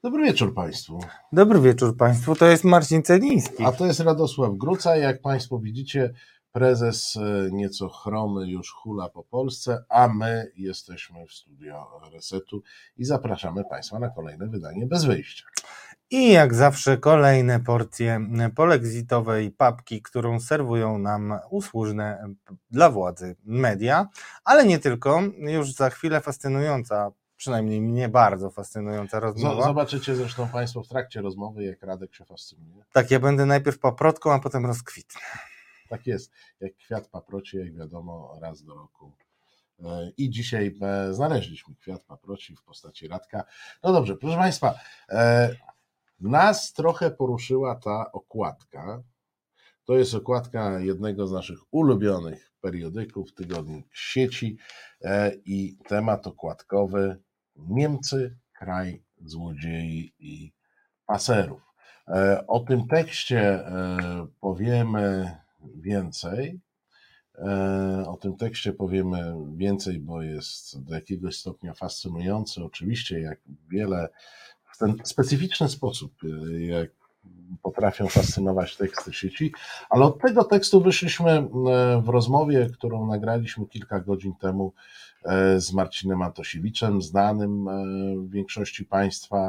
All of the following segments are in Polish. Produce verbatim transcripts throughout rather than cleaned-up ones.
Dobry wieczór Państwu. Dobry wieczór Państwu, to jest Marcin Celiński. A to jest Radosław Gruca. Jak Państwo widzicie, prezes nieco chromy już hula po Polsce, a my jesteśmy w studio Resetu i zapraszamy Państwa na kolejne wydanie Bez Wyjścia. I jak zawsze kolejne porcje polexitowej papki, którą serwują nam usłużne dla władzy media, ale nie tylko, już za chwilę fascynująca, przynajmniej mnie bardzo fascynująca rozmowa. Zobaczycie zresztą Państwo w trakcie rozmowy, jak Radek się fascynuje. Tak, ja będę najpierw paprotką, a potem rozkwitnę. Tak jest, jak kwiat paproci, jak wiadomo, raz do roku. I dzisiaj znaleźliśmy kwiat paproci w postaci Radka. No dobrze, proszę Państwa, nas trochę poruszyła ta okładka. To jest okładka jednego z naszych ulubionych periodyków, tygodnik Sieci i temat okładkowy Niemcy, kraj złodziei i paserów. O tym tekście powiemy więcej. O tym tekście powiemy więcej, bo jest do jakiegoś stopnia fascynujący. Oczywiście, jak wiele, w ten specyficzny sposób, jak potrafią fascynować teksty sieci, ale od tego tekstu wyszliśmy w rozmowie, którą nagraliśmy kilka godzin temu z Marcinem Antosiewiczem, znanym w większości Państwa,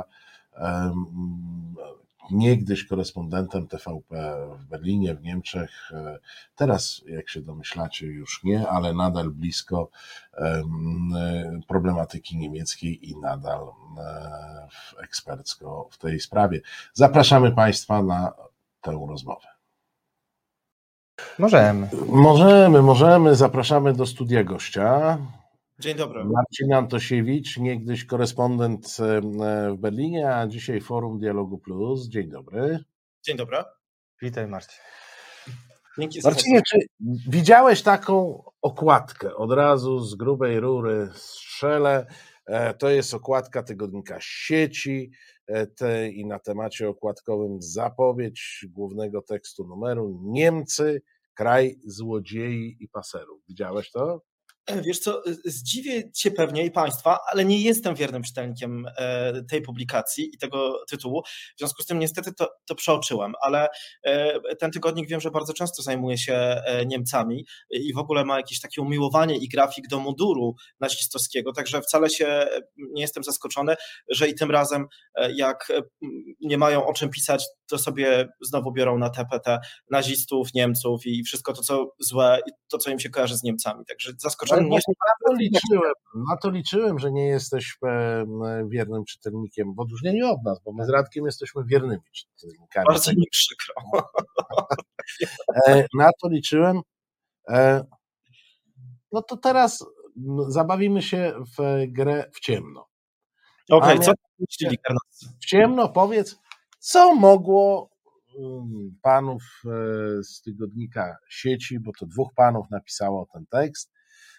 niegdyś korespondentem T V P w Berlinie, w Niemczech. Teraz, jak się domyślacie, już nie, ale nadal blisko problematyki niemieckiej i nadal ekspercko w tej sprawie. Zapraszamy Państwa na tę rozmowę. Możemy. Możemy, możemy. Zapraszamy do studia gościa. Dzień dobry. Marcin Antosiewicz, niegdyś korespondent w Berlinie, a dzisiaj Forum Dialogu Plus. Dzień dobry. Dzień dobry. Witaj Marcin. Dzięki za Marcinie, czy widziałeś taką okładkę? Od razu z grubej rury strzelę. To jest okładka tygodnika Sieci te, i na temacie okładkowym zapowiedź głównego tekstu numeru Niemcy, kraj złodziei i paserów. Widziałeś to? Wiesz co, zdziwię Cię pewnie i Państwa, ale nie jestem wiernym czytelnikiem tej publikacji i tego tytułu, w związku z tym niestety to, to przeoczyłem, ale ten tygodnik wiem, że bardzo często zajmuje się Niemcami i w ogóle ma jakieś takie umiłowanie i grafik do munduru nazistowskiego, także wcale się nie jestem zaskoczony, że i tym razem jak nie mają o czym pisać, to sobie znowu biorą na tapetę nazistów, Niemców i wszystko to, co złe i to, co im się kojarzy z Niemcami, także zaskoczony. No właśnie na to liczyłem, na to liczyłem, że nie jesteś wiernym czytelnikiem, w odróżnieniu od nas, bo my z Radkiem jesteśmy wiernymi czytelnikami. Bardzo mi przykro. Na to liczyłem. No to teraz zabawimy się w grę w ciemno. Okej, okay, co myśleli Karnowcy? W ciemno powiedz, co mogło panów z tygodnika Sieci, bo to dwóch panów napisało ten tekst,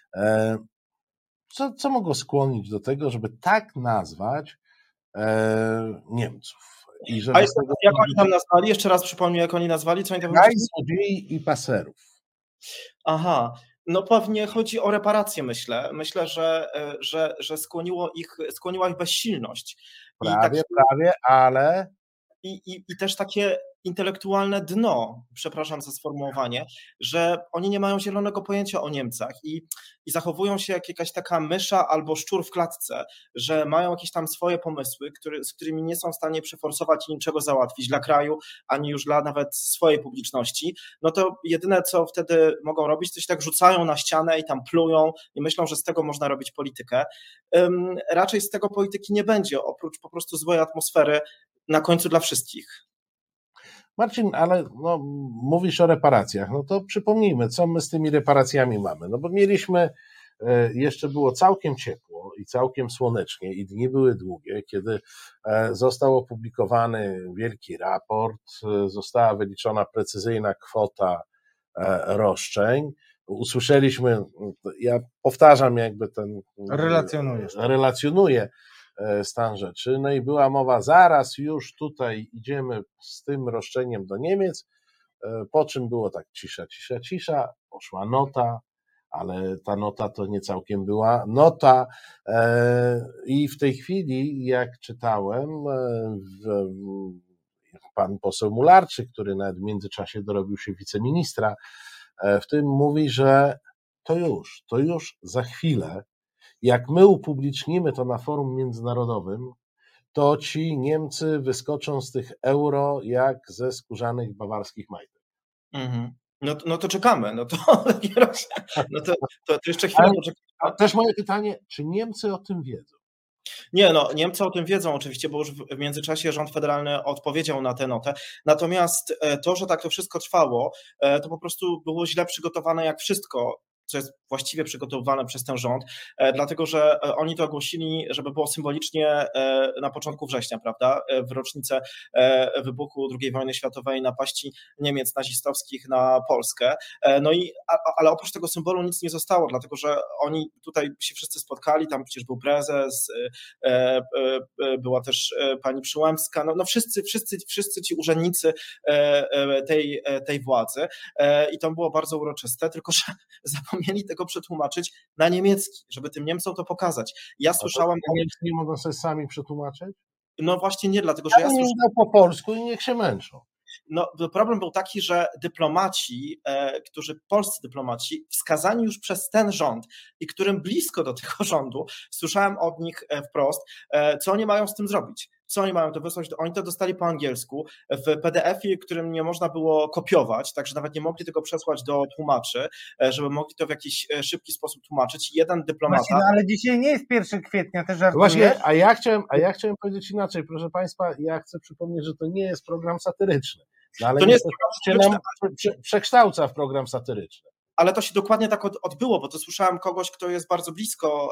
Co, co mogło skłonić do tego, żeby tak nazwać e, Niemców? I żeby A jest, tego... jak oni tam nazwali? Jeszcze raz przypomnij, jak oni nazwali? Co oni tam Kraj złodziei i paserów. Aha, no pewnie chodzi o reparacje, myślę. Myślę, że, że, że skłoniło ich, skłoniła ich bezsilność. Prawie, I taki, prawie, ale... I, i, I też takie intelektualne dno, przepraszam za sformułowanie, że oni nie mają zielonego pojęcia o Niemcach i, i zachowują się jak jakaś taka mysza albo szczur w klatce, że mają jakieś tam swoje pomysły, który, z którymi nie są w stanie przeforsować i niczego załatwić dla kraju, ani już dla nawet swojej publiczności, no to jedyne, co wtedy mogą robić, to się tak rzucają na ścianę i tam plują i myślą, że z tego można robić politykę. Um, raczej z tego polityki nie będzie, oprócz po prostu złej atmosfery na końcu dla wszystkich. Marcin, ale no, mówisz o reparacjach, no to przypomnijmy, co my z tymi reparacjami mamy, no bo mieliśmy, jeszcze było całkiem ciepło i całkiem słonecznie i dni były długie, kiedy został opublikowany wielki raport, została wyliczona precyzyjna kwota roszczeń, usłyszeliśmy, ja powtarzam jakby ten... Relacjonujesz. Relacjonuję stan rzeczy, no i była mowa, zaraz już tutaj idziemy z tym roszczeniem do Niemiec, po czym było tak cisza, cisza, cisza, poszła nota, ale ta nota to nie całkiem była nota. I w tej chwili, jak czytałem, pan poseł Mularczyk, który nawet w międzyczasie dorobił się wiceministra, w tym mówi, że to już, to już za chwilę, jak my upublicznimy to na forum międzynarodowym, to ci Niemcy wyskoczą z tych euro jak ze skórzanych bawarskich majtek. Mhm. No, to- no to czekamy, no to, no to, to, to jeszcze chwilę Ale- poczekamy. A też moje pytanie, czy Niemcy o tym wiedzą? Nie, no Niemcy o tym wiedzą oczywiście, bo już w w międzyczasie rząd federalny odpowiedział na tę notę. Natomiast e, to, że tak to wszystko trwało, e, to po prostu było źle przygotowane jak wszystko, co jest właściwie przygotowywane przez ten rząd, e, dlatego że e, oni to ogłosili, żeby było symbolicznie e, na początku września, prawda, e, w rocznicę e, wybuchu drugiej wojny światowej, napaści Niemiec nazistowskich na Polskę. E, No i, a, a- ale oprócz tego symbolu nic nie zostało, dlatego że oni tutaj się wszyscy spotkali, tam przecież był prezes, e, e, e, była też e, pani Przyłębska, no, no wszyscy, wszyscy, wszyscy ci urzędnicy e, e, tej, e, tej władzy e, i to było bardzo uroczyste, tylko że zapomnieli tego przetłumaczyć na niemiecki, żeby tym Niemcom to pokazać. Ja słyszałem, o, Niemcy nie mogą sobie sami przetłumaczyć? no właśnie nie, dlatego że ja Ja słyszałem, nie po polsku i niech się męczą. no, problem był taki, że dyplomaci, e, którzy, polscy dyplomaci, wskazani już przez ten rząd i którym blisko do tego rządu, słyszałem od nich e, wprost, e, co oni mają z tym zrobić. Co oni mają to wysłać? Oni to dostali po angielsku, w P D F-ie, którym nie można było kopiować, także nawet nie mogli tego przesłać do tłumaczy, e, żeby mogli to w jakiś e, szybki sposób tłumaczyć. Jeden dyplomata... Właśnie, no, ale dzisiaj nie jest pierwszy kwietnia, też żartuję. Właśnie, a ja chciałem, a ja chciałem powiedzieć inaczej, proszę Państwa, ja chcę przypomnieć, że to nie jest program satyryczny. No, ale To nie jest niestety się nam prze- przekształca w program satyryczny. ale to się dokładnie tak od, odbyło, bo to słyszałem kogoś, kto jest bardzo blisko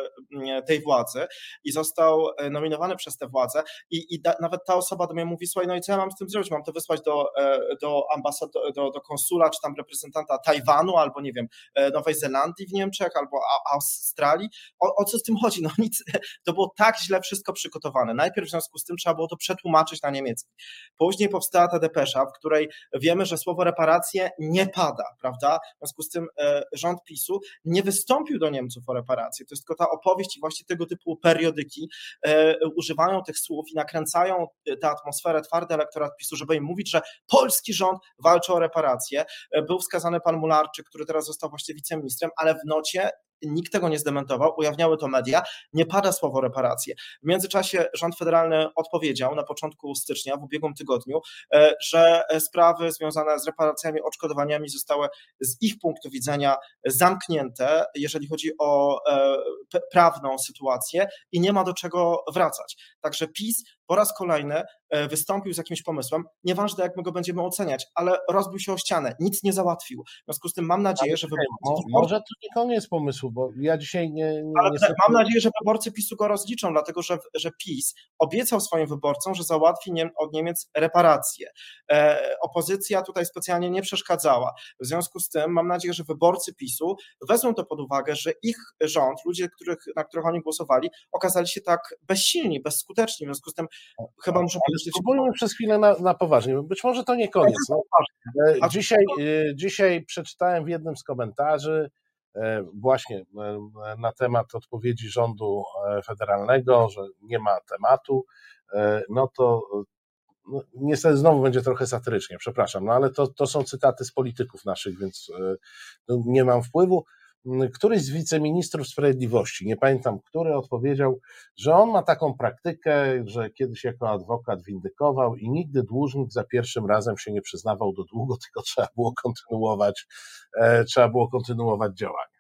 e, tej władzy i został e, nominowany przez tę władzę i, i da, nawet ta osoba do mnie mówi, słuchaj, no i co ja mam z tym zrobić? Mam to wysłać do, e, do ambasad, do, do konsula, czy tam reprezentanta Tajwanu, albo nie wiem, e, Nowej Zelandii w Niemczech, albo A- Australii. O, o co z tym chodzi? No nic, to było tak źle wszystko przygotowane. Najpierw w związku z tym trzeba było to przetłumaczyć na niemiecki. Później powstała ta depesza, w której wiemy, że słowo reparacje nie pada, prawda? W związku z tym e, rząd PiSu nie wystąpił do Niemców o reparacje. To jest tylko ta opowieść i właśnie tego typu periodyki e, używają tych słów i nakręcają tę atmosferę, twardy elektorat PiSu, żeby im mówić, że polski rząd walczy o reparacje. E, był wskazany pan Mularczyk, który teraz został właśnie wiceministrem, ale w nocie nikt tego nie zdementował, ujawniały to media, nie pada słowo reparacje. W międzyczasie rząd federalny odpowiedział na początku stycznia, w ubiegłym tygodniu, e, że sprawy związane z reparacjami, odszkodowaniami zostały z ich punktu widzenia zamknięte, jeżeli chodzi o e, p- prawną sytuację i nie ma do czego wracać. Także PiS po raz kolejny e, wystąpił z jakimś pomysłem, nieważne jak my go będziemy oceniać, ale rozbił się o ścianę, nic nie załatwił. W związku z tym mam nadzieję, że wyborcy, Mo, może to nie koniec pomysłu, bo ja dzisiaj nie... nie ale niestety... mam nadzieję, że wyborcy PiSu go rozliczą, dlatego że, że PiS obiecał swoim wyborcom, że załatwi nie, od Niemiec reparacje. E, opozycja tutaj specjalnie nie przeszkadzała. W związku z tym mam nadzieję, że wyborcy PiSu wezmą to pod uwagę, że ich rząd, ludzie, których, na których oni głosowali, okazali się tak bezsilni, bezskuteczni. W związku z tym chyba muszę Ale powiedzieć... spróbujmy przez chwilę na, na poważnie. Być może to nie koniec. No. E, Dzisiaj, e, dzisiaj przeczytałem w jednym z komentarzy e, właśnie e, na temat odpowiedzi rządu e, federalnego, że nie ma tematu, e, no to no, niestety znowu będzie trochę satyrycznie, przepraszam, no ale to, to są cytaty z polityków naszych, więc e, no, nie mam wpływu. Któryś z wiceministrów sprawiedliwości, nie pamiętam który, odpowiedział, że on ma taką praktykę, że kiedyś jako adwokat windykował i nigdy dłużnik za pierwszym razem się nie przyznawał do długu, tylko trzeba było kontynuować, e, trzeba było kontynuować działania.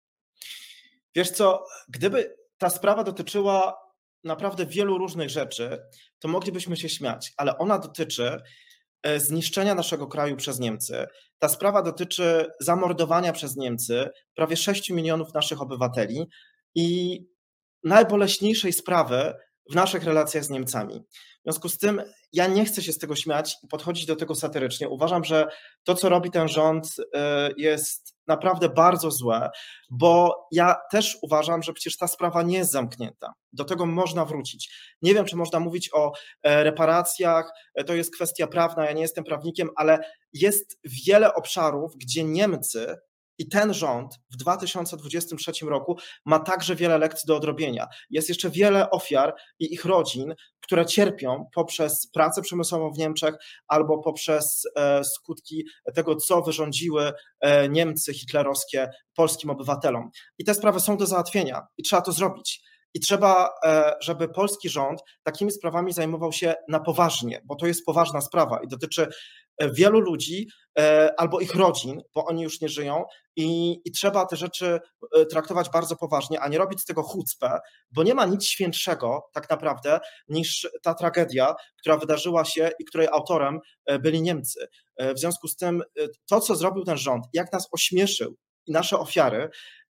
Wiesz co, gdyby ta sprawa dotyczyła naprawdę wielu różnych rzeczy, to moglibyśmy się śmiać, ale ona dotyczy e, zniszczenia naszego kraju przez Niemcy. Ta sprawa dotyczy zamordowania przez Niemcy prawie sześciu milionów naszych obywateli i najboleśniejszej sprawy w naszych relacjach z Niemcami. W związku z tym ja nie chcę się z tego śmiać i podchodzić do tego satyrycznie. Uważam, że to, co robi ten rząd, y, jest naprawdę bardzo złe, bo ja też uważam, że przecież ta sprawa nie jest zamknięta. Do tego można wrócić. Nie wiem, czy można mówić o e, reparacjach, e, to jest kwestia prawna, ja nie jestem prawnikiem, ale jest wiele obszarów, gdzie Niemcy I ten rząd w dwa tysiące dwudziestym trzecim roku ma także wiele lekcji do odrobienia. Jest jeszcze wiele ofiar i ich rodzin, które cierpią poprzez pracę przemysłową w Niemczech albo poprzez skutki tego, co wyrządziły Niemcy hitlerowskie polskim obywatelom. I te sprawy są do załatwienia i trzeba to zrobić. I trzeba, żeby polski rząd takimi sprawami zajmował się na poważnie, bo to jest poważna sprawa i dotyczy wielu ludzi albo ich rodzin, bo oni już nie żyją i, i trzeba te rzeczy traktować bardzo poważnie, a nie robić z tego chucpę, bo nie ma nic świętszego tak naprawdę niż ta tragedia, która wydarzyła się i której autorem byli Niemcy. W związku z tym to, co zrobił ten rząd, jak nas ośmieszył i nasze ofiary,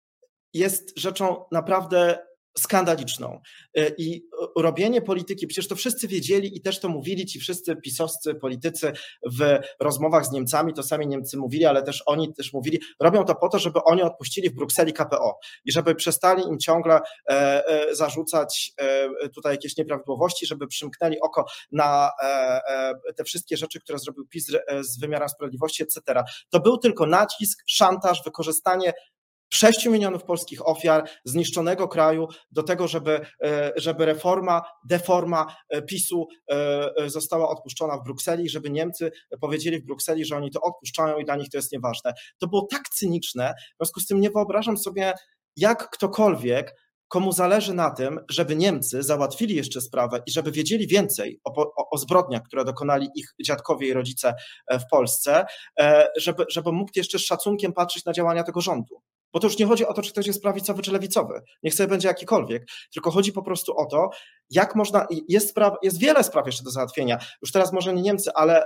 jest rzeczą naprawdę skandaliczną. I robienie polityki, przecież to wszyscy wiedzieli i też to mówili ci wszyscy pisowscy politycy w rozmowach z Niemcami, to sami Niemcy mówili, ale też oni też mówili, robią to po to, żeby oni odpuścili w Brukseli K P O i żeby przestali im ciągle zarzucać tutaj jakieś nieprawidłowości, żeby przymknęli oko na te wszystkie rzeczy, które zrobił PiS z wymiarem sprawiedliwości, et cetera. To był tylko nacisk, szantaż, wykorzystanie sześciu milionów polskich ofiar, zniszczonego kraju do tego, żeby, żeby reforma, deforma PiSu została odpuszczona w Brukseli, żeby Niemcy powiedzieli w Brukseli, że oni to odpuszczają i dla nich to jest nieważne. To było tak cyniczne, w związku z tym nie wyobrażam sobie, jak ktokolwiek, komu zależy na tym, żeby Niemcy załatwili jeszcze sprawę i żeby wiedzieli więcej o, o, o zbrodniach, które dokonali ich dziadkowie i rodzice w Polsce, żeby, żeby mógł jeszcze z szacunkiem patrzeć na działania tego rządu. Bo to już nie chodzi o to, czy ktoś jest prawicowy czy lewicowy, niech sobie będzie jakikolwiek, tylko chodzi po prostu o to, jak można, jest, spraw, jest wiele spraw jeszcze do załatwienia, już teraz może nie Niemcy, ale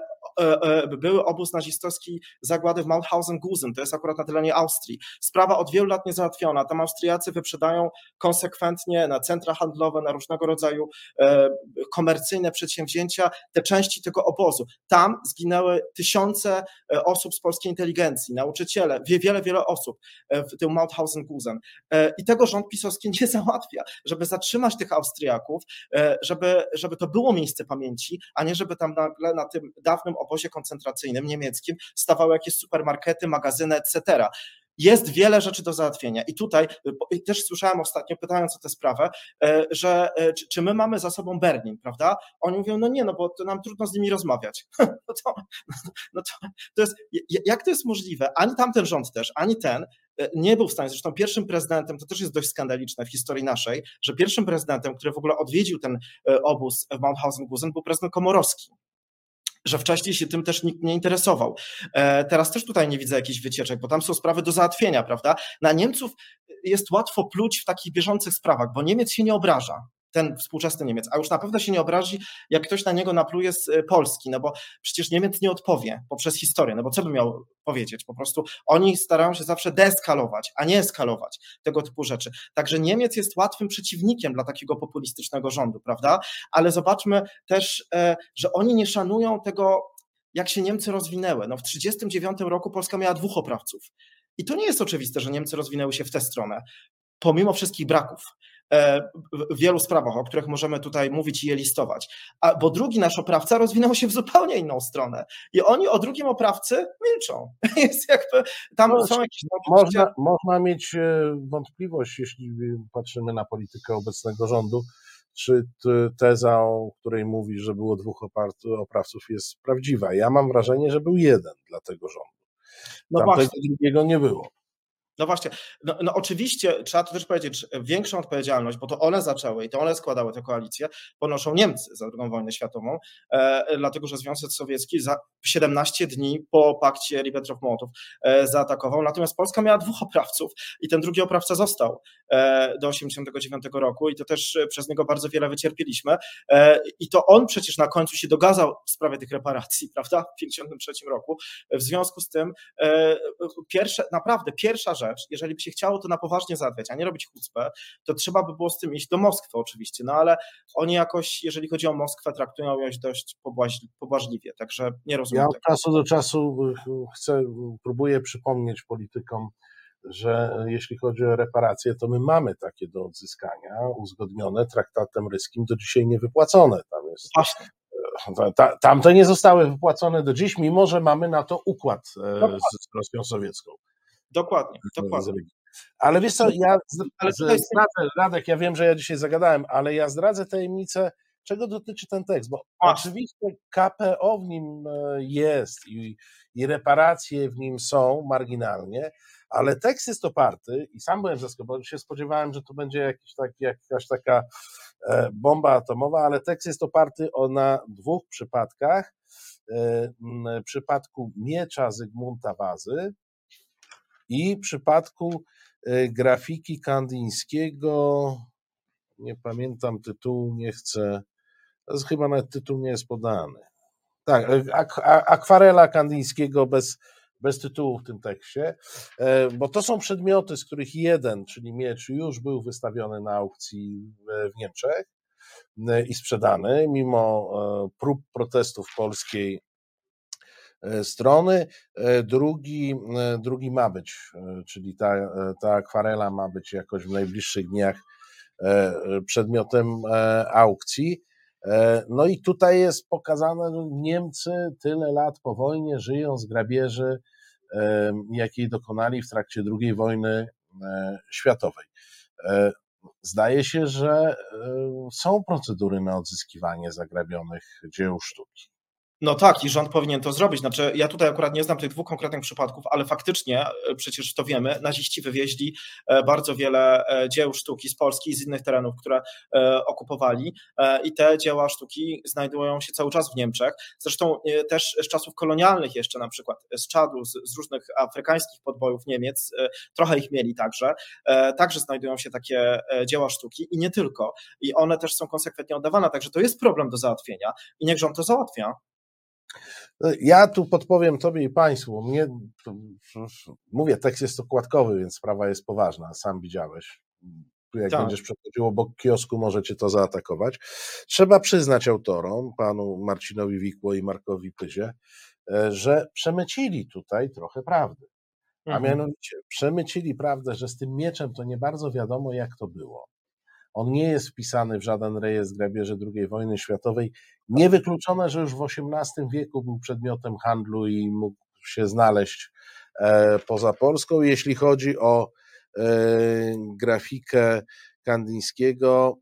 były obóz nazistowski zagłady w Mauthausen-Gusen, to jest akurat na terenie Austrii. Sprawa od wielu lat niezałatwiona, tam Austriacy wyprzedają konsekwentnie na centra handlowe, na różnego rodzaju komercyjne przedsięwzięcia te części tego obozu. Tam zginęły tysiące osób z polskiej inteligencji, nauczyciele, wiele, wiele osób w tym Mauthausen-Gusen. I tego rząd pisowski nie załatwia, żeby zatrzymać tych Austriaków, żeby, żeby to było miejsce pamięci, a nie żeby tam nagle na tym dawnym obozie koncentracyjnym niemieckim stawały jakieś supermarkety, magazyny, et cetera. Jest wiele rzeczy do załatwienia i tutaj i też słyszałem ostatnio, pytając o tę sprawę, że czy, czy my mamy za sobą Berlin, prawda? Oni mówią, no nie, no bo to nam trudno z nimi rozmawiać. No to, no to, to jest, jak to jest możliwe? Ani tamten rząd też, ani ten nie był w stanie, zresztą pierwszym prezydentem, to też jest dość skandaliczne w historii naszej, że pierwszym prezydentem, który w ogóle odwiedził ten obóz w Mauthausen-Gusen, był prezydent Komorowski, że wcześniej się tym też nikt nie interesował. Teraz też tutaj nie widzę jakichś wycieczek, bo tam są sprawy do załatwienia, prawda? Na Niemców jest łatwo pluć w takich bieżących sprawach, bo Niemiec się nie obraża, ten współczesny Niemiec, a już na pewno się nie obrazi, jak ktoś na niego napluje z Polski, no bo przecież Niemiec nie odpowie poprzez historię, no bo co by miał powiedzieć? Po prostu oni starają się zawsze deeskalować, a nie eskalować tego typu rzeczy. Także Niemiec jest łatwym przeciwnikiem dla takiego populistycznego rządu, prawda? Ale zobaczmy też, że oni nie szanują tego, jak się Niemcy rozwinęły. No w tysiąc dziewięćset trzydziestym dziewiątym roku Polska miała dwóch oprawców. I to nie jest oczywiste, że Niemcy rozwinęły się w tę stronę, pomimo wszystkich braków w wielu sprawach, o których możemy tutaj mówić i je listować. A, bo drugi nasz oprawca rozwinął się w zupełnie inną stronę i oni o drugim oprawcy milczą. Jest jakby, tam no, są jakieś... Można, można mieć wątpliwość, jeśli patrzymy na politykę obecnego rządu, czy teza, o której mówisz, że było dwóch oprawców, jest prawdziwa. Ja mam wrażenie, że był jeden dla tego rządu. No Tamtego właśnie. Drugiego nie było. No właśnie, no, no oczywiście trzeba to też powiedzieć, że większą odpowiedzialność, bo to one zaczęły i to one składały tę koalicję, ponoszą Niemcy za drugą wojnę światową, e, dlatego że Związek Sowiecki za siedemnaście dni po pakcie Ribbentrop-Mołotow e, zaatakował, natomiast Polska miała dwóch oprawców i ten drugi oprawca został e, do osiemdziesiątego dziewiątego roku i to też przez niego bardzo wiele wycierpieliśmy e, i to on przecież na końcu się dogadzał w sprawie tych reparacji, prawda, w pięćdziesiątym trzecim roku, w związku z tym e, pierwsze, naprawdę pierwsza rzecz, jeżeli by się chciało to na poważnie załatwiać, a nie robić chucpę, to trzeba by było z tym iść do Moskwy oczywiście, no ale oni jakoś, jeżeli chodzi o Moskwę, traktują ją dość pobłażliwie, także nie rozumiem Ja tego. od czasu do czasu chcę, próbuję przypomnieć politykom, że jeśli chodzi o reparacje, to my mamy takie do odzyskania, uzgodnione traktatem ryskim, do dzisiaj niewypłacone. Tam jest... Właśnie. Tamte nie zostały wypłacone do dziś, mimo że mamy na to układ z, z Rosją Sowiecką. Dokładnie, dokładnie. Ale wiesz co, ja Ale z, z, zdradzę, Radek, ja wiem, że ja dzisiaj zagadałem, ale ja zdradzę tajemnicę, czego dotyczy ten tekst, bo Właśnie. oczywiście K P O w nim jest i, i reparacje w nim są marginalnie, ale tekst jest oparty i sam byłem zaskoczony, bo się spodziewałem, że to będzie jakiś taki, jakaś taka bomba atomowa, ale tekst jest oparty o, na dwóch przypadkach. W przypadku miecza Zygmunta Wazy i w przypadku grafiki Kandińskiego, nie pamiętam tytułu, nie chcę, chyba nawet tytuł nie jest podany. Tak, ak- akwarela Kandińskiego bez, bez tytułu w tym tekście, bo to są przedmioty, z których jeden, czyli miecz, już był wystawiony na aukcji w Niemczech i sprzedany, mimo prób protestów polskiej strony. Drugi, drugi ma być, czyli ta, ta akwarela ma być jakoś w najbliższych dniach przedmiotem aukcji. No i tutaj jest pokazane, że Niemcy tyle lat po wojnie żyją z grabieży, jakiej dokonali w trakcie drugiej wojny światowej. Zdaje się, że są procedury na odzyskiwanie zagrabionych dzieł sztuki. No tak, i rząd powinien to zrobić. Znaczy, ja tutaj akurat nie znam tych dwóch konkretnych przypadków, ale faktycznie, przecież to wiemy, naziści wywieźli bardzo wiele dzieł sztuki z Polski i z innych terenów, które okupowali, i te dzieła sztuki znajdują się cały czas w Niemczech. Zresztą też z czasów kolonialnych jeszcze, na przykład z Czadu, z, z różnych afrykańskich podbojów Niemiec, trochę ich mieli także, także znajdują się takie dzieła sztuki i nie tylko. I one też są konsekwentnie oddawane, także to jest problem do załatwienia i niech rząd to załatwia. Ja tu podpowiem tobie i państwu, mnie, mówię, tekst jest okładkowy, więc sprawa jest poważna, sam widziałeś. Jak tak. Będziesz przechodził obok kiosku, możecie to zaatakować. Trzeba przyznać autorom, panu Marcinowi Wikło i Markowi Pyzie, że przemycili tutaj trochę prawdy. A mhm. mianowicie przemycili prawdę, że z tym mieczem to nie bardzo wiadomo, jak to było. On nie jest wpisany w żaden rejestr grabieży drugiej wojny światowej. Niewykluczone, że już w osiemnastym wieku był przedmiotem handlu i mógł się znaleźć poza Polską. Jeśli chodzi o grafikę Kandińskiego,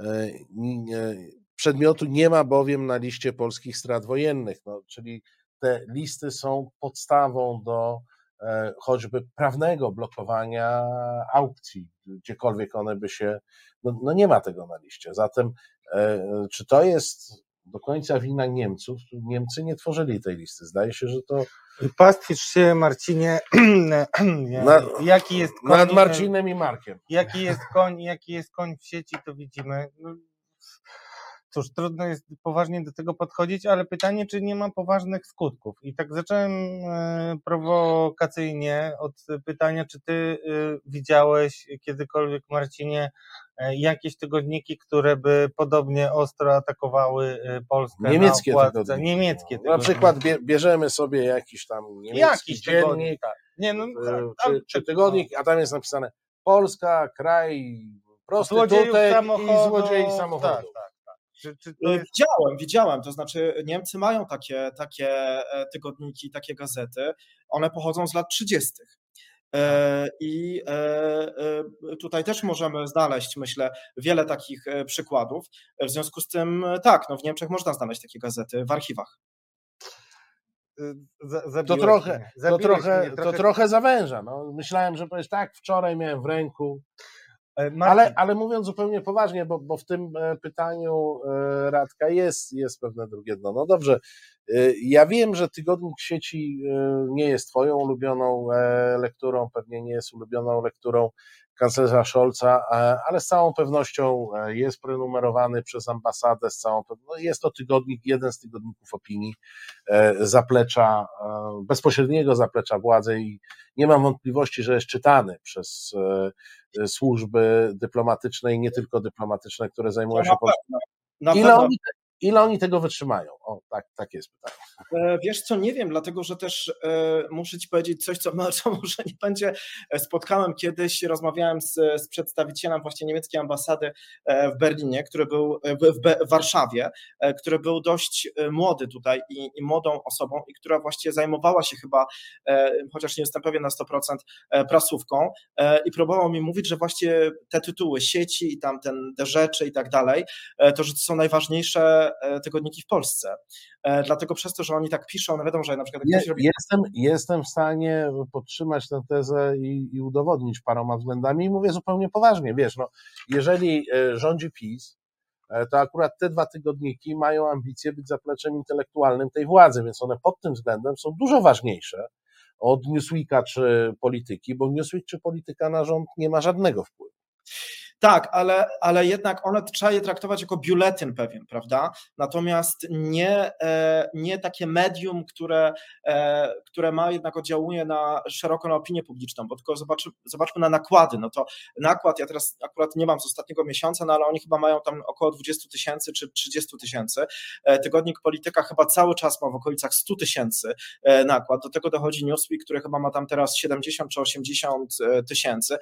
przedmiotu nie ma bowiem na liście polskich strat wojennych, no, czyli te listy są podstawą do choćby prawnego blokowania aukcji, gdziekolwiek one by się, no, no nie ma tego na liście. Zatem e, czy to jest do końca wina Niemców? Niemcy nie tworzyli tej listy. Zdaje się, że to... Pastwisz się, Marcinie, Na, jaki jest koń, nad Marcinem i Markiem. Jaki jest koń, jaki jest koń w sieci, to widzimy. Cóż, trudno jest poważnie do tego podchodzić, ale pytanie, czy nie ma poważnych skutków. I tak zacząłem e, prowokacyjnie od pytania, czy ty e, widziałeś kiedykolwiek, Marcinie, e, jakieś tygodniki, które by podobnie ostro atakowały Polskę niemieckie na tygodniki. Niemieckie tygodniki. Na przykład bie, bierzemy sobie jakiś tam niemiecki jakiś dziennik, tygodnik, tak. Nie, no, tak, czy, czy tygodnik, a tam jest napisane Polska, kraj prostytutek i złodziei samochodów. Tak, tak. Czy, czy to jest... Widziałem, widziałem, to znaczy Niemcy mają takie, takie tygodniki, takie gazety, one pochodzą z lat trzydziestych. I tutaj też możemy znaleźć, myślę, wiele takich przykładów. W związku z tym tak, no w Niemczech można znaleźć takie gazety w archiwach. To trochę, to, trochę, to trochę zawęża. No, myślałem, że powiesz tak, wczoraj miałem w ręku. Ale, ale mówiąc zupełnie poważnie, bo, bo w tym pytaniu Radka jest, jest pewne drugie dno. No dobrze, ja wiem, że tygodnik sieci nie jest twoją ulubioną lekturą, pewnie nie jest ulubioną lekturą kanclerza Scholza, ale z całą pewnością jest prenumerowany przez ambasadę, z całą pewnością, jest to tygodnik, jeden z tygodników opinii, zaplecza, bezpośredniego zaplecza władzy i nie mam wątpliwości, że jest czytany przez służby dyplomatyczne i nie tylko dyplomatyczne, które zajmują się Polską. Ile oni, ile oni tego wytrzymają? O, tak, tak jest pytanie. Wiesz co, nie wiem, dlatego że też e, muszę ci powiedzieć coś, co, co może nie będzie. Spotkałem kiedyś, rozmawiałem z, z przedstawicielem właśnie niemieckiej ambasady w Berlinie, który był w, w Warszawie, który był dość młody tutaj i, i młodą osobą i która właśnie zajmowała się chyba, e, chociaż nie jestem pewien na sto procent, prasówką e, i próbował mi mówić, że właśnie te tytuły sieci i tam ten, te rzeczy i tak dalej, e, to, że to są najważniejsze tygodniki w Polsce. E, dlatego przez to, że oni tak piszą, no wiadomo, że na przykład ktoś Je, robi... jestem, jestem w stanie podtrzymać tę tezę i, i udowodnić paroma względami i mówię zupełnie poważnie, wiesz, no, jeżeli rządzi PiS, to akurat te dwa tygodniki mają ambicje być zapleczem intelektualnym tej władzy, więc one pod tym względem są dużo ważniejsze od Newsweeka czy Polityki, bo Newsweek czy Polityka na rząd nie ma żadnego wpływu. Tak, ale, ale jednak one trzeba je traktować jako biuletyn pewien, prawda? Natomiast nie, nie takie medium, które, które ma jednak oddziałuje na szeroko na opinię publiczną, bo tylko zobacz, zobaczmy na nakłady. No to nakład, ja teraz akurat nie mam z ostatniego miesiąca, no ale oni chyba mają tam około dwadzieścia tysięcy czy trzydzieści tysięcy. Tygodnik Polityka chyba cały czas ma w okolicach sto tysięcy nakład. Do tego dochodzi Newsweek, który chyba ma tam teraz siedemdziesiąt czy osiemdziesiąt tysięcy.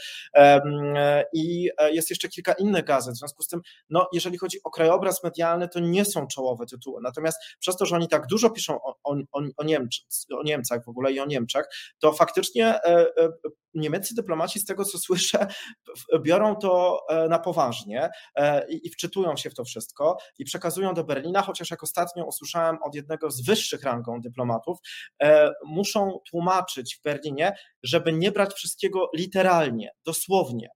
I jest jeszcze kilka innych gazet, w związku z tym, no jeżeli chodzi o krajobraz medialny, to nie są czołowe tytuły, natomiast przez to, że oni tak dużo piszą o, o, o, Niemczech, o Niemcach w ogóle i o Niemczech, to faktycznie e, e, niemieccy dyplomaci, z tego co słyszę, biorą to na poważnie e, i, i wczytują się w to wszystko i przekazują do Berlina, chociaż jak ostatnio usłyszałem od jednego z wyższych rangą dyplomatów, e, muszą tłumaczyć w Berlinie, żeby nie brać wszystkiego literalnie, dosłownie.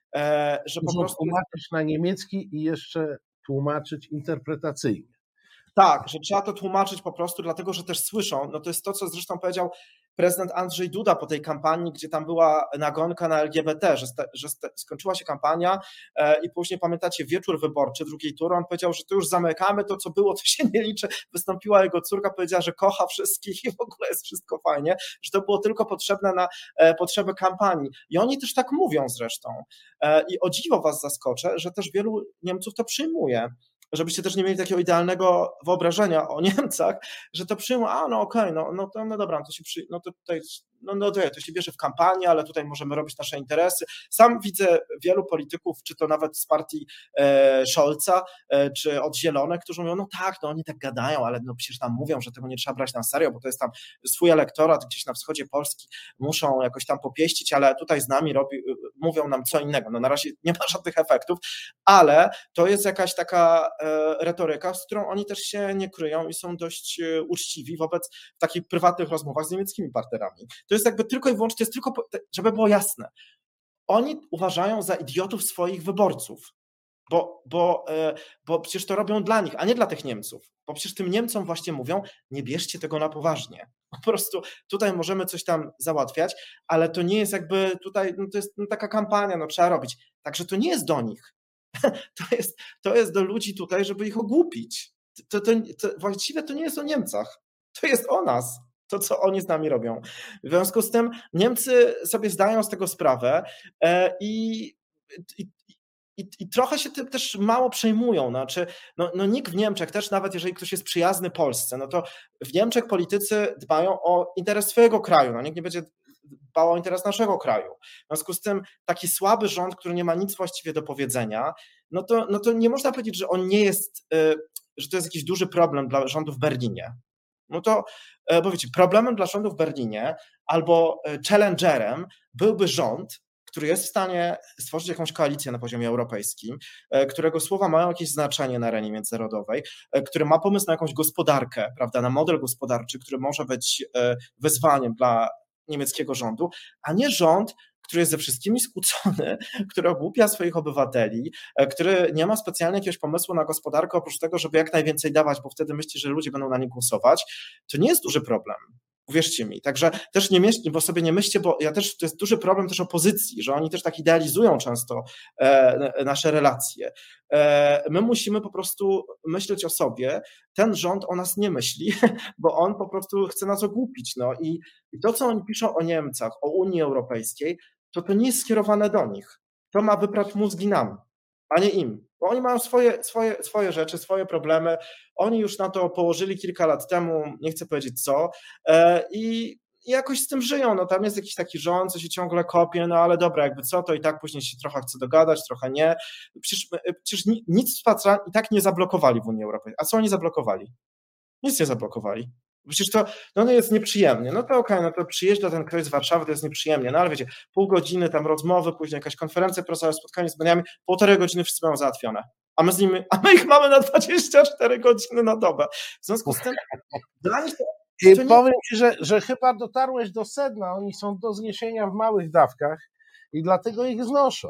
Że po prostu tłumaczyć na niemiecki i jeszcze tłumaczyć interpretacyjnie. Tak, że trzeba to tłumaczyć po prostu, dlatego że też słyszą, no to jest to, co zresztą powiedział prezydent Andrzej Duda po tej kampanii, gdzie tam była nagonka na L G B T, że, sta, że sta, skończyła się kampania e, i później pamiętacie wieczór wyborczy drugiej tury, on powiedział, że to już zamykamy, to co było, to się nie liczy. Wystąpiła jego córka, powiedziała, że kocha wszystkich i w ogóle jest wszystko fajnie, że to było tylko potrzebne na e, potrzeby kampanii. I oni też tak mówią zresztą. E, I o dziwo was zaskoczę, że też wielu Niemców to przyjmuje. Żebyście też nie mieli takiego idealnego wyobrażenia o Niemcach, że to przyjmą, a no okej, okay, no, no, to, no dobra, to się przy, no to tutaj, no, no to, to się bierze w kampanię, ale tutaj możemy robić nasze interesy. Sam widzę wielu polityków, czy to nawet z partii e, Scholza, e, czy od Zielonych, którzy mówią, no tak, no oni tak gadają, ale no przecież tam mówią, że tego nie trzeba brać na serio, bo to jest tam swój elektorat gdzieś na wschodzie Polski, muszą jakoś tam popieścić, ale tutaj z nami robi, mówią nam co innego. No na razie nie ma żadnych efektów, ale to jest jakaś taka retoryka, z którą oni też się nie kryją i są dość uczciwi wobec takich prywatnych rozmowach z niemieckimi partnerami. To jest jakby tylko i wyłącznie, to jest tylko, żeby było jasne, oni uważają za idiotów swoich wyborców, bo, bo, bo przecież to robią dla nich, a nie dla tych Niemców, bo przecież tym Niemcom właśnie mówią, nie bierzcie tego na poważnie, po prostu tutaj możemy coś tam załatwiać, ale to nie jest jakby tutaj, no to jest no taka kampania, no trzeba robić, także to nie jest do nich. To jest, to jest do ludzi tutaj, żeby ich ogłupić. To, to, to, właściwie to nie jest o Niemcach, to jest o nas, to co oni z nami robią. W związku z tym Niemcy sobie zdają z tego sprawę e, i, i, i, i trochę się tym też mało przejmują. Znaczy, no, no nikt w Niemczech, też nawet jeżeli ktoś jest przyjazny Polsce, no to w Niemczech politycy dbają o interes swojego kraju, no nikt nie będzie dbał o interes naszego kraju. W związku z tym taki słaby rząd, który nie ma nic właściwie do powiedzenia, no to, no to nie można powiedzieć, że on nie jest, że to jest jakiś duży problem dla rządu w Berlinie. No to, bo wiecie, problemem dla rządu w Berlinie albo challengerem byłby rząd, który jest w stanie stworzyć jakąś koalicję na poziomie europejskim, którego słowa mają jakieś znaczenie na arenie międzynarodowej, który ma pomysł na jakąś gospodarkę, prawda, na model gospodarczy, który może być wyzwaniem dla niemieckiego rządu, a nie rząd, który jest ze wszystkimi skłócony, który ogłupia swoich obywateli, który nie ma specjalnie jakiegoś pomysłu na gospodarkę, oprócz tego, żeby jak najwięcej dawać, bo wtedy myśli, że ludzie będą na nich głosować, to nie jest duży problem. Uwierzcie mi. Także też nie myślcie, bo sobie nie myślcie, bo ja też, to jest duży problem też opozycji, że oni też tak idealizują często e, nasze relacje. E, my musimy po prostu myśleć o sobie. Ten rząd o nas nie myśli, bo on po prostu chce nas ogłupić. No i, i to, co oni piszą o Niemcach, o Unii Europejskiej, to to nie jest skierowane do nich. To ma wyprać mózgi nam. a nie im, bo oni mają swoje, swoje, swoje rzeczy, swoje problemy, oni już na to położyli kilka lat temu, nie chcę powiedzieć co, i jakoś z tym żyją, no tam jest jakiś taki rząd, co się ciągle kopie, no ale dobra, jakby co, to i tak później się trochę chce dogadać, trochę nie, przecież, przecież nic z Patra i tak nie zablokowali w Unii Europejskiej, a co oni zablokowali? Nic nie zablokowali. Przecież to no, no jest nieprzyjemnie. No to okej, okay, no to przyjeżdża ten ktoś z Warszawy, to jest nieprzyjemnie. No ale wiecie, pół godziny tam rozmowy, później jakaś konferencja prasowa, spotkanie z mediami, półtorej godziny wszyscy mają załatwione. A my z nimi, a my ich mamy na dwadzieścia cztery godziny na dobę. W związku z tym dla nich to, I to nie... powiem ci, że, że chyba dotarłeś do sedna, oni są do zniesienia w małych dawkach i dlatego ich znoszą.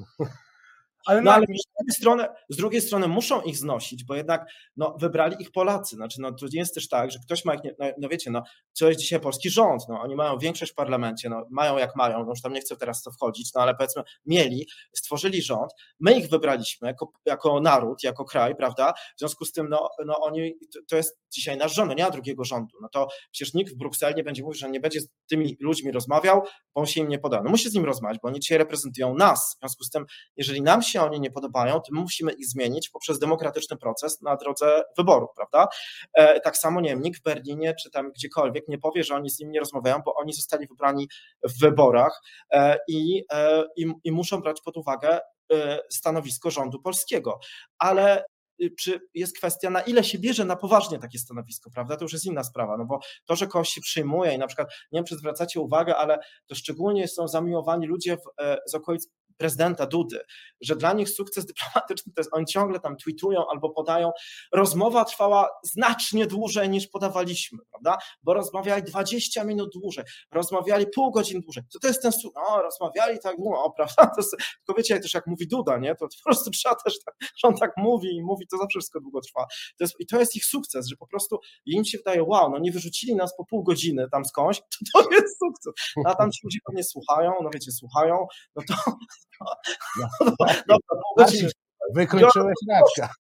Ale, no, ale z, drugiej strony, z drugiej strony muszą ich znosić, bo jednak no, wybrali ich Polacy. Znaczy, no, to nie jest też tak, że ktoś ma ich, nie, no, no wiecie, no, co jest dzisiaj polski rząd, no, oni mają większość w parlamencie, no, mają jak mają, no, już tam nie chcę teraz w to wchodzić, no ale powiedzmy, mieli, stworzyli rząd, my ich wybraliśmy jako, jako naród, jako kraj, prawda, w związku z tym, no, no oni, to, to jest dzisiaj nasz rząd, no, nie ma drugiego rządu, no to przecież nikt w Brukseli nie będzie mówił, że nie będzie z tymi ludźmi rozmawiał, bo on się im nie poda. No musi z nim rozmawiać, bo oni dzisiaj reprezentują nas, w związku z tym, jeżeli nam się oni nie podobają, to musimy ich zmienić poprzez demokratyczny proces na drodze wyborów, prawda? E, tak samo, nie wiem, nikt w Berlinie czy tam gdziekolwiek nie powie, że oni z nim nie rozmawiają, bo oni zostali wybrani w wyborach e, i, e, i, i muszą brać pod uwagę e, stanowisko rządu polskiego, ale czy jest kwestia, na ile się bierze na poważnie takie stanowisko, prawda? To już jest inna sprawa, no bo to, że kogoś się przyjmuje i na przykład, nie wiem, czy zwracacie uwagę, ale to szczególnie są zamiłowani ludzie w, z okolic prezydenta Dudy, że dla nich sukces dyplomatyczny to jest, oni ciągle tam tweetują albo podają, rozmowa trwała znacznie dłużej niż podawaliśmy, prawda? Bo rozmawiali dwadzieścia minut dłużej, rozmawiali pół godziny dłużej. To to jest ten sukces, no rozmawiali tak długo, prawda? To jest, tylko wiecie, jak też jak mówi Duda, nie? To, to po prostu trzeba też, tak, że on tak mówi i mówi, to zawsze wszystko długo trwa. To jest, i to jest ich sukces, że po prostu im się wydaje, wow, no nie wyrzucili nas po pół godziny tam skądś, to to jest sukces. No, a tam ci ludzie pewnie słuchają, no wiecie, słuchają, no to No, no, no, no, wykończyłeś Radka.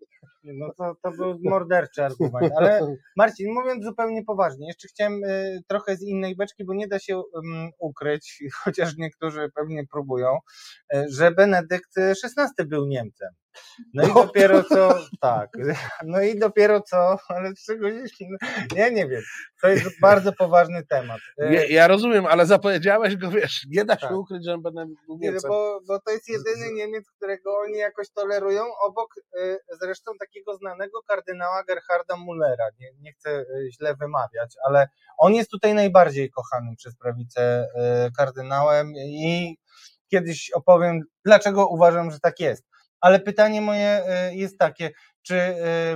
No to, to był morderczy argument, ale Marcin, mówiąc zupełnie poważnie, jeszcze chciałem y, trochę z innej beczki, bo nie da się um, ukryć, chociaż niektórzy pewnie próbują, y, że Benedykt szesnasty był Niemcem. No i dopiero co, tak, no i dopiero co, ale z czego nie, nie wiem, to jest bardzo poważny temat. Ja, ja rozumiem, ale zapowiedziałeś go, wiesz, nie da się tak ukryć, że będę był Niemcem. Bo, bo to jest jedyny Niemiec, którego oni jakoś tolerują, obok y, zresztą takiego znanego kardynała Gerharda Müllera, nie, nie chcę y, źle wymawiać, ale on jest tutaj najbardziej kochanym przez prawicę y, kardynałem i kiedyś opowiem, dlaczego uważam, że tak jest. Ale pytanie moje jest takie, czy,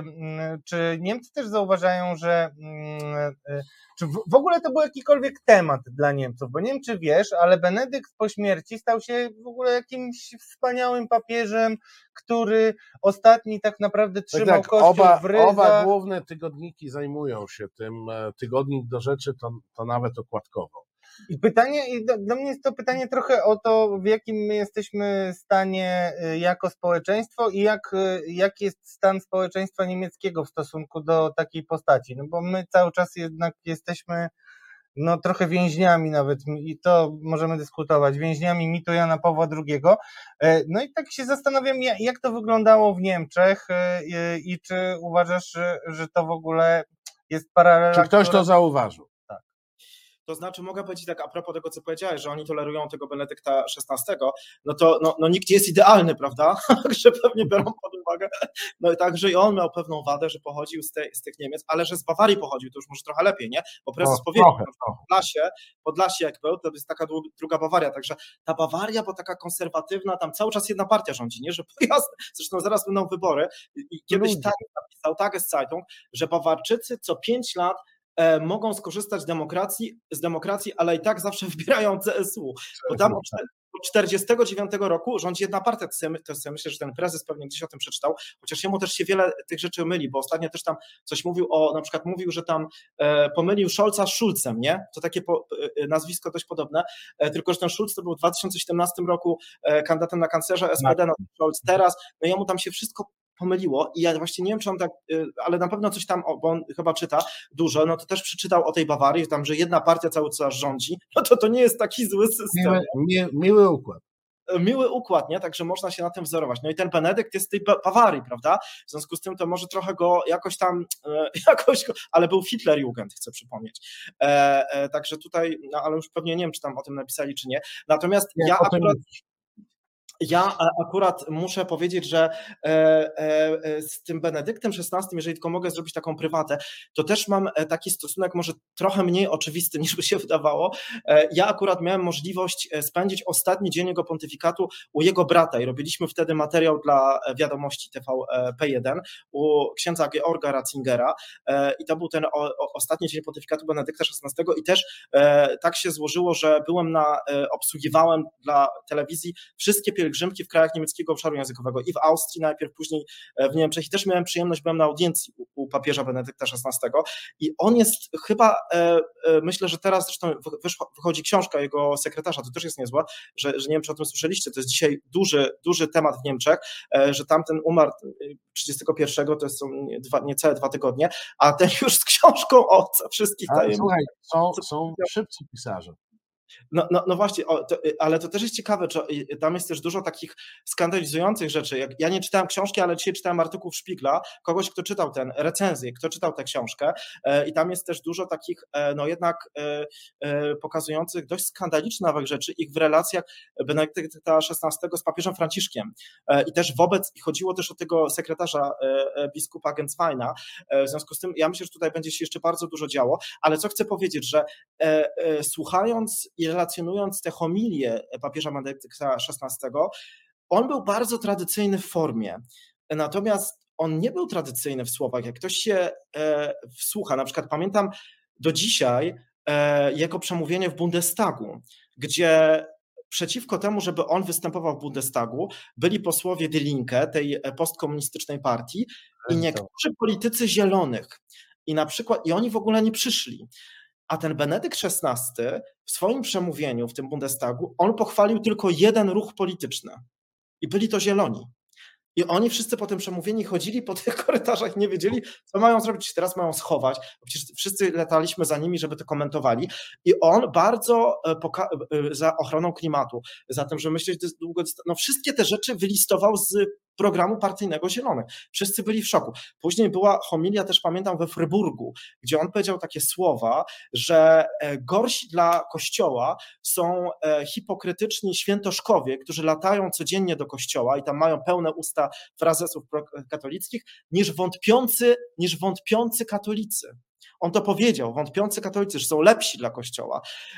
czy Niemcy też zauważają, że czy w ogóle to był jakikolwiek temat dla Niemców, bo nie wiem, czy wiesz, ale Benedykt po śmierci stał się w ogóle jakimś wspaniałym papieżem, który ostatni tak naprawdę trzymał tak, tak, Kościół oba, w ryzach. Oba główne tygodniki zajmują się tym, tygodnik do rzeczy to, to nawet okładkowo. I pytanie, i do, do mnie jest to pytanie trochę o to, w jakim my jesteśmy stanie jako społeczeństwo i jak, jak jest stan społeczeństwa niemieckiego w stosunku do takiej postaci, no bo my cały czas jednak jesteśmy no trochę więźniami nawet, i to możemy dyskutować, więźniami mitu Jana Pawła drugiego. No i tak się zastanawiam, jak to wyglądało w Niemczech i, i czy uważasz, że, że to w ogóle jest paralela. Czy ktoś która... to zauważył? To znaczy mogę powiedzieć tak a propos tego, co powiedziałeś, że oni tolerują tego Benedykta szesnastego, no to no, no nikt nie jest idealny, prawda? Także pewnie biorą pod uwagę. No i także i on miał pewną wadę, że pochodził z, tej, z tych Niemiec, ale że z Bawarii pochodził, to już może trochę lepiej, nie? Bo prezes no, powiedział, trochę, że w Podlasie, Podlasie jak był, to jest taka druga Bawaria, także ta Bawaria, bo taka konserwatywna, tam cały czas jedna partia rządzi, nie? Że jasne, zresztą zaraz będą wybory i kiedyś tak napisał Tageszeitung, że Bawarczycy co pięć lat E, mogą skorzystać z demokracji, z demokracji, ale i tak zawsze wybierają C S U, bo tam od czterdziestego dziewiątego roku rządzi jedna partia, to sobie, to sobie myślę, że ten prezes pewnie gdzieś o tym przeczytał, chociaż jemu też się wiele tych rzeczy myli, bo ostatnio też tam coś mówił o, na przykład mówił, że tam e, pomylił Scholza z Schulzem, nie? To takie po, e, nazwisko dość podobne, e, tylko że ten Schulz to był w dwa tysiące siedemnastym roku e, kandydatem na kanclerza S P D, no Scholz teraz, no jemu tam się wszystko pomyliło i ja właśnie nie wiem, czy on tak, ale na pewno coś tam, bo on chyba czyta dużo, no to też przeczytał o tej Bawarii, tam, że jedna partia cały czas rządzi, no to to nie jest taki zły system. Miły, mi, miły układ. miły układ, nie? Także można się na tym wzorować. No i ten Benedykt jest z tej Bawarii, prawda? W związku z tym to może trochę go jakoś tam, jakoś go, ale był Hitlerjugend, chcę przypomnieć. E, e, także tutaj, no ale już pewnie nie wiem, czy tam o tym napisali, czy nie. Natomiast Nie, ja o tym akurat... Ja akurat muszę powiedzieć, że e, e, z tym Benedyktem szesnastym, jeżeli tylko mogę zrobić taką prywatę, to też mam taki stosunek może trochę mniej oczywisty niż by się wydawało. E, ja akurat miałem możliwość spędzić ostatni dzień jego pontyfikatu u jego brata i robiliśmy wtedy materiał dla Wiadomości T V P jeden u księdza Georga Ratzingera e, i to był ten o, o, ostatni dzień pontyfikatu Benedykta szesnastego i też e, tak się złożyło, że byłem na, e, obsługiwałem dla telewizji wszystkie pielgrzymki w krajach niemieckiego obszaru językowego i w Austrii najpierw, później w Niemczech i też miałem przyjemność, byłem na audiencji u, u papieża Benedykta szesnastego i on jest chyba, e, e, myślę, że teraz zresztą wyszła, wychodzi książka jego sekretarza, to też jest niezłe, że, że nie wiem, czy o tym słyszeliście, to jest dzisiaj duży, duży temat w Niemczech, e, że tamten umarł trzydziestego pierwszego, to są dwa, niecałe dwa tygodnie, a ten już z książką o wszystkich tajemnic. Słuchaj, są, są szybcy pisarze. No, no, no właśnie, o, to, ale to też jest ciekawe, że tam jest też dużo takich skandalizujących rzeczy. Jak, ja nie czytałem książki, ale dzisiaj czytałem artykuł w Szpigla, kogoś, kto czytał ten, recenzję, kto czytał tę książkę e, i tam jest też dużo takich, e, no jednak e, e, pokazujących dość skandalicznych rzeczy ich w relacjach Benedykta szesnastego z papieżem Franciszkiem e, i też wobec, i chodziło też o tego sekretarza e, biskupa Gensweina, e, w związku z tym ja myślę, że tutaj będzie się jeszcze bardzo dużo działo, ale co chcę powiedzieć, że e, e, słuchając i relacjonując te homilie papieża Benedykta szesnastego, on był bardzo tradycyjny w formie, natomiast on nie był tradycyjny w słowach. Jak ktoś się e, wsłucha, na przykład pamiętam do dzisiaj e, jego przemówienie w Bundestagu, gdzie przeciwko temu, żeby on występował w Bundestagu, byli posłowie Die Linke, tej postkomunistycznej partii i niektórzy politycy zielonych. I na przykład, i oni w ogóle nie przyszli. A ten Benedykt szesnasty w swoim przemówieniu w tym Bundestagu, on pochwalił tylko jeden ruch polityczny i byli to zieloni. I oni wszyscy po tym przemówieniu chodzili po tych korytarzach, nie wiedzieli, co mają zrobić, czy teraz mają schować, bo przecież wszyscy lataliśmy za nimi, żeby to komentowali. I on bardzo poka- za ochroną klimatu, za tym, żeby myśleć długo, no wszystkie te rzeczy wylistował z programu partyjnego Zielonych. Wszyscy byli w szoku. Później była homilia, też pamiętam, we Fryburgu, gdzie on powiedział takie słowa, że gorsi dla Kościoła są hipokrytyczni świętoszkowie, którzy latają codziennie do Kościoła i tam mają pełne usta frazesów katolickich, niż wątpiący, niż wątpiący katolicy. On to powiedział, wątpiący katolicy, że są lepsi dla Kościoła.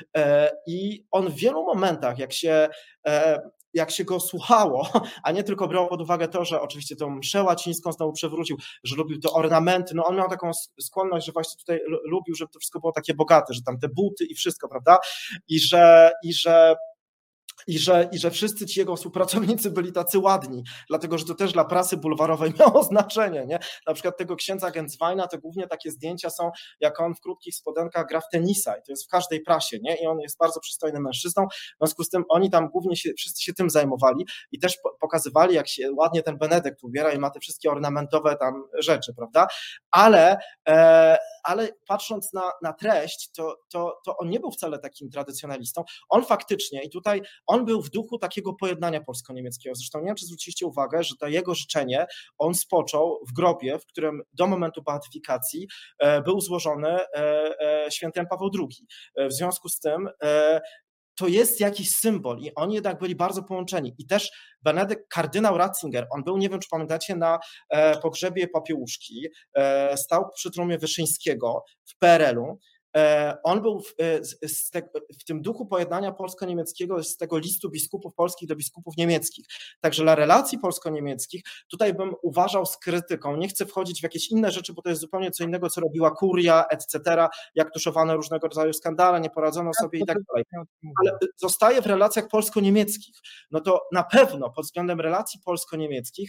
I on w wielu momentach, jak się jak się go słuchało, a nie tylko brało pod uwagę to, że oczywiście tą mszę łacińską znowu przewrócił, że lubił te ornamenty, no on miał taką skłonność, że właśnie tutaj lubił, żeby to wszystko było takie bogate, że tam te buty i wszystko, prawda? I że, i że I że, I że wszyscy ci jego współpracownicy byli tacy ładni, dlatego że to też dla prasy bulwarowej miało znaczenie, nie? Na przykład tego księdza Gensweina to głównie takie zdjęcia są, jak on w krótkich spodenkach gra w tenisa i to jest w każdej prasie, nie? I on jest bardzo przystojnym mężczyzną, w związku z tym oni tam głównie się, wszyscy się tym zajmowali i też pokazywali, jak się ładnie ten Benedykt ubiera i ma te wszystkie ornamentowe tam rzeczy, prawda? Ale, e, ale patrząc na, na treść, to, to, to on nie był wcale takim tradycjonalistą, on faktycznie i tutaj on był w duchu takiego pojednania polsko-niemieckiego. Zresztą nie wiem, czy zwróciliście uwagę, że to jego życzenie on spoczął w grobie, w którym do momentu beatyfikacji był złożony świętym Paweł drugi. W związku z tym to jest jakiś symbol i oni jednak byli bardzo połączeni. I też Benedykt, kardynał Ratzinger, on był, nie wiem, czy pamiętacie, na pogrzebie papiełuszki, stał przy trumnie Wyszyńskiego w P R L-u. On był w, z te, w tym duchu pojednania polsko-niemieckiego z tego listu biskupów polskich do biskupów niemieckich. Także dla relacji polsko-niemieckich tutaj bym uważał z krytyką, nie chcę wchodzić w jakieś inne rzeczy, bo to jest zupełnie co innego, co robiła kuria, et cetera, jak tuszowano różnego rodzaju skandale, nie poradzono sobie i tak dalej. Ale zostaje w relacjach polsko-niemieckich. No to na pewno pod względem relacji polsko-niemieckich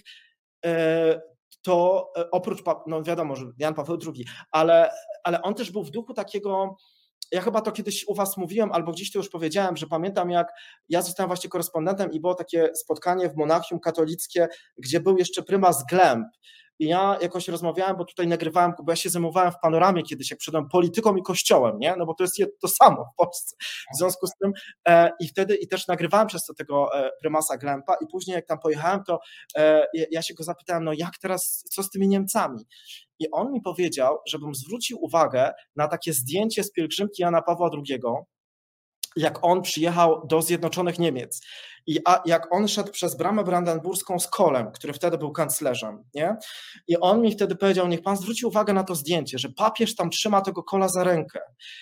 to oprócz, no wiadomo, że Jan Paweł drugi, ale, ale on też był w duchu takiego, ja chyba to kiedyś u was mówiłem, albo gdzieś to już powiedziałem, że pamiętam, jak ja zostałem właśnie korespondentem i było takie spotkanie w Monachium katolickie, gdzie był jeszcze prymas Glemp I ja jakoś rozmawiałem, bo tutaj nagrywałem, bo ja się zajmowałem w Panoramie kiedyś, jak przyszedłem polityką i kościołem, nie? No bo to jest to samo w Polsce. W związku z tym e, i wtedy i też nagrywałem przez to tego e, prymasa Glempa i później jak tam pojechałem, to e, ja się go zapytałem, no jak teraz, co z tymi Niemcami? I on mi powiedział, żebym zwrócił uwagę na takie zdjęcie z pielgrzymki Jana Pawła drugiego, jak on przyjechał do Zjednoczonych Niemiec i a, jak on szedł przez bramę brandenburską z Kohlem, który wtedy był kanclerzem, nie? I on mi wtedy powiedział, niech pan zwróci uwagę na to zdjęcie, że papież tam trzyma tego Kohla za rękę,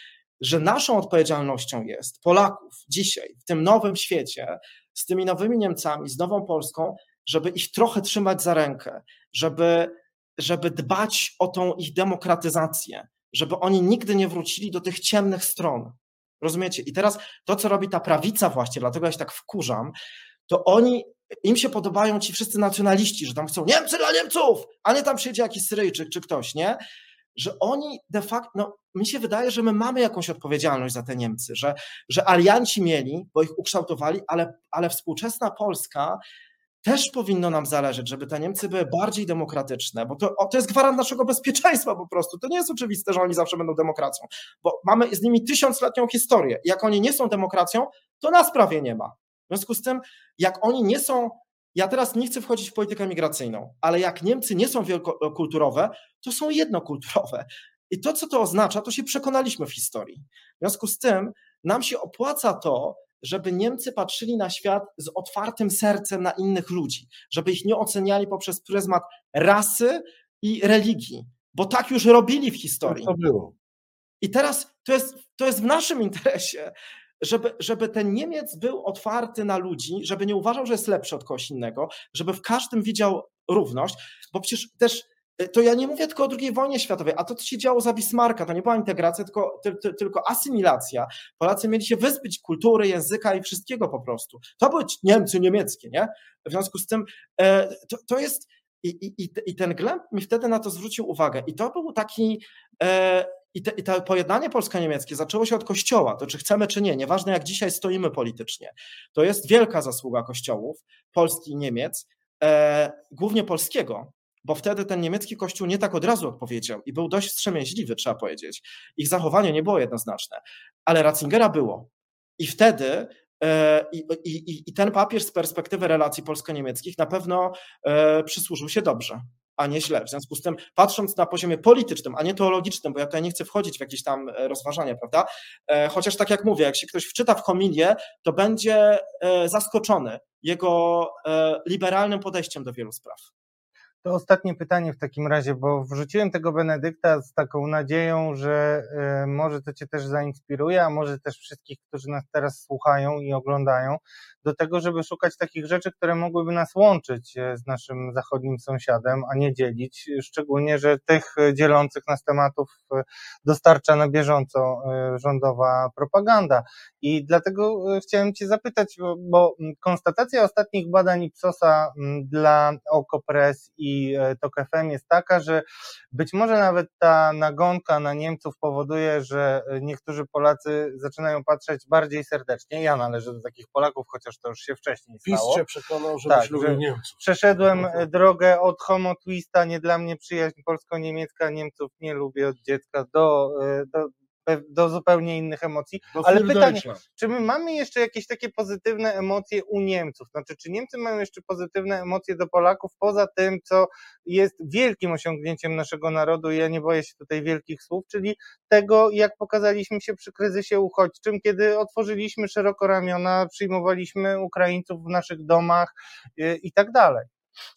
że naszą odpowiedzialnością jest, Polaków, dzisiaj, w tym nowym świecie, z tymi nowymi Niemcami, z nową Polską, żeby ich trochę trzymać za rękę, żeby, żeby dbać o tą ich demokratyzację, żeby oni nigdy nie wrócili do tych ciemnych stron. Rozumiecie? I teraz to, co robi ta prawica właśnie, dlatego ja się tak wkurzam, to oni, im się podobają ci wszyscy nacjonaliści, że tam chcą Niemcy dla Niemców, a nie tam przyjedzie jakiś Syryjczyk czy ktoś, nie? Że oni de facto, no mi się wydaje, że my mamy jakąś odpowiedzialność za te Niemcy, że, że alianci mieli, bo ich ukształtowali, ale, ale współczesna Polska też powinno nam zależeć, żeby te Niemcy były bardziej demokratyczne, bo to, to jest gwarant naszego bezpieczeństwa po prostu. To nie jest oczywiste, że oni zawsze będą demokracją, bo mamy z nimi tysiącletnią historię. Jak oni nie są demokracją, to nas prawie nie ma. W związku z tym, jak oni nie są, ja teraz nie chcę wchodzić w politykę migracyjną, ale jak Niemcy nie są wielkokulturowe, to są jednokulturowe. I to, co to oznacza, to się przekonaliśmy w historii. W związku z tym nam się opłaca to, żeby Niemcy patrzyli na świat z otwartym sercem na innych ludzi, żeby ich nie oceniali poprzez pryzmat rasy i religii, bo tak już robili w historii. To było. I teraz to jest, to jest w naszym interesie, żeby, żeby ten Niemiec był otwarty na ludzi, żeby nie uważał, że jest lepszy od kogoś innego, żeby w każdym widział równość, bo przecież też to ja nie mówię tylko o drugiej wojnie światowej, a to, co się działo za Bismarcka, to nie była integracja, tylko, ty, ty, tylko asymilacja. Polacy mieli się wyzbyć kultury, języka i wszystkiego po prostu. To były Niemcy niemieckie, nie? W związku z tym e, to, to jest i, i, i ten Glemp mi wtedy na to zwrócił uwagę i to był taki e, i, te, i to pojednanie polsko-niemieckie zaczęło się od Kościoła, to czy chcemy, czy nie, nieważne jak dzisiaj stoimy politycznie, to jest wielka zasługa kościołów, Polski i Niemiec, e, głównie polskiego, bo wtedy ten niemiecki kościół nie tak od razu odpowiedział i był dość wstrzemięźliwy, trzeba powiedzieć. Ich zachowanie nie było jednoznaczne, ale Ratzingera było. I wtedy e, i, i, i ten papież z perspektywy relacji polsko-niemieckich na pewno e, przysłużył się dobrze, a nie źle. W związku z tym, patrząc na poziomie politycznym, a nie teologicznym, bo ja tutaj nie chcę wchodzić w jakieś tam rozważania, prawda? E, chociaż tak jak mówię, jak się ktoś wczyta w homilię, to będzie e, zaskoczony jego e, liberalnym podejściem do wielu spraw. To ostatnie pytanie w takim razie, bo wrzuciłem tego Benedykta z taką nadzieją, że y, może to Cię też zainspiruje, a może też wszystkich, którzy nas teraz słuchają i oglądają, do tego, żeby szukać takich rzeczy, które mogłyby nas łączyć z naszym zachodnim sąsiadem, a nie dzielić, szczególnie, że tych dzielących nas tematów dostarcza na bieżąco rządowa propaganda. I dlatego chciałem Cię zapytać, bo konstatacja ostatnich badań Ipsosa dla Okopres i Tok F M jest taka, że być może nawet ta nagonka na Niemców powoduje, że niektórzy Polacy zaczynają patrzeć bardziej serdecznie. Ja należę do takich Polaków, chociaż to już się wcześniej stało. PiS cię przekonał, żebyś tak, lubił że Niemców. Przeszedłem drogę od homo twista, nie dla mnie przyjaźń polsko-niemiecka, Niemców nie lubię od dziecka, do, do, do zupełnie innych emocji. Do Ale pytanie, Deutschland. czy my mamy jeszcze jakieś takie pozytywne emocje u Niemców? Znaczy, czy Niemcy mają jeszcze pozytywne emocje do Polaków, poza tym, co jest wielkim osiągnięciem naszego narodu, i ja nie boję się tutaj wielkich słów, czyli tego, jak pokazaliśmy się przy kryzysie uchodźczym, kiedy otworzyliśmy szeroko ramiona, przyjmowaliśmy Ukraińców w naszych domach yy, i tak dalej.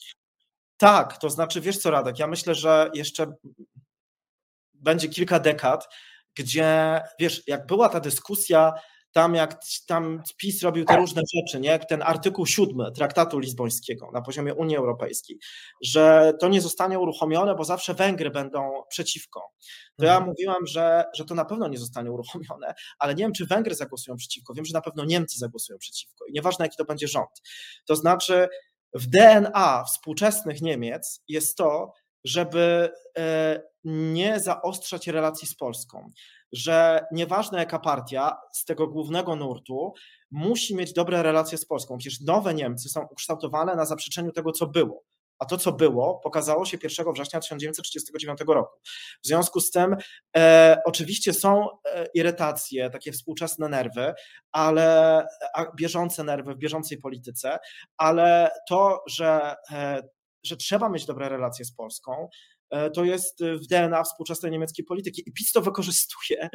Tak, to znaczy, wiesz co, Radek, ja myślę, że jeszcze będzie kilka dekad, gdzie, wiesz, jak była ta dyskusja, tam jak tam PiS robił te różne rzeczy, nie? Jak ten artykuł siódmy Traktatu Lizbońskiego na poziomie Unii Europejskiej, że to nie zostanie uruchomione, bo zawsze Węgry będą przeciwko. To ja mówiłam, że, że to na pewno nie zostanie uruchomione, ale nie wiem, czy Węgry zagłosują przeciwko. Wiem, że na pewno Niemcy zagłosują przeciwko i nieważne, jaki to będzie rząd. To znaczy, w D N A współczesnych Niemiec jest to, żeby nie zaostrzać relacji z Polską, że nieważne jaka partia z tego głównego nurtu musi mieć dobre relacje z Polską. Przecież nowe Niemcy są ukształtowane na zaprzeczeniu tego, co było. A to, co było, pokazało się pierwszego września tysiąc dziewięćset trzydziestego dziewiątego roku. W związku z tym e, oczywiście są e, irytacje, takie współczesne nerwy, ale a, bieżące nerwy w bieżącej polityce, ale to, że, e, że trzeba mieć dobre relacje z Polską, to jest w D N A współczesnej niemieckiej polityki i PiS to wykorzystuje,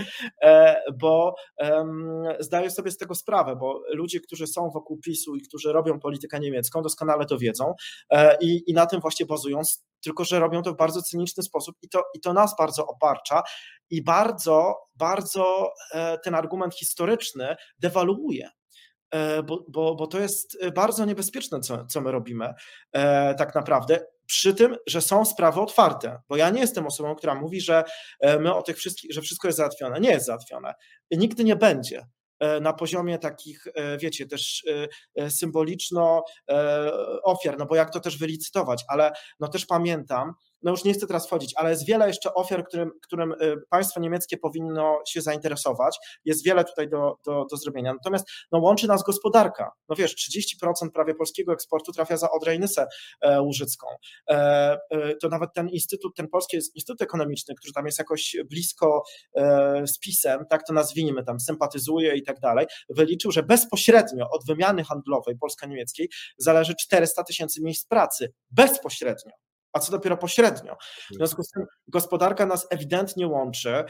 bo zdaję sobie z tego sprawę, bo ludzie, którzy są wokół PiSu i którzy robią politykę niemiecką, doskonale to wiedzą i, i na tym właśnie bazują, tylko że robią to w bardzo cyniczny sposób i to, i to nas bardzo obarcza i bardzo, bardzo ten argument historyczny dewaluuje. Bo, bo, bo to jest bardzo niebezpieczne, co, co my robimy e, tak naprawdę, przy tym, że są sprawy otwarte, bo ja nie jestem osobą, która mówi, że my o tych wszystkich, że wszystko jest załatwione. Nie jest załatwione. Nigdy nie będzie na poziomie takich, wiecie, też symboliczno ofiar, no bo jak to też wylicytować, ale no też pamiętam, no już nie chcę teraz wchodzić, ale jest wiele jeszcze ofiar, którym, którym państwo niemieckie powinno się zainteresować, jest wiele tutaj do, do, do zrobienia, natomiast no łączy nas gospodarka, no wiesz, trzydzieści procent prawie polskiego eksportu trafia za Odrę i Nysę e, Łużycką, e, e, to nawet ten instytut, ten polski instytut ekonomiczny, który tam jest jakoś blisko e, z PiS-em, tak to nazwijmy, tam sympatyzuje i tak dalej, wyliczył, że bezpośrednio od wymiany handlowej polsko-niemieckiej zależy czterysta tysięcy miejsc pracy, bezpośrednio. A co dopiero pośrednio. W związku z tym gospodarka nas ewidentnie łączy.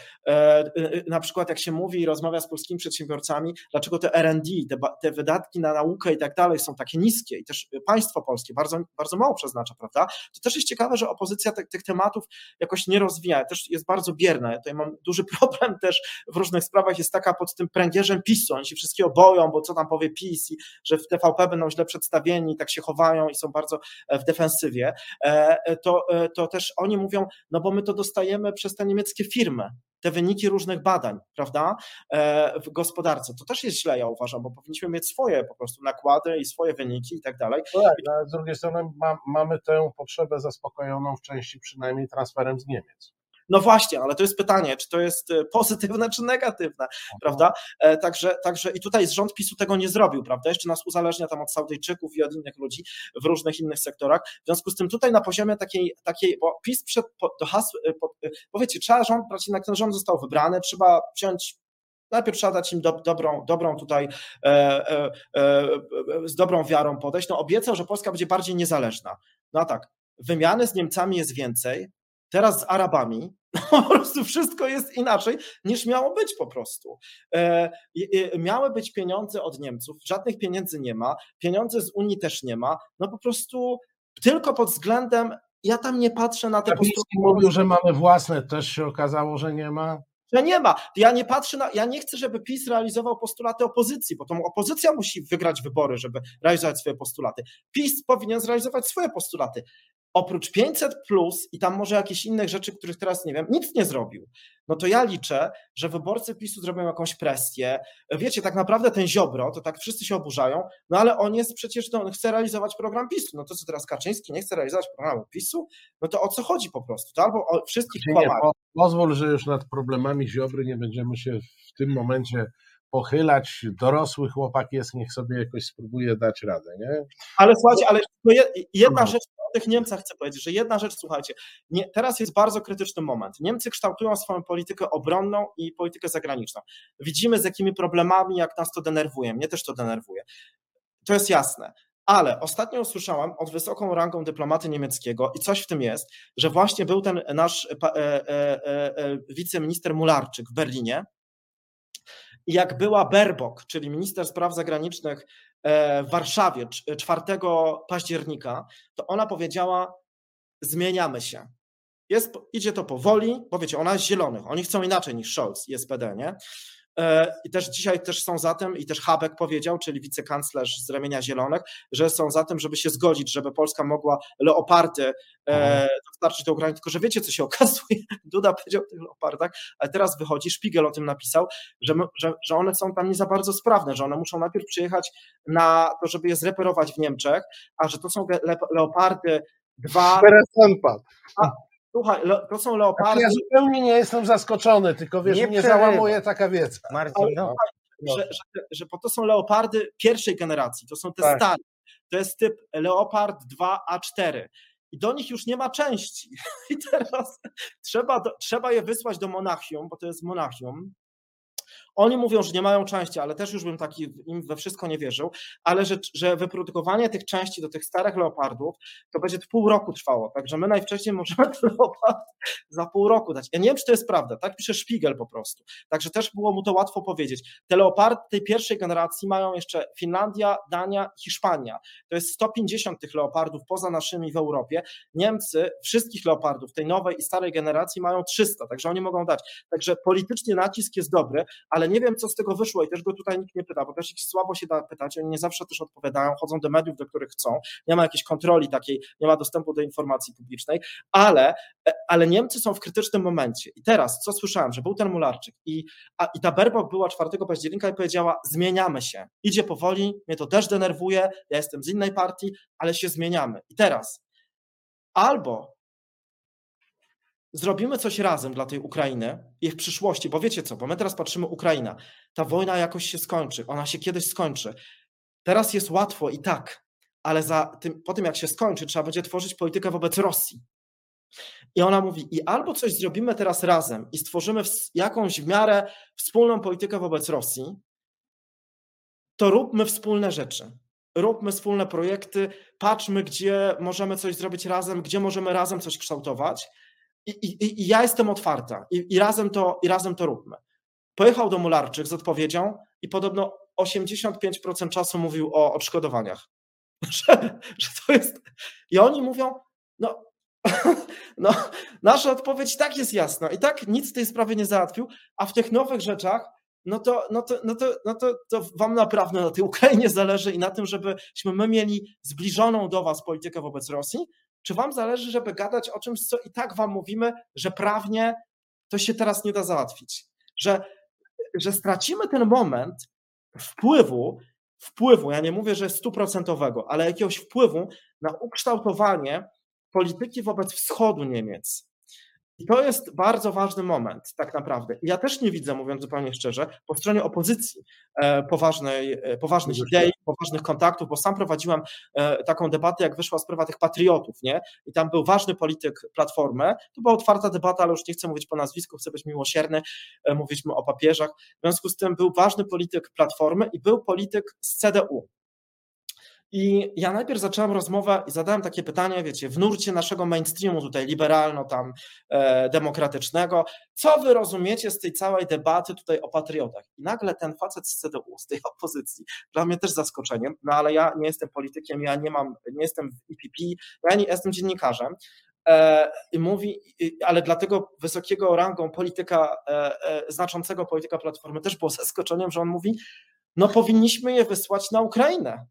Na przykład jak się mówi i rozmawia z polskimi przedsiębiorcami, dlaczego te R and D, te, te wydatki na naukę i tak dalej są takie niskie i też państwo polskie bardzo, bardzo mało przeznacza, prawda? To też jest ciekawe, że opozycja te, tych tematów jakoś nie rozwija, też jest bardzo bierna. Ja tutaj mam duży problem też w różnych sprawach, jest taka pod tym pręgierzem PiSu, oni się wszystkiego boją, bo co tam powie PiS i że w T V P będą źle przedstawieni, tak się chowają i są bardzo w defensywie. To, to też oni mówią, no bo my to dostajemy przez te niemieckie firmy, te wyniki różnych badań, prawda, w gospodarce. To też jest źle, ja uważam, bo powinniśmy mieć swoje po prostu nakłady i swoje wyniki i tak dalej. No tak, ale z drugiej strony ma, mamy tę potrzebę zaspokojoną w części przynajmniej transferem z Niemiec. No właśnie, ale to jest pytanie, czy to jest pozytywne, czy negatywne, Aha. prawda? Także, także i tutaj rząd PiSu tego nie zrobił, prawda? Jeszcze nas uzależnia tam od Saudyjczyków i od innych ludzi w różnych innych sektorach. W związku z tym tutaj na poziomie takiej, takiej bo PiS przed, po, do hasł, po, bo wiecie, trzeba rząd, jednak ten rząd został wybrany, trzeba wziąć najpierw trzeba dać im do, dobrą, dobrą tutaj, e, e, e, z dobrą wiarą podejść. No obiecał, że Polska będzie bardziej niezależna. No a tak, wymiany z Niemcami jest więcej, teraz z Arabami, no po prostu wszystko jest inaczej niż miało być po prostu. E, e, miały być pieniądze od Niemców, żadnych pieniędzy nie ma, pieniądze z Unii też nie ma, no po prostu tylko pod względem, ja tam nie patrzę na te postulaty. Mówił, że mamy własne, też się okazało, że nie ma. Że nie ma. Ja nie patrzę na, ja nie chcę, żeby PiS realizował postulaty opozycji, bo to opozycja musi wygrać wybory, żeby realizować swoje postulaty. PiS powinien zrealizować swoje postulaty. Oprócz pięćset plus i tam może jakieś innych rzeczy, których teraz nie wiem, nic nie zrobił. No to ja liczę, że wyborcy PiSu zrobią jakąś presję. Wiecie, tak naprawdę ten Ziobro, to tak wszyscy się oburzają, no ale on jest przecież, no, on chce realizować program PiSu. No to co teraz Kaczyński nie chce realizować programu PiSu? No to o co chodzi po prostu? To albo o wszystkich kłamali. Po, pozwól, że już nad problemami Ziobry nie będziemy się w tym momencie pochylać. Dorosły chłopak jest, niech sobie jakoś spróbuje dać radę, nie? Ale słuchajcie, ale jedna rzecz o tych Niemcach chcę powiedzieć, że jedna rzecz, słuchajcie, nie, teraz jest bardzo krytyczny moment. Niemcy kształtują swoją politykę obronną i politykę zagraniczną. Widzimy, z jakimi problemami, jak nas to denerwuje. Mnie też to denerwuje. To jest jasne. Ale ostatnio usłyszałam od wysoką rangą dyplomaty niemieckiego i coś w tym jest, że właśnie był ten nasz e, e, e, e, wiceminister Mularczyk w Berlinie i jak była Baerbock, czyli minister spraw zagranicznych w Warszawie czwartego października, to ona powiedziała, zmieniamy się. Jest, idzie to powoli, bo wiecie, ona jest zielonych, oni chcą inaczej niż Scholz i S P D, nie? I też dzisiaj też są za tym, i też Habeck powiedział, czyli wicekanclerz z ramienia Zielonych, że są za tym, żeby się zgodzić, żeby Polska mogła leopardy e, dostarczyć do Ukrainy, tylko że wiecie, co się okazuje, Duda powiedział o tych leopardach, ale teraz wychodzi, Szpiegel o tym napisał, że, my, że, że one są tam nie za bardzo sprawne, że one muszą najpierw przyjechać na to, żeby je zreperować w Niemczech, a że to są le, leopardy dwa... A, Słuchaj, to są leopardy. Ja zupełnie nie jestem zaskoczony, tylko wiesz, nie mnie załamuje taka wiedza. Marcin, no. że, że, że, bo to są leopardy pierwszej generacji, to są te tak. stare. To jest typ Leopard dwa A cztery. i do nich już nie ma części. I teraz trzeba, do, trzeba je wysłać do Monachium, bo to jest Monachium. Oni mówią, że nie mają części, ale też już bym taki im we wszystko nie wierzył, ale że, że wyprodukowanie tych części do tych starych Leopardów to będzie pół roku trwało, także my najwcześniej możemy ten Leopard za pół roku dać. Ja nie wiem, czy to jest prawda, tak pisze Spiegel po prostu, także też było mu to łatwo powiedzieć. Te Leopardy tej pierwszej generacji mają jeszcze Finlandia, Dania, Hiszpania. To jest sto pięćdziesiąt tych Leopardów poza naszymi w Europie. Niemcy wszystkich Leopardów tej nowej i starej generacji mają trzysta, także oni mogą dać. Także politycznie nacisk jest dobry, ale nie wiem, co z tego wyszło i też go tutaj nikt nie pyta, bo też ich słabo się da pytać, oni nie zawsze też odpowiadają, chodzą do mediów, do których chcą, nie ma jakiejś kontroli takiej, nie ma dostępu do informacji publicznej, ale, ale Niemcy są w krytycznym momencie. I teraz, co słyszałem, że był ten Mularczyk i, a, i ta Baerbock była czwartego października i powiedziała, zmieniamy się, idzie powoli, mnie to też denerwuje, ja jestem z innej partii, ale się zmieniamy. I teraz albo zrobimy coś razem dla tej Ukrainy i w przyszłości, bo wiecie co, bo my teraz patrzymy Ukraina, ta wojna jakoś się skończy, ona się kiedyś skończy. Teraz jest łatwo i tak, ale za tym, po tym jak się skończy, trzeba będzie tworzyć politykę wobec Rosji. I ona mówi, i albo coś zrobimy teraz razem i stworzymy jakąś w miarę wspólną politykę wobec Rosji, to róbmy wspólne rzeczy. Róbmy wspólne projekty, patrzmy, gdzie możemy coś zrobić razem, gdzie możemy razem coś kształtować. I, i, i ja jestem otwarta i, i, razem to, i razem to róbmy. Pojechał do Mularczyk z odpowiedzią i podobno osiemdziesiąt pięć procent czasu mówił o odszkodowaniach. Że, że to jest... I oni mówią, no, no nasza odpowiedź tak jest jasna i tak nic w tej sprawie nie załatwił, a w tych nowych rzeczach no to, no to, no to, no to, to wam naprawdę na tej Ukrainie zależy i na tym, żebyśmy my mieli zbliżoną do was politykę wobec Rosji. Czy wam zależy, żeby gadać o czymś, co i tak wam mówimy, że prawnie to się teraz nie da załatwić? Że, że stracimy ten moment wpływu, wpływu, ja nie mówię, że stuprocentowego, ale jakiegoś wpływu na ukształtowanie polityki wobec wschodu Niemiec. I to jest bardzo ważny moment tak naprawdę. Ja też nie widzę, mówiąc zupełnie szczerze, po stronie opozycji poważnej, poważnych idei, poważnych kontaktów, bo sam prowadziłem taką debatę, jak wyszła sprawa tych patriotów, nie? I tam był ważny polityk Platformy, to była otwarta debata, ale już nie chcę mówić po nazwisku, chcę być miłosierny, mówiliśmy o papieżach, w związku z tym był ważny polityk Platformy i był polityk z C D U. I ja najpierw zacząłem rozmowę i zadałem takie pytanie, wiecie, w nurcie naszego mainstreamu tutaj liberalno tam e, demokratycznego, co wy rozumiecie z tej całej debaty tutaj o patriotach? I nagle ten facet z C D U, z tej opozycji, dla mnie też zaskoczeniem, no ale ja nie jestem politykiem, ja nie mam, nie jestem w I P P, ja nie jestem dziennikarzem, e, i mówi, ale dlatego wysokiego rangą polityka, e, e, znaczącego polityka Platformy też było zaskoczeniem, że on mówi, no powinniśmy je wysłać na Ukrainę.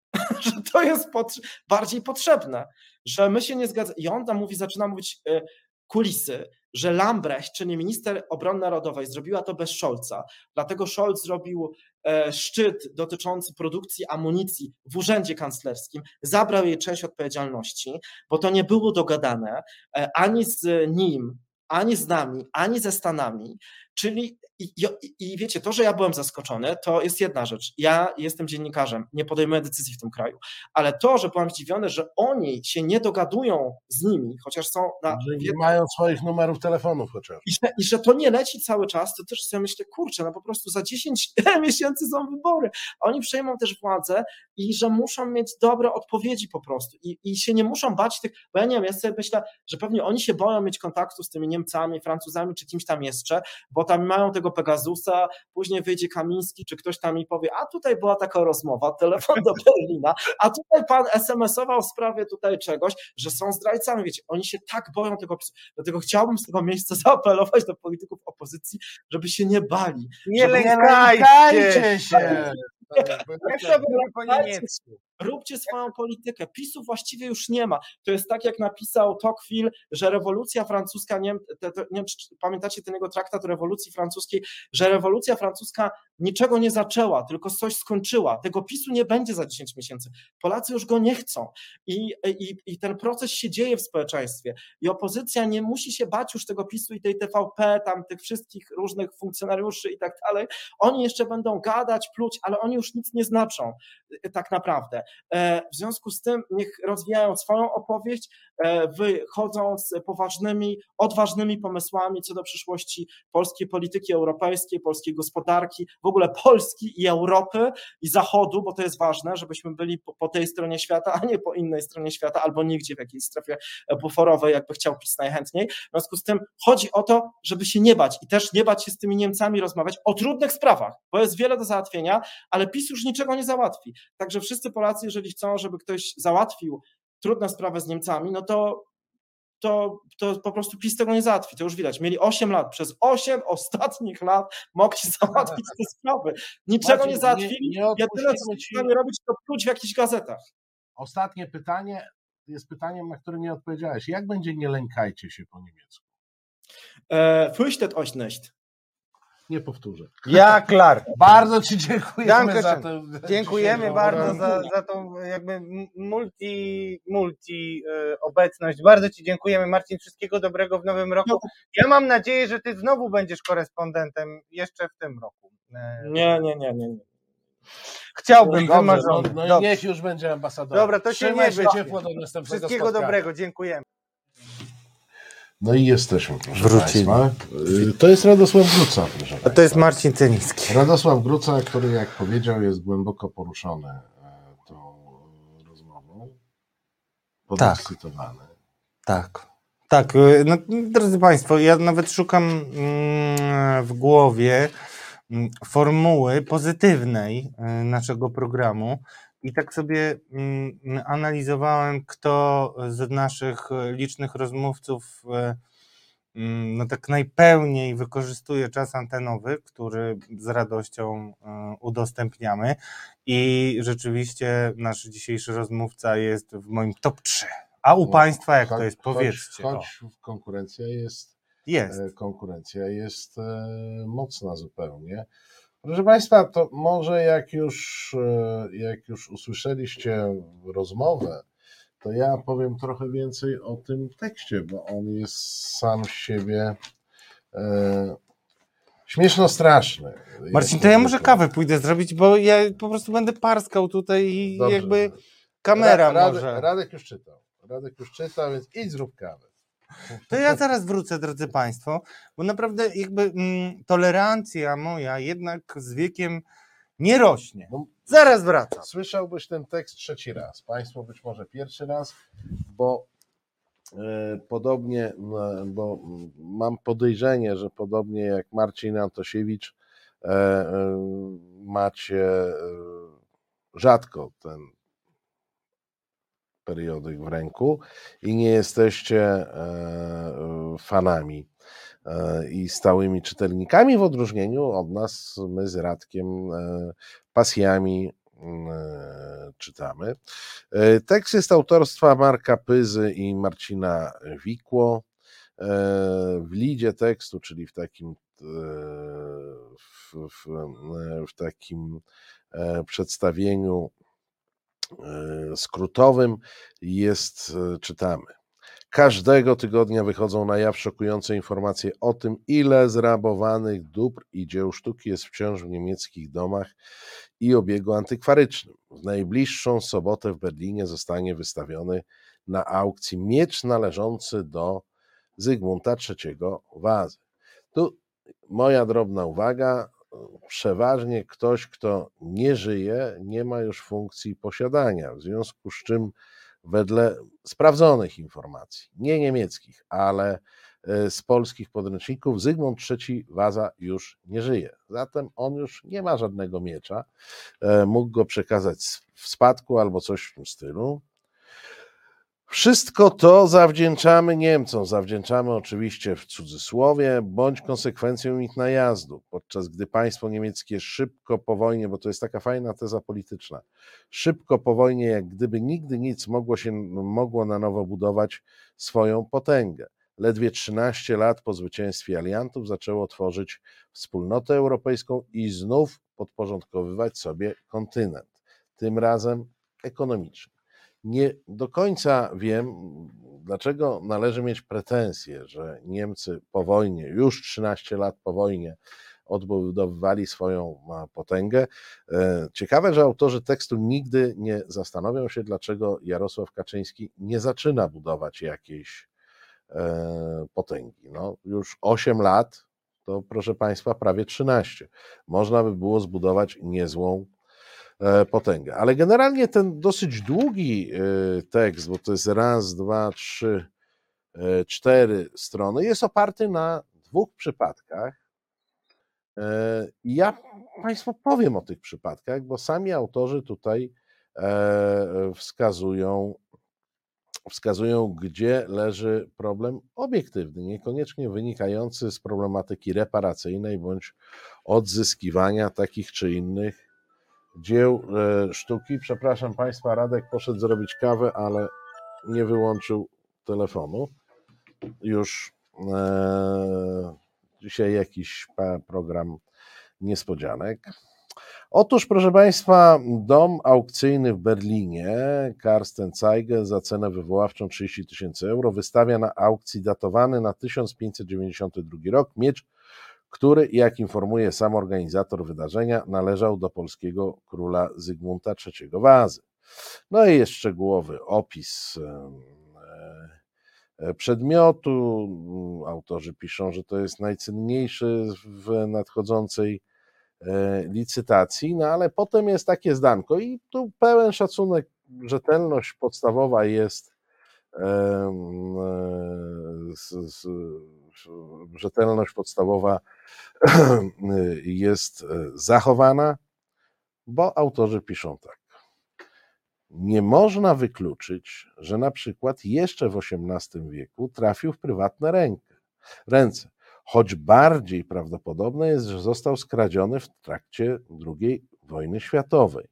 Że to jest pot- bardziej potrzebne, że my się nie zgadzamy. I on tam mówi, zaczyna mówić y, kulisy, że Lambrecht, czyli minister obrony narodowej, zrobiła to bez Scholza. Dlatego Scholz zrobił e, szczyt dotyczący produkcji amunicji w urzędzie kanclerskim, zabrał jej część odpowiedzialności, bo to nie było dogadane e, ani z nim, ani z nami, ani ze Stanami. Czyli i, i, i wiecie, to, że ja byłem zaskoczony, to jest jedna rzecz. Ja jestem dziennikarzem, nie podejmuję decyzji w tym kraju, ale to, że byłem zdziwiony, że oni się nie dogadują z nimi, chociaż są na... Że nie mają swoich numerów telefonów chociaż. I że, I że to nie leci cały czas, to też sobie myślę, kurczę, no po prostu za dziesięć miesięcy są wybory, a oni przejmą też władzę i że muszą mieć dobre odpowiedzi po prostu i, i się nie muszą bać tych, bo ja nie wiem, ja sobie myślę, że pewnie oni się boją mieć kontaktu z tymi Niemcami, Francuzami czy kimś tam jeszcze, bo tam mają tego Pegasusa, później wyjdzie Kamiński, czy ktoś tam mi powie, a tutaj była taka rozmowa, telefon do Berlina, a tutaj pan es em esował w sprawie tutaj czegoś, że są zdrajcami, wiecie, oni się tak boją tego opisu, dlatego chciałbym z tego miejsca zaapelować do polityków opozycji, żeby się nie bali. Nie żeby lękajcie się! Jak to było po niemiecku? Róbcie swoją politykę. PiSu właściwie już nie ma. To jest tak, jak napisał Tocqueville, że rewolucja francuska, nie, te, te, nie wiem, czy pamiętacie ten jego traktat o rewolucji francuskiej, że rewolucja francuska niczego nie zaczęła, tylko coś skończyła. Tego PiSu nie będzie za dziesięć miesięcy. Polacy już go nie chcą. I, i, i ten proces się dzieje w społeczeństwie. I opozycja nie musi się bać już tego PiSu i tej T V P, tam tych wszystkich różnych funkcjonariuszy i tak dalej. Oni jeszcze będą gadać, pluć, ale oni już nic nie znaczą tak naprawdę. W związku z tym niech rozwijają swoją opowieść, wychodzą z poważnymi, odważnymi pomysłami co do przyszłości polskiej polityki europejskiej, polskiej gospodarki, w ogóle Polski i Europy i Zachodu, bo to jest ważne, żebyśmy byli po, po tej stronie świata, a nie po innej stronie świata, albo nigdzie w jakiejś strefie buforowej, jakby chciał PiS najchętniej. W związku z tym chodzi o to, żeby się nie bać i też nie bać się z tymi Niemcami rozmawiać o trudnych sprawach, bo jest wiele do załatwienia, ale PiS już niczego nie załatwi. Także wszyscy Polacy, jeżeli chcą, żeby ktoś załatwił trudne sprawy z Niemcami, no to To, to po prostu PiS tego nie załatwi, to już widać. Mieli osiem lat, przez osiem ostatnich lat mogli załatwić te sprawy. Niczego Marcin, nie załatwili, nie, nie jedyne co ci... stanie robić, to pluć w jakichś gazetach. Ostatnie pytanie jest pytaniem, na które nie odpowiedziałeś. Jak będzie nie lękajcie się po niemiecku? E, fürchtet euch nicht. Nie powtórzę. Ja, klar. Bardzo Ci dziękujemy Danke za schön. to. Dziękujemy bardzo za, za tą jakby multi, multi e, obecność. Bardzo Ci dziękujemy, Marcin. Wszystkiego dobrego w nowym roku. Ja mam nadzieję, że Ty znowu będziesz korespondentem jeszcze w tym roku. E, nie, nie, nie, nie. nie. Chciałbym, Dobrze, wymarzony. no, no niech już będzie ambasadorem. Dobra, to się nie Trzymaj się być. ciepło do następnego Wszystkiego spotkania. dobrego, dziękujemy. No i jesteśmy, proszę Wrócili. Państwa. To jest Radosław Gruca, proszę A to jest Marcin Cenicki. Radosław Gruca, który, jak powiedział, jest głęboko poruszony tą rozmową. Podekscytowany. Tak. Tak, no, drodzy Państwo, ja nawet szukam w głowie formuły pozytywnej naszego programu i tak sobie analizowałem, kto z naszych licznych rozmówców no tak najpełniej wykorzystuje czas antenowy, który z radością udostępniamy i rzeczywiście nasz dzisiejszy rozmówca jest w moim top trzy. A u no, Państwa jak choć, to jest? Powiedzcie. Choć, choć konkurencja jest, jest. Konkurencja jest mocna zupełnie. Proszę Państwa, to może jak już, jak już usłyszeliście rozmowę, to ja powiem trochę więcej o tym tekście, bo on jest sam z siebie e, śmieszno straszny. Marcin, to ja może kawę pójdę zrobić, bo ja po prostu będę parskał tutaj i Dobrze. jakby kamera Ra, może. Radek, Radek już czytał. Radek już czytał, więc idź zrób kawę. To ja zaraz wrócę, drodzy Państwo, bo naprawdę jakby mm, tolerancja moja jednak z wiekiem nie rośnie. No, zaraz wracam. Słyszałbyś ten tekst trzeci raz, Państwo być może pierwszy raz, bo e, podobnie, no, bo mam podejrzenie, że podobnie jak Marcin Antosiewicz e, e, macie e, rzadko ten periodyk w ręku i nie jesteście e, fanami e, i stałymi czytelnikami, w odróżnieniu od nas, my z Radkiem e, pasjami e, czytamy. E, tekst jest autorstwa Marka Pyzy i Marcina Wikło. E, w lidzie tekstu, czyli w takim e, w, w, w takim e, przedstawieniu skrótowym jest, czytamy. Każdego tygodnia wychodzą na jaw szokujące informacje o tym, ile zrabowanych dóbr i dzieł sztuki jest wciąż w niemieckich domach i obiegu antykwarycznym. W najbliższą sobotę w Berlinie zostanie wystawiony na aukcji miecz należący do Zygmunta trzeciego Wazy. Tu moja drobna uwaga. Przeważnie ktoś, kto nie żyje, nie ma już funkcji posiadania, w związku z czym wedle sprawdzonych informacji, nie niemieckich, ale z polskich podręczników, Zygmunt trzeci Waza już nie żyje. Zatem on już nie ma żadnego miecza, mógł go przekazać w spadku albo coś w tym stylu. Wszystko to zawdzięczamy Niemcom, zawdzięczamy oczywiście w cudzysłowie, bądź konsekwencją ich najazdu, podczas gdy państwo niemieckie szybko po wojnie, bo to jest taka fajna teza polityczna, szybko po wojnie, jak gdyby nigdy nic mogło się mogło na nowo budować swoją potęgę. Ledwie trzynaście lat po zwycięstwie aliantów zaczęło tworzyć wspólnotę europejską i znów podporządkowywać sobie kontynent, tym razem ekonomicznie. Nie do końca wiem, dlaczego należy mieć pretensje, że Niemcy po wojnie, już trzynaście lat po wojnie, odbudowywali swoją potęgę. Ciekawe, że autorzy tekstu nigdy nie zastanowią się, dlaczego Jarosław Kaczyński nie zaczyna budować jakiejś potęgi. No, już osiem lat, to proszę Państwa prawie trzynaście. Można by było zbudować niezłą potęgę. Ale generalnie ten dosyć długi tekst, bo to jest raz, dwa, trzy, cztery strony, jest oparty na dwóch przypadkach. I ja Państwu powiem o tych przypadkach, bo sami autorzy tutaj wskazują, wskazują, gdzie leży problem obiektywny, niekoniecznie wynikający z problematyki reparacyjnej bądź odzyskiwania takich czy innych dzieł sztuki. Przepraszam Państwa, Radek poszedł zrobić kawę, ale nie wyłączył telefonu. Już e, dzisiaj jakiś program niespodzianek. Otóż, proszę Państwa, dom aukcyjny w Berlinie, Karstenzeiger, za cenę wywoławczą trzydzieści tysięcy euro wystawia na aukcji datowany na tysiąc pięćset dziewięćdziesiąty drugi rok miecz, który, jak informuje sam organizator wydarzenia, należał do polskiego króla Zygmunta trzeciego Wazy. No i jest szczegółowy opis przedmiotu. Autorzy piszą, że to jest najcenniejszy w nadchodzącej licytacji, no ale potem jest takie zdanko i tu pełen szacunek, rzetelność podstawowa jest rzetelność podstawowa jest zachowana, bo autorzy piszą tak. Nie można wykluczyć, że na przykład jeszcze w osiemnastym wieku trafił w prywatne rękę, ręce, choć bardziej prawdopodobne jest, że został skradziony w trakcie drugiej wojny światowej.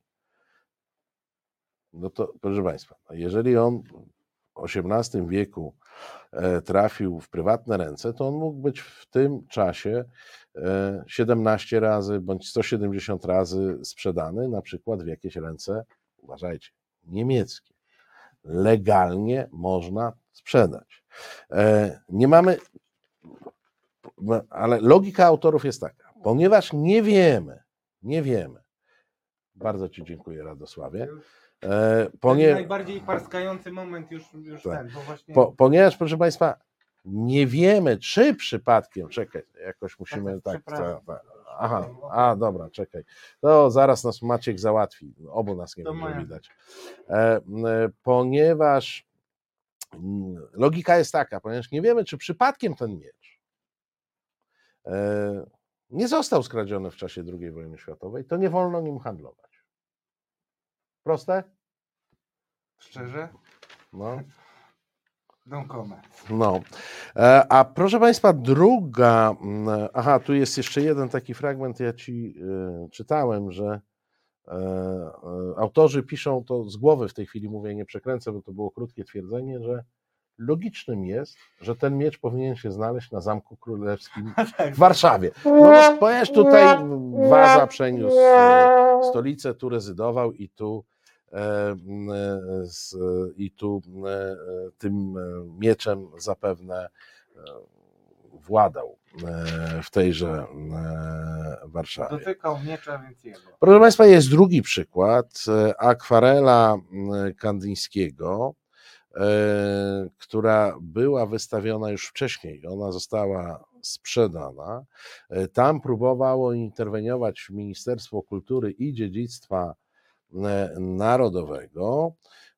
No to, proszę Państwa, jeżeli on w osiemnastym wieku trafił w prywatne ręce, to on mógł być w tym czasie siedemnaście razy bądź sto siedemdziesiąt razy sprzedany, na przykład w jakieś ręce, uważajcie, niemieckie. Legalnie można sprzedać. Nie mamy, ale logika autorów jest taka, ponieważ nie wiemy, nie wiemy. Bardzo Ci dziękuję, Radosławie. Ponie... najbardziej parskający moment już, już tak. ten, bo właśnie... po, ponieważ, proszę Państwa, nie wiemy, czy przypadkiem, czekaj, jakoś musimy tak, tak, tak, tak. Aha, a dobra, czekaj, to zaraz nas Maciek załatwi, obu nas nie to będzie moja. widać, e, ponieważ logika jest taka, ponieważ nie wiemy, czy przypadkiem ten miecz e, nie został skradziony w czasie drugiej wojny światowej, to nie wolno nim handlować. Proste? Szczerze? No. No comment. No. A proszę Państwa, druga, aha, tu jest jeszcze jeden taki fragment, ja Ci y, czytałem, że y, y, autorzy piszą, to z głowy w tej chwili mówię, nie przekręcę, bo to było krótkie twierdzenie, że logicznym jest, że ten miecz powinien się znaleźć na Zamku Królewskim w Warszawie. No, ponieważ tutaj Waza przeniósł stolicę, tu rezydował i tu i tu tym mieczem zapewne władał w tejże Warszawie. Dotykał miecza, więc jego. Proszę Państwa, jest drugi przykład, akwarela Kandyńskiego, która była wystawiona już wcześniej, ona została sprzedana. Tam próbowało interweniować Ministerstwo Kultury i Dziedzictwa Narodowego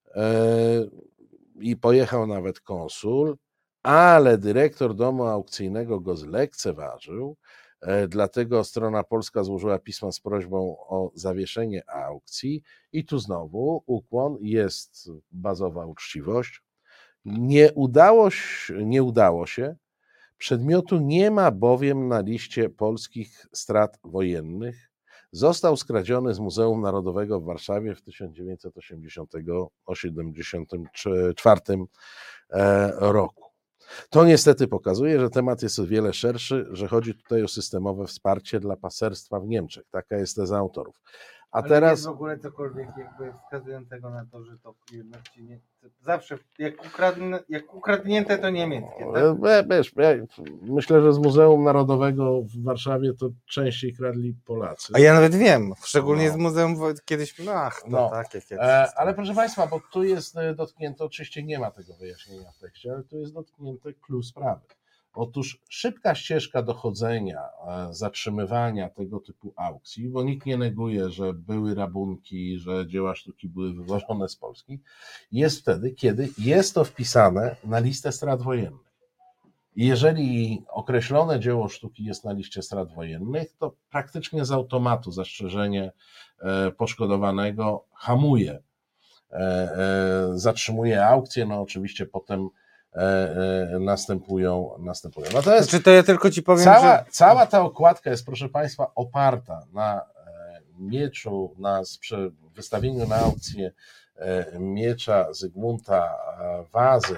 i pojechał nawet konsul, ale dyrektor domu aukcyjnego go zlekceważył, dlatego strona polska złożyła pismo z prośbą o zawieszenie aukcji i tu znowu ukłon, jest bazowa uczciwość. Nie udało się, nie udało się, przedmiotu nie ma bowiem na liście polskich strat wojennych. Został skradziony z Muzeum Narodowego w Warszawie w tysiąc dziewięćset osiemdziesiątym czwartym roku. To niestety pokazuje, że temat jest o wiele szerszy, że chodzi tutaj o systemowe wsparcie dla paserstwa w Niemczech. Taka jest teza autorów. A Ale teraz... jest w ogóle cokolwiek jakby wskazującego na to, że to jednak ci nie... Zawsze, jak, ukradnę, jak ukradnięte, to niemieckie, tak? E, Wiesz, ja myślę, że z Muzeum Narodowego w Warszawie to częściej kradli Polacy. A ja nawet wiem, szczególnie No. z muzeum wo- kiedyś, no ach, to No. takie kiedyś. E, ale proszę Państwa, bo tu jest e, dotknięte, oczywiście nie ma tego wyjaśnienia w tekście, ale tu jest dotknięte clue sprawy. Otóż szybka ścieżka dochodzenia, e, zatrzymywania tego typu aukcji, bo nikt nie neguje, że były rabunki, że dzieła sztuki były wywożone z Polski, jest wtedy, kiedy jest to wpisane na listę strat wojennych. I jeżeli określone dzieło sztuki jest na liście strat wojennych, to praktycznie z automatu zastrzeżenie e, poszkodowanego hamuje, e, e, zatrzymuje aukcję, no oczywiście potem e, e, następują, następują. Natomiast Znaczy to ja tylko ci powiem, cała, że... cała ta okładka jest, proszę Państwa, oparta na e, mieczu, na sprze- wystawieniu na aukcję e, miecza Zygmunta e, Wazy,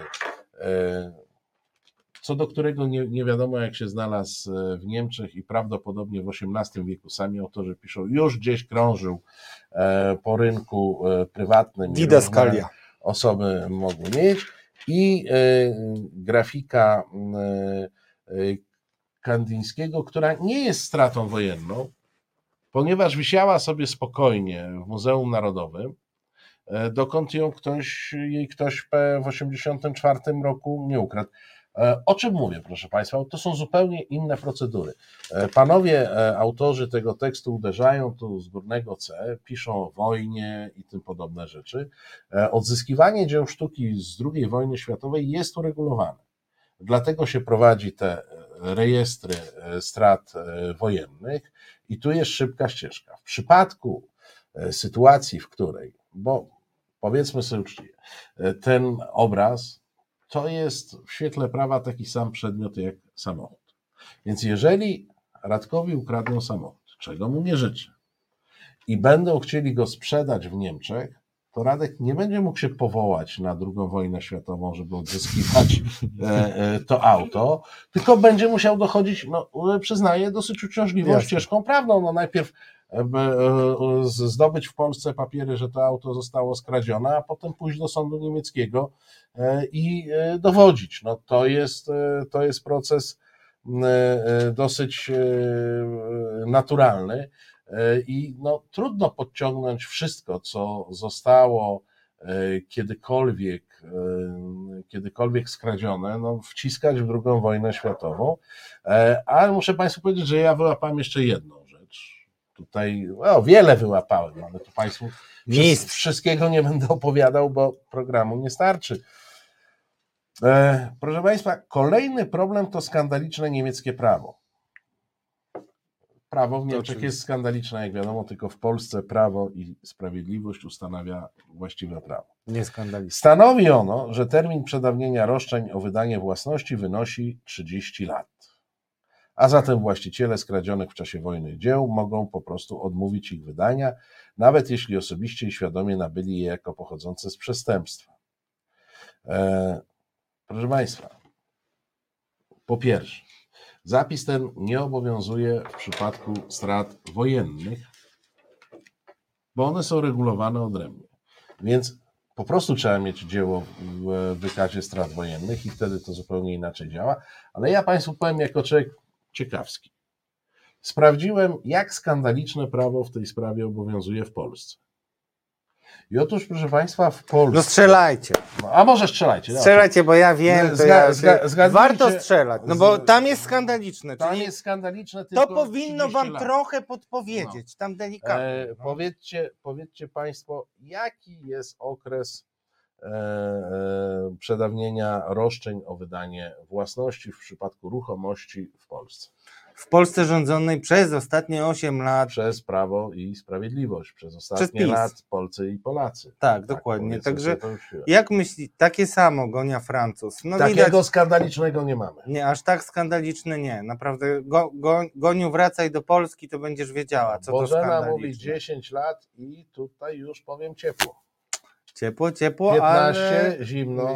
e, co do którego nie, nie wiadomo jak się znalazł w Niemczech i prawdopodobnie w osiemnastym wieku. Sami autorzy piszą, już gdzieś krążył e, po rynku e, prywatnym. Didaskalia. Osoby mogły mieć i e, grafika e, e, Kandińskiego, która nie jest stratą wojenną, ponieważ wisiała sobie spokojnie w Muzeum Narodowym, e, dokąd ją ktoś, jej ktoś w osiemdziesiątym czwartym roku nie ukradł. O czym mówię, proszę Państwa? To są zupełnie inne procedury. Panowie autorzy tego tekstu uderzają tu z górnego C, piszą o wojnie i tym podobne rzeczy. Odzyskiwanie dzieł sztuki z drugiej wojny światowej jest uregulowane. Dlatego się prowadzi te rejestry strat wojennych i tu jest szybka ścieżka. W przypadku sytuacji, w której, bo powiedzmy sobie uczciwie, ten obraz to jest w świetle prawa taki sam przedmiot jak samochód. Więc jeżeli Radkowi ukradną samochód, czego mu nie życzę, i będą chcieli go sprzedać w Niemczech, to Radek nie będzie mógł się powołać na drugą wojnę światową, żeby odzyskiwać to auto, tylko będzie musiał dochodzić, no przyznaję, dosyć uciążliwą Jasne. ścieżką prawną. No najpierw zdobyć w Polsce papiery, że to auto zostało skradzione, a potem pójść do sądu niemieckiego i dowodzić. No to jest, to jest proces dosyć naturalny i no, trudno podciągnąć wszystko, co zostało kiedykolwiek, kiedykolwiek skradzione, no, wciskać w drugą wojnę światową, ale muszę Państwu powiedzieć, że ja wyłapałem jeszcze jedną rzecz. Tutaj o, wiele wyłapałem, ale to Państwu Nic. wszystkiego nie będę opowiadał, bo programu nie starczy. E, proszę Państwa, kolejny problem to skandaliczne niemieckie prawo. Prawo w Niemczech jest skandaliczne, jak wiadomo, tylko w Polsce Prawo i Sprawiedliwość ustanawia właściwe prawo. Nie skandaliczne. Stanowi ono, że termin przedawnienia roszczeń o wydanie własności wynosi trzydzieści lat. A zatem właściciele skradzionych w czasie wojny dzieł mogą po prostu odmówić ich wydania, nawet jeśli osobiście i świadomie nabyli je jako pochodzące z przestępstwa. E, proszę Państwa, po pierwsze, zapis ten nie obowiązuje w przypadku strat wojennych, bo one są regulowane odrębnie. Więc po prostu trzeba mieć dzieło w wykazie strat wojennych i wtedy to zupełnie inaczej działa. Ale ja Państwu powiem jako człowiek ciekawski. Sprawdziłem, jak skandaliczne prawo w tej sprawie obowiązuje w Polsce. I otóż, proszę Państwa, w Polsce... No strzelajcie. A może strzelajcie. Strzelajcie, bo ja wiem, to Zga- ja zga- zgadnijcie- warto strzelać, no bo tam jest skandaliczne. Tam Czyli jest skandaliczne tylko to powinno trzydzieści wam lat. trochę podpowiedzieć, tam delikatnie. E, powiedzcie, powiedzcie Państwo, jaki jest okres e, e, przedawnienia roszczeń o wydanie własności w przypadku ruchomości w Polsce? W Polsce rządzonej przez ostatnie osiem lat. Przez Prawo i Sprawiedliwość, przez ostatnie PiS. lat Polcy i Polacy. Tak, dokładnie. powiedzmy Także sobie to uczciwie. jak myśli, takie samo gonia Francuz. No Takiego widać, skandalicznego nie mamy. nie, aż tak skandaliczne nie. Naprawdę, go, go, Goniu, wracaj do Polski, to będziesz wiedziała, co to Bożena skandaliczne. mówi dziesięć lat i tutaj już powiem ciepło. Ciepło, ciepło, piętnaście, ale... zimno.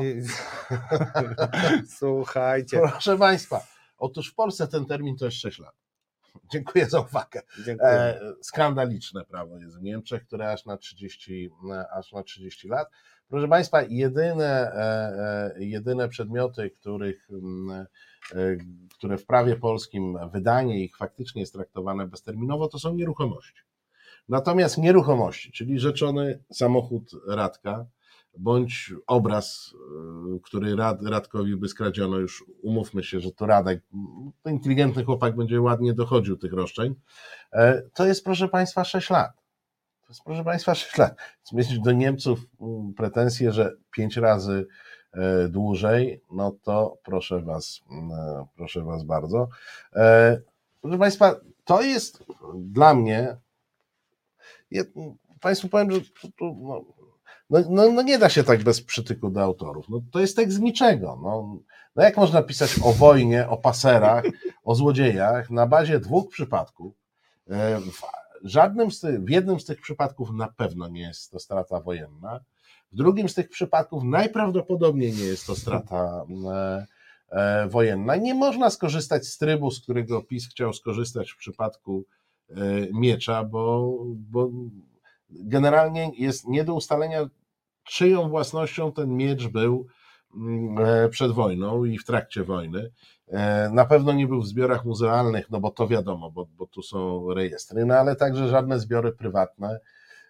Słuchajcie. Proszę Państwa, otóż w Polsce ten termin to jest sześć lat. Dziękuję za uwagę. Dziękuję. E, skandaliczne prawo jest w Niemczech, które aż na trzydzieści, aż na trzydzieści lat. Proszę Państwa, jedyne, e, jedyne przedmioty, których, e, które w prawie polskim wydanie ich faktycznie jest traktowane bezterminowo, to są nieruchomości. Natomiast nieruchomości, czyli rzeczony samochód Radka, bądź obraz, który Rad, Radkowi by skradziono, już umówmy się, że to Radek, to inteligentny chłopak, będzie ładnie dochodził tych roszczeń, to jest, proszę Państwa, sześć lat. To jest, proszę Państwa, sześć lat. Mieć do Niemców pretensje, że pięć razy dłużej, no to proszę Was, proszę Was bardzo. Proszę Państwa, to jest dla mnie, ja Państwu powiem, że to, to, no, No, no, no nie da się tak bez przytyku do autorów. No, to jest tekst z niczego. No, no jak można pisać o wojnie, o paserach, o złodziejach na bazie dwóch przypadków? W, żadnym z tych, w jednym z tych przypadków na pewno nie jest to strata wojenna. W drugim z tych przypadków najprawdopodobniej nie jest to strata e, e, wojenna. Nie można skorzystać z trybu, z którego PiS chciał skorzystać w przypadku e, Miecza, bo, bo generalnie jest nie do ustalenia, czyją własnością ten miecz był przed wojną i w trakcie wojny. Na pewno nie był w zbiorach muzealnych, no bo to wiadomo, bo, bo tu są rejestry, no ale także żadne zbiory prywatne,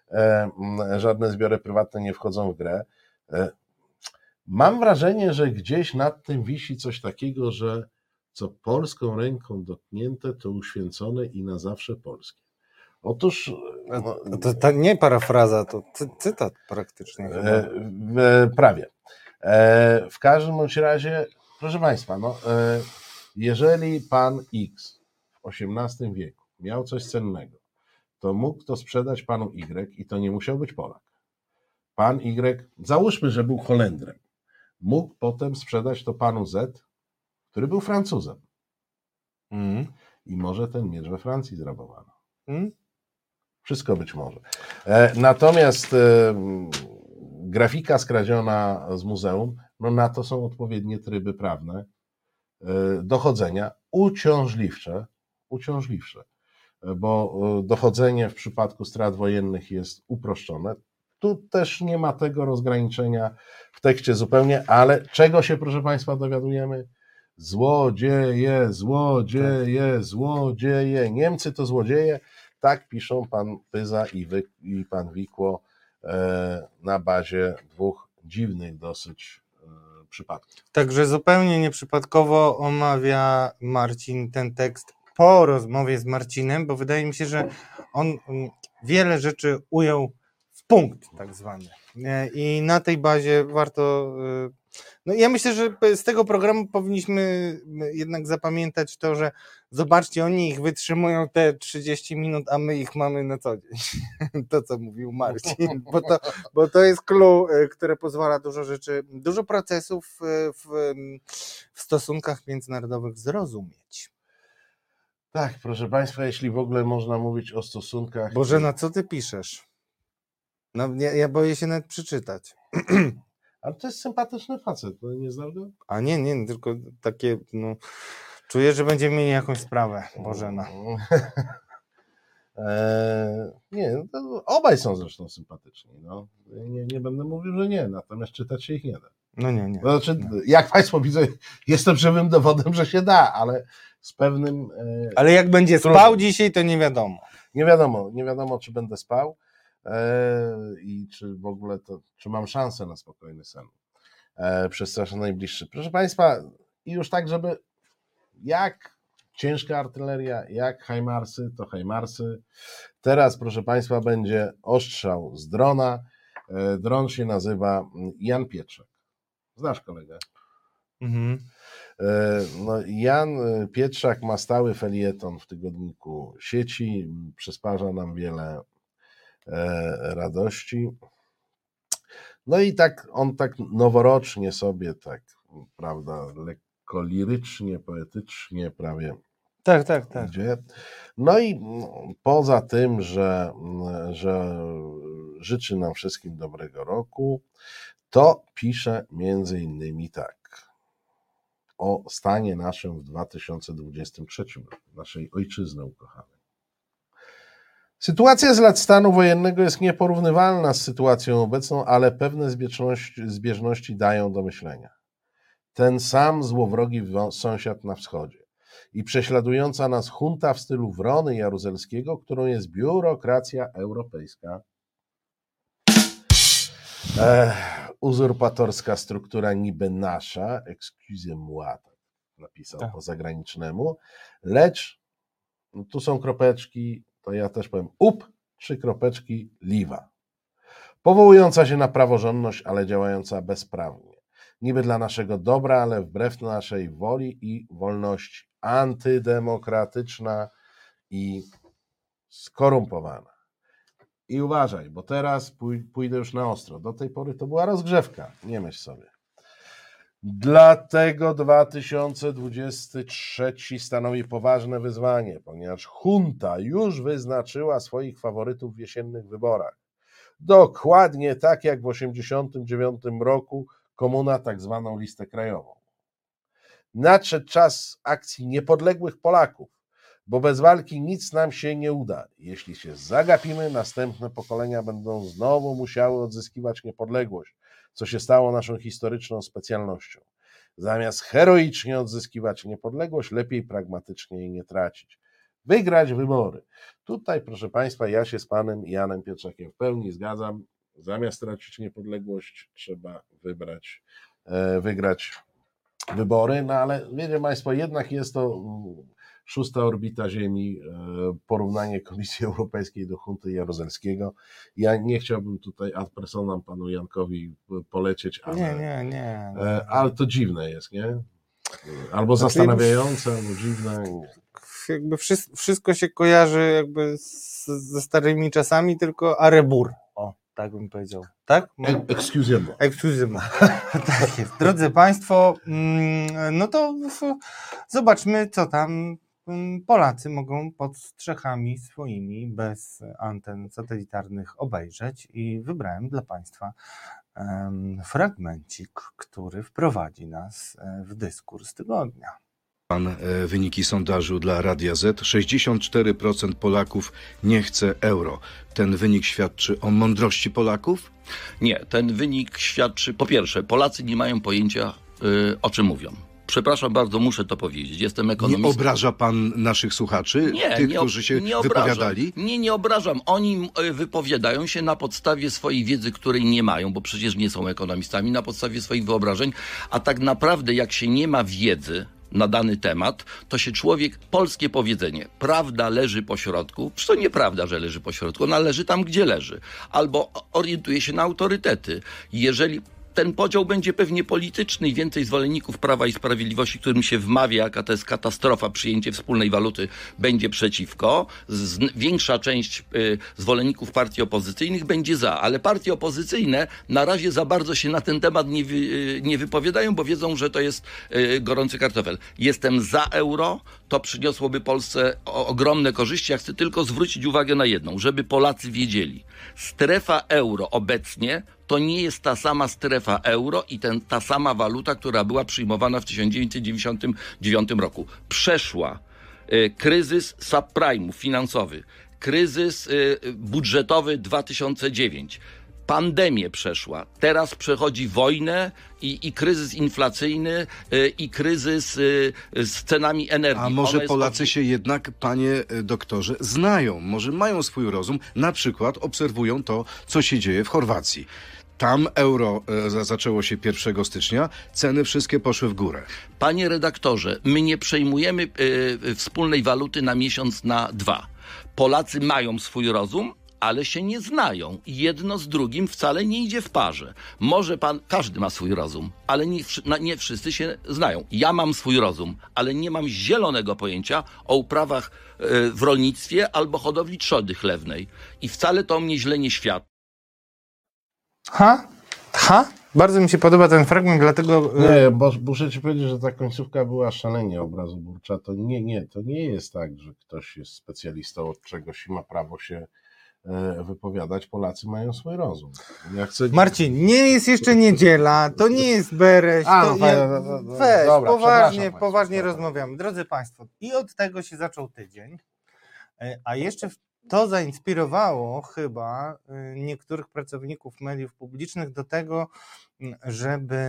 żadne zbiory prywatne nie wchodzą w grę. Mam wrażenie, że gdzieś nad tym wisi coś takiego, że co polską ręką dotknięte, to uświęcone i na zawsze polskie. Otóż... No, to, to nie parafraza, to cy, cytat praktycznie. E, e, prawie. E, w każdym bądź razie, proszę Państwa, no, e, jeżeli pan X w osiemnastym wieku miał coś cennego, to mógł to sprzedać panu Y i to nie musiał być Polak. Pan Y, załóżmy, że był Holendrem, mógł potem sprzedać to panu Z, który był Francuzem. Mm. I może ten miecz we Francji zrabowano. Mm. Wszystko być może. E, natomiast e, grafika skradziona z muzeum, no na to są odpowiednie tryby prawne e, dochodzenia, uciążliwsze, uciążliwsze, bo dochodzenie w przypadku strat wojennych jest uproszczone. Tu też nie ma tego rozgraniczenia w tekście zupełnie, ale czego się, proszę Państwa, dowiadujemy? Złodzieje, złodzieje, złodzieje. Niemcy to złodzieje. Tak piszą pan Pyza i, wy, i pan Wikło e, na bazie dwóch dziwnych dosyć e, przypadków. Także zupełnie nieprzypadkowo omawia Marcin ten tekst po rozmowie z Marcinem, bo wydaje mi się, że on wiele rzeczy ujął w punkt tak zwany. I na tej bazie warto... No ja myślę, że z tego programu powinniśmy jednak zapamiętać to, że zobaczcie, oni ich wytrzymują te trzydzieści minut, a my ich mamy na co dzień. To, co mówił Marcin, bo to, bo to jest clue, które pozwala dużo rzeczy, dużo procesów w, w stosunkach międzynarodowych zrozumieć. Tak, proszę Państwa, jeśli w ogóle można mówić o stosunkach... Bożena, co ty piszesz? No, ja, ja boję się nawet przeczytać. Ale to jest sympatyczny facet, no nie znasz go? A nie, nie, tylko takie, no, czuję, że będziemy mieli jakąś sprawę, Bożena. eee, nie, no, obaj są zresztą sympatyczni, no. Nie, nie będę mówił, że nie, natomiast czytać się ich nie da. No nie, nie. Znaczy, no. Jak Państwo widzą, jestem żywym dowodem, że się da, ale z pewnym... E, ale jak będzie trudem. spał dzisiaj, to nie wiadomo. Nie wiadomo, nie wiadomo, czy będę spał e, i czy w ogóle to, czy mam szansę na spokojny sen e, przez czas najbliższy. Proszę Państwa, i już tak, żeby jak ciężka artyleria, jak hajmarsy, to hajmarsy. Teraz, proszę Państwa, będzie ostrzał z drona. E, dron się nazywa Jan Pietrzak. Znasz kolegę? Mhm. No, Jan Pietrzak ma stały felieton w tygodniku Sieci, przysparza nam wiele radości. No i tak on tak noworocznie sobie tak, prawda, lekko lirycznie, poetycznie prawie tak, tak, tak. idzie. No i poza tym, że, że życzy nam wszystkim dobrego roku, to pisze między innymi tak. o stanie naszym w dwa tysiące dwudziestym trzecim roku, naszej ojczyzny ukochanej. Sytuacja z lat stanu wojennego jest nieporównywalna z sytuacją obecną, ale pewne zbieżności, zbieżności dają do myślenia. Ten sam złowrogi sąsiad na wschodzie i prześladująca nas junta w stylu Wrony Jaruzelskiego, którą jest biurokracja europejska. Ech, uzurpatorska struktura niby nasza, excusez-moi, tak napisał tak. po zagranicznemu, lecz no tu są kropeczki, to ja też powiem up, trzy kropeczki liwa. Powołująca się na praworządność, ale działająca bezprawnie. Niby dla naszego dobra, ale wbrew naszej woli i wolności. Antydemokratyczna i skorumpowana. I uważaj, bo teraz pój- pójdę już na ostro. Do tej pory to była rozgrzewka, nie myśl sobie. Dlatego dwa tysiące dwudziesty trzeci stanowi poważne wyzwanie, ponieważ junta już wyznaczyła swoich faworytów w jesiennych wyborach. Dokładnie tak jak w tysiąc dziewięćset osiemdziesiątym dziewiątym roku komuna tak zwaną listę krajową. Nadszedł czas akcji niepodległych Polaków, bo bez walki nic nam się nie uda. Jeśli się zagapimy, następne pokolenia będą znowu musiały odzyskiwać niepodległość, co się stało naszą historyczną specjalnością. Zamiast heroicznie odzyskiwać niepodległość, lepiej pragmatycznie jej nie tracić. Wygrać wybory. Tutaj, proszę Państwa, ja się z panem Janem Pietrzakiem w pełni zgadzam. Zamiast tracić niepodległość, trzeba wybrać, wygrać wybory. No ale wiecie Państwo, jednak jest to szósta orbita Ziemi, porównanie Komisji Europejskiej do junty Jaruzelskiego. Ja nie chciałbym tutaj ad personam panu Jankowi polecieć, ale, Nie, nie, nie. ale to dziwne jest, nie? Albo zastanawiające, albo dziwne. Jakby wszystko się kojarzy jakby z, ze starymi czasami, tylko arebur. O, tak bym powiedział. Tak? Excusez-moi. Excusez-moi. Tak jest. Drodzy Państwo, no to zobaczmy, co tam Polacy mogą pod strzechami swoimi, bez anten satelitarnych obejrzeć i wybrałem dla Państwa um, fragmencik, który wprowadzi nas w dyskurs tygodnia. Pan wyniki sondażu dla Radia Z. sześćdziesiąt cztery procent Polaków nie chce euro. Ten wynik świadczy o mądrości Polaków? Nie, ten wynik świadczy, po pierwsze, Polacy nie mają pojęcia, yy, o czym mówią. Przepraszam bardzo, muszę to powiedzieć. Jestem ekonomistą. Nie obraża pan naszych słuchaczy? Nie, tych, nie, którzy się nie wypowiadali? Nie, nie obrażam. Oni wypowiadają się na podstawie swojej wiedzy, której nie mają, bo przecież nie są ekonomistami, na podstawie swoich wyobrażeń, a tak naprawdę jak się nie ma wiedzy na dany temat, to się człowiek, polskie powiedzenie, prawda leży po środku, przecież to nieprawda, że leży po środku, ona leży tam, gdzie leży, albo orientuje się na autorytety. Jeżeli ten podział będzie pewnie polityczny i więcej zwolenników Prawa i Sprawiedliwości, którym się wmawia, jaka to jest katastrofa, przyjęcie wspólnej waluty, będzie przeciwko. Z, większa część y, zwolenników partii opozycyjnych będzie za, ale partie opozycyjne na razie za bardzo się na ten temat nie, wy, y, nie wypowiadają, bo wiedzą, że to jest y, gorący kartofel. Jestem za euro, to przyniosłoby Polsce o, ogromne korzyści. Ja chcę tylko zwrócić uwagę na jedną, żeby Polacy wiedzieli. Strefa euro obecnie to nie jest ta sama strefa euro i ten, ta sama waluta, która była przyjmowana w tysiąc dziewięćset dziewięćdziesiątym dziewiątym roku. Przeszła y, kryzys subprime'u finansowy, kryzys y, budżetowy dwa tysiące dziewiąty. Pandemię przeszła, teraz przechodzi wojnę i, i kryzys inflacyjny y, i kryzys y, z cenami energii. A może Polacy od... się jednak, panie doktorze, znają, może mają swój rozum, na przykład obserwują to, co się dzieje w Chorwacji. Tam euro e, zaczęło się pierwszego stycznia, ceny wszystkie poszły w górę. Panie redaktorze, my nie przejmujemy y, wspólnej waluty na miesiąc, na dwa. Polacy mają swój rozum, ale się nie znają. Jedno z drugim wcale nie idzie w parze. Może pan, każdy ma swój rozum, ale nie, nie wszyscy się znają. Ja mam swój rozum, ale nie mam zielonego pojęcia o uprawach y, w rolnictwie albo hodowli trzody chlewnej. I wcale to mnie źle nie świadczy. Ha? Ha? Bardzo mi się podoba ten fragment, dlatego... Nie, bo muszę ci powiedzieć, że ta końcówka była szalenie obrazoburcza. To nie, nie, to nie jest tak, że ktoś jest specjalistą od czegoś i ma prawo się wypowiadać, Polacy mają swój rozum. Ja chcę... Marcin, nie jest jeszcze niedziela, to nie jest Bereś, A, to no, ja... no, no, no, weź, dobra, poważnie, przepraszam poważnie państwa. rozmawiamy. Drodzy Państwo, i od tego się zaczął tydzień, a jeszcze to zainspirowało chyba niektórych pracowników mediów publicznych do tego, żeby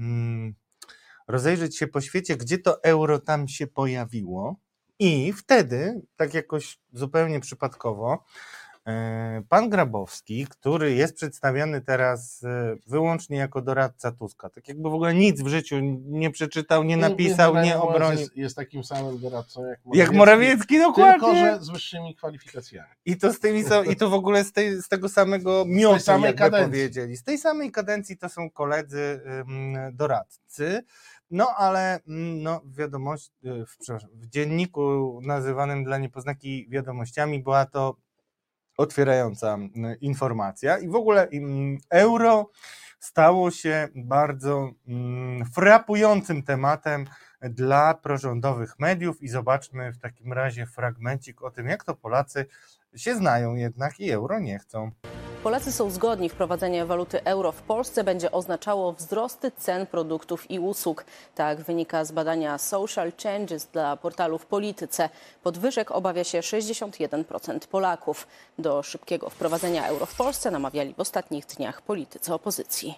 rozejrzeć się po świecie, gdzie to euro tam się pojawiło, i wtedy, tak jakoś zupełnie przypadkowo, pan Grabowski, który jest przedstawiany teraz wyłącznie jako doradca Tuska, tak jakby w ogóle nic w życiu nie przeczytał, nie napisał, nie obronił. Jest, jest takim samym doradcą jak Morawiecki, jak Morawiecki, dokładnie. Tylko, że z wyższymi kwalifikacjami. I to, z tymi, i to w ogóle z, tej, z tego samego miotu, z tej samej jakby kadencji. powiedzieli. Z tej samej kadencji to są koledzy um, doradcy. No ale no, wiadomość, w, w dzienniku nazywanym dla niepoznaki wiadomościami była to otwierająca informacja i w ogóle euro stało się bardzo mm, frapującym tematem dla prorządowych mediów i zobaczmy w takim razie fragmencik o tym, jak to Polacy się znają jednak i euro nie chcą. Polacy są zgodni, wprowadzenie waluty euro w Polsce będzie oznaczało wzrosty cen produktów i usług. Tak wynika z badania Social Changes dla portalu w Polityce. Podwyżek obawia się sześćdziesiąt jeden procent Polaków. Do szybkiego wprowadzenia euro w Polsce namawiali w ostatnich dniach politycy opozycji.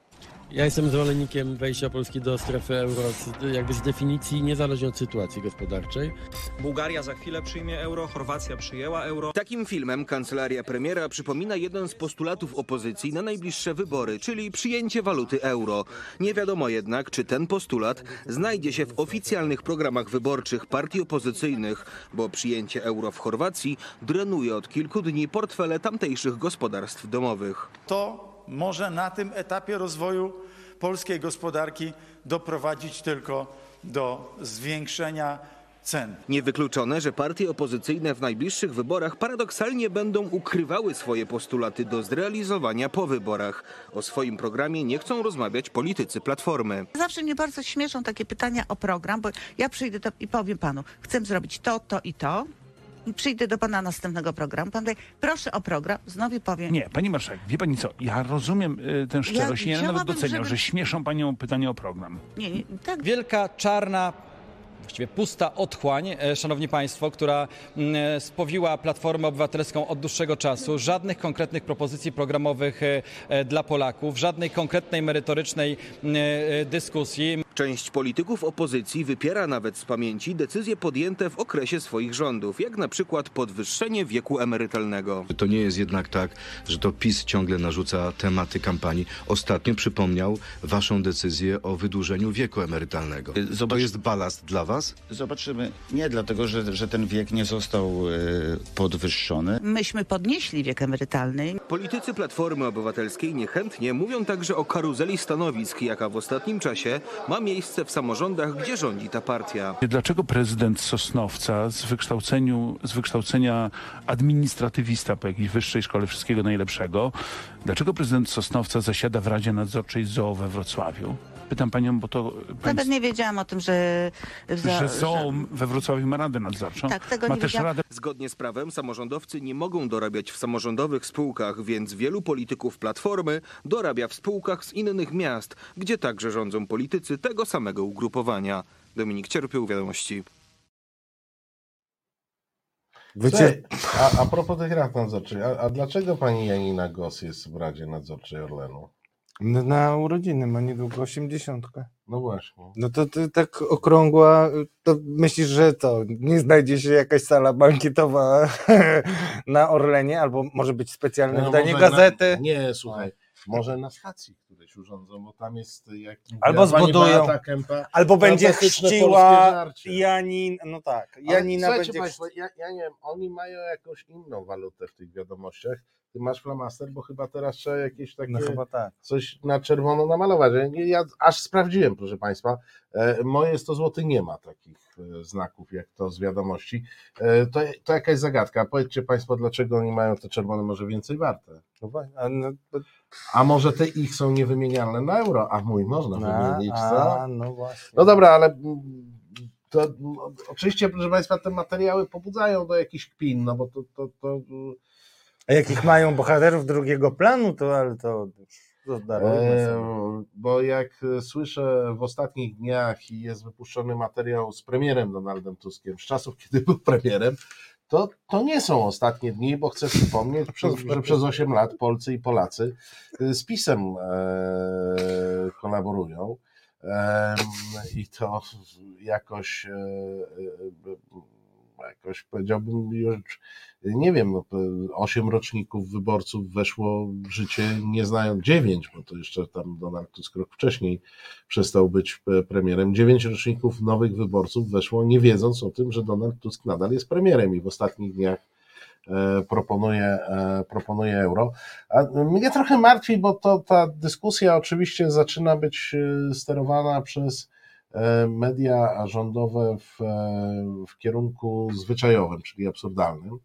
Ja jestem zwolennikiem wejścia Polski do strefy euro, jakby z definicji, niezależnie od sytuacji gospodarczej. Bułgaria za chwilę przyjmie euro, Chorwacja przyjęła euro. Takim filmem kancelaria premiera przypomina jeden z postulatów opozycji na najbliższe wybory, czyli przyjęcie waluty euro. Nie wiadomo jednak, czy ten postulat znajdzie się w oficjalnych programach wyborczych partii opozycyjnych, bo przyjęcie euro w Chorwacji drenuje od kilku dni portfele tamtejszych gospodarstw domowych. To może na tym etapie rozwoju polskiej gospodarki doprowadzić tylko do zwiększenia cen. Niewykluczone, że partie opozycyjne w najbliższych wyborach paradoksalnie będą ukrywały swoje postulaty do zrealizowania po wyborach. O swoim programie nie chcą rozmawiać politycy Platformy. Zawsze mnie bardzo śmieszą takie pytania o program, bo ja przyjdę to i powiem panu, chcę zrobić to, to i to. Przyjdę do pana następnego programu. Pan powie, proszę o program, znowu powiem. Nie, pani marszałek, wie pani co, ja rozumiem y, tę szczerość, ja, ja nawet doceniam, żeby... że śmieszą panią pytanie o program. Nie, nie, tak. Wielka, czarna, właściwie pusta otchłań, szanowni państwo, która spowiła Platformę Obywatelską od dłuższego czasu. Żadnych konkretnych propozycji programowych dla Polaków, żadnej konkretnej, merytorycznej dyskusji. Część polityków opozycji wypiera nawet z pamięci decyzje podjęte w okresie swoich rządów, jak na przykład podwyższenie wieku emerytalnego. To nie jest jednak tak, że to PiS ciągle narzuca tematy kampanii. Ostatnio przypomniał waszą decyzję o wydłużeniu wieku emerytalnego. Zobacz... To jest balast dla was? Zobaczymy. Nie dlatego, że, że ten wiek nie został y, podwyższony. Myśmy podnieśli wiek emerytalny. Politycy Platformy Obywatelskiej niechętnie mówią także o karuzeli stanowisk, jaka w ostatnim czasie ma miejsce w samorządach, gdzie rządzi ta partia. Dlaczego prezydent Sosnowca z, wykształceniu, z wykształcenia administratywista po jakiejś wyższej szkole wszystkiego najlepszego, dlaczego prezydent Sosnowca zasiada w Radzie Nadzorczej z z o o we Wrocławiu? Pytam panią, bo to... Nawet Państw... nie wiedziałam o tym, że... Za, że z o o we Wrocławiu ma Radę Nadzorczą. Tak, tego ma nie też wiedziałam. radę... Zgodnie z prawem samorządowcy nie mogą dorabiać w samorządowych spółkach, więc wielu polityków Platformy dorabia w spółkach z innych miast, gdzie także rządzą politycy tego samego ugrupowania. Dominik Cierpił, Wiadomości. Wiecie, a, a propos tych rad nadzorczych, a, a dlaczego pani Janina Gos jest w Radzie Nadzorczej Orlenu? No, na urodziny ma niedługo osiemdziesiątkę. No właśnie. No to, to tak okrągła, to myślisz, że to nie znajdzie się jakaś sala bankietowa na Orlenie, albo może być specjalne no, wydanie gazety? Na, nie, słuchaj, może na stacji któreś urządzą, bo tam jest jak albo zbudują, Kępa, albo będzie chrzciła Janin, no tak, Janina ale, będzie państwo, ja, ja nie wiem, oni mają jakąś inną walutę w tych wiadomościach. Ty masz flamaster, bo chyba teraz trzeba jakieś takie no chyba tak. coś na czerwono namalować. Ja, ja aż sprawdziłem, proszę państwa, e, moje sto złotych nie ma takich e, znaków jak to z wiadomości. E, to, to jakaś zagadka. Powiedzcie państwo, dlaczego oni mają te czerwone może więcej warte? No, a, no, to... a może te ich są niewymienialne na euro, a mój można a, wymienić, co? A, no właśnie. No dobra, ale to, no, oczywiście, proszę państwa, te materiały pobudzają do jakichś kpin, no bo to, to, to A jakich mają bohaterów drugiego planu, to ale to już e, bo jak słyszę w ostatnich dniach i jest wypuszczony materiał z premierem Donaldem Tuskiem, z czasów, kiedy był premierem, to, to nie są ostatnie dni, bo chcę przypomnieć, że przez osiem lat Polcy i Polacy z PiS-em e, kolaborują e, i to jakoś, e, jakoś powiedziałbym już, nie wiem, no, osiem roczników wyborców weszło w życie, nie znając, dziewięć, bo to jeszcze tam Donald Tusk rok wcześniej przestał być premierem, dziewięć roczników nowych wyborców weszło, nie wiedząc o tym, że Donald Tusk nadal jest premierem i w ostatnich dniach e, proponuje, e, proponuje euro. A mnie trochę martwi, bo to ta dyskusja oczywiście zaczyna być sterowana przez media rządowe w, w kierunku zwyczajowym, czyli absurdalnym.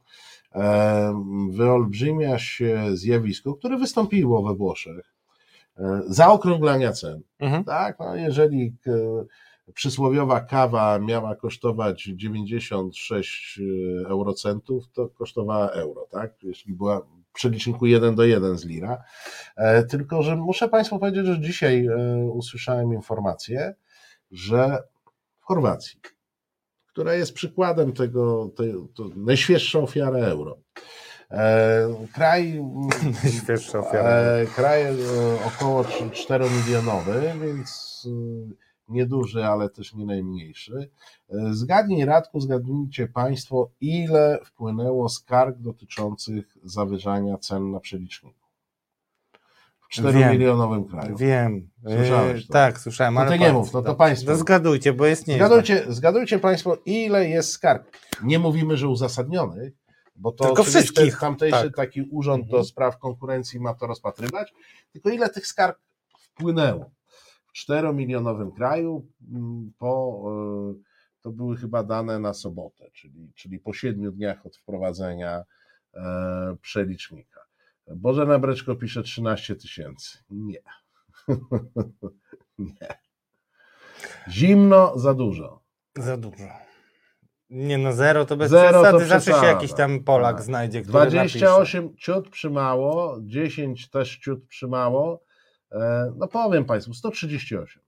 Wyolbrzymia się zjawisko, które wystąpiło we Włoszech, zaokrąglania cen. Mhm. Tak? No, jeżeli przysłowiowa kawa miała kosztować dziewięćdziesiąt sześć eurocentów, to kosztowała euro, tak? Jeśli była w przeliczniku jeden do jeden z lira. Tylko że muszę Państwu powiedzieć, że dzisiaj usłyszałem informację, że w Chorwacji, która jest przykładem tego, tej, to najświeższa ofiara euro, e, kraj, najświeższa ofiara. E, kraj około czteromilionowy, więc nieduży, ale też nie najmniejszy. Zgadnij, Radku, zgadnijcie Państwo, ile wpłynęło skarg dotyczących zawyżania cen na przeliczniku. czteromilionowym kraju. Wiem. Słyszałeś to? Tak, słyszałem. No ale to nie mów, no to Państwo. To zgadujcie, bo jest nieźle. Zgadujcie, zgadujcie Państwo, ile jest skarg. Nie mówimy, że uzasadnionych, bo to tylko wszystkich. Tamtejszy tak. taki urząd mhm. do spraw konkurencji ma to rozpatrywać, tylko ile tych skarg wpłynęło. W czteromilionowym kraju po, to były chyba dane na sobotę, czyli, czyli po siedmiu dniach od wprowadzenia e, przelicznika. Bożena Breczko pisze trzynaście tysięcy. Nie. Nie. Zimno za dużo. Za dużo. Nie no, zero to bez zero przesady. To zawsze się jakiś tam Polak tak. znajdzie, który dwadzieścia osiem napisze. ciut przymało, dziesięć też ciut przymało. No powiem Państwu, sto trzydzieści osiem.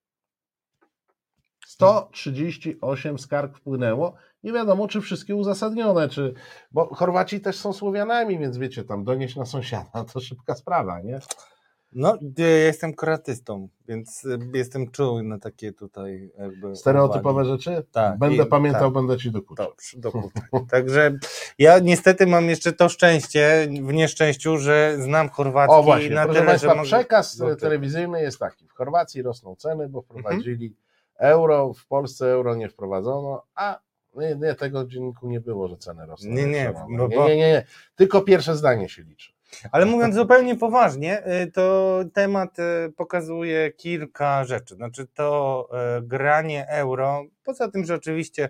sto trzydzieści osiem skarg wpłynęło. Nie wiadomo, czy wszystkie uzasadnione, czy... bo Chorwaci też są Słowianami, więc wiecie, tam donieść na sąsiada to szybka sprawa, nie? No, ja jestem kroatystą, więc jestem czuły na takie tutaj jakby... Stereotypowe uwagi. rzeczy? Tak. Będę I, pamiętał, tak. będę Ci dokuczał. Dobrze, dokuczaj. Także ja niestety mam jeszcze to szczęście, w nieszczęściu, że znam chorwacki o właśnie, na proszę tyle, Państwa, że przekaz mogę... telewizyjny jest taki. W Chorwacji rosną ceny, bo wprowadzili mhm. euro, w Polsce euro nie wprowadzono, a nie, nie, tego dzienniku nie było, że ceny rosną. Nie, nie, bo, nie, nie, nie, nie. Tylko pierwsze zdanie się liczy. Ale mówiąc zupełnie poważnie, to temat pokazuje kilka rzeczy. Znaczy to granie euro, poza tym, że oczywiście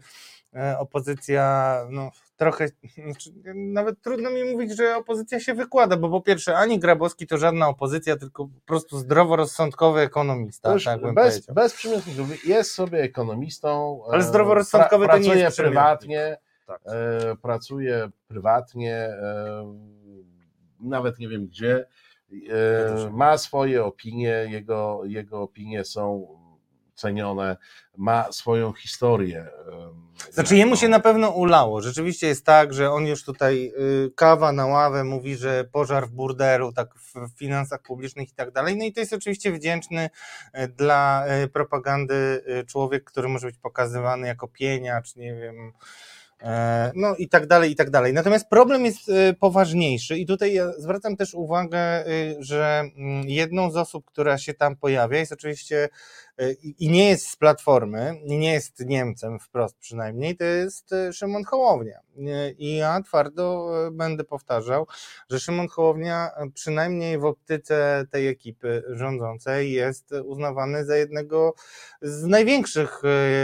opozycja, no trochę, znaczy, nawet trudno mi mówić, że opozycja się wykłada, bo po pierwsze ani Grabowski to żadna opozycja, tylko po prostu zdroworozsądkowy ekonomista. Już tak bym bez, bez przymiotników, jest sobie ekonomistą, ale zdroworozsądkowy pra, to nie jest prywatnie, tak. e, pracuje prywatnie, e, nawet nie wiem gdzie, e, ma swoje opinie, jego, jego opinie są cenione, ma swoją historię. Znaczy jemu się na pewno ulało. Rzeczywiście jest tak, że on już tutaj kawa na ławę mówi, że pożar w burdelu, tak w finansach publicznych i tak dalej. No i to jest oczywiście wdzięczny dla propagandy człowiek, który może być pokazywany jako pieniacz, nie wiem, no i tak dalej, i tak dalej. Natomiast problem jest poważniejszy i tutaj ja zwracam też uwagę, że jedną z osób, która się tam pojawia jest oczywiście i nie jest z Platformy, i nie jest Niemcem wprost przynajmniej, to jest Szymon Hołownia. I ja twardo będę powtarzał, że Szymon Hołownia przynajmniej w optyce tej ekipy rządzącej jest uznawany za jednego z największych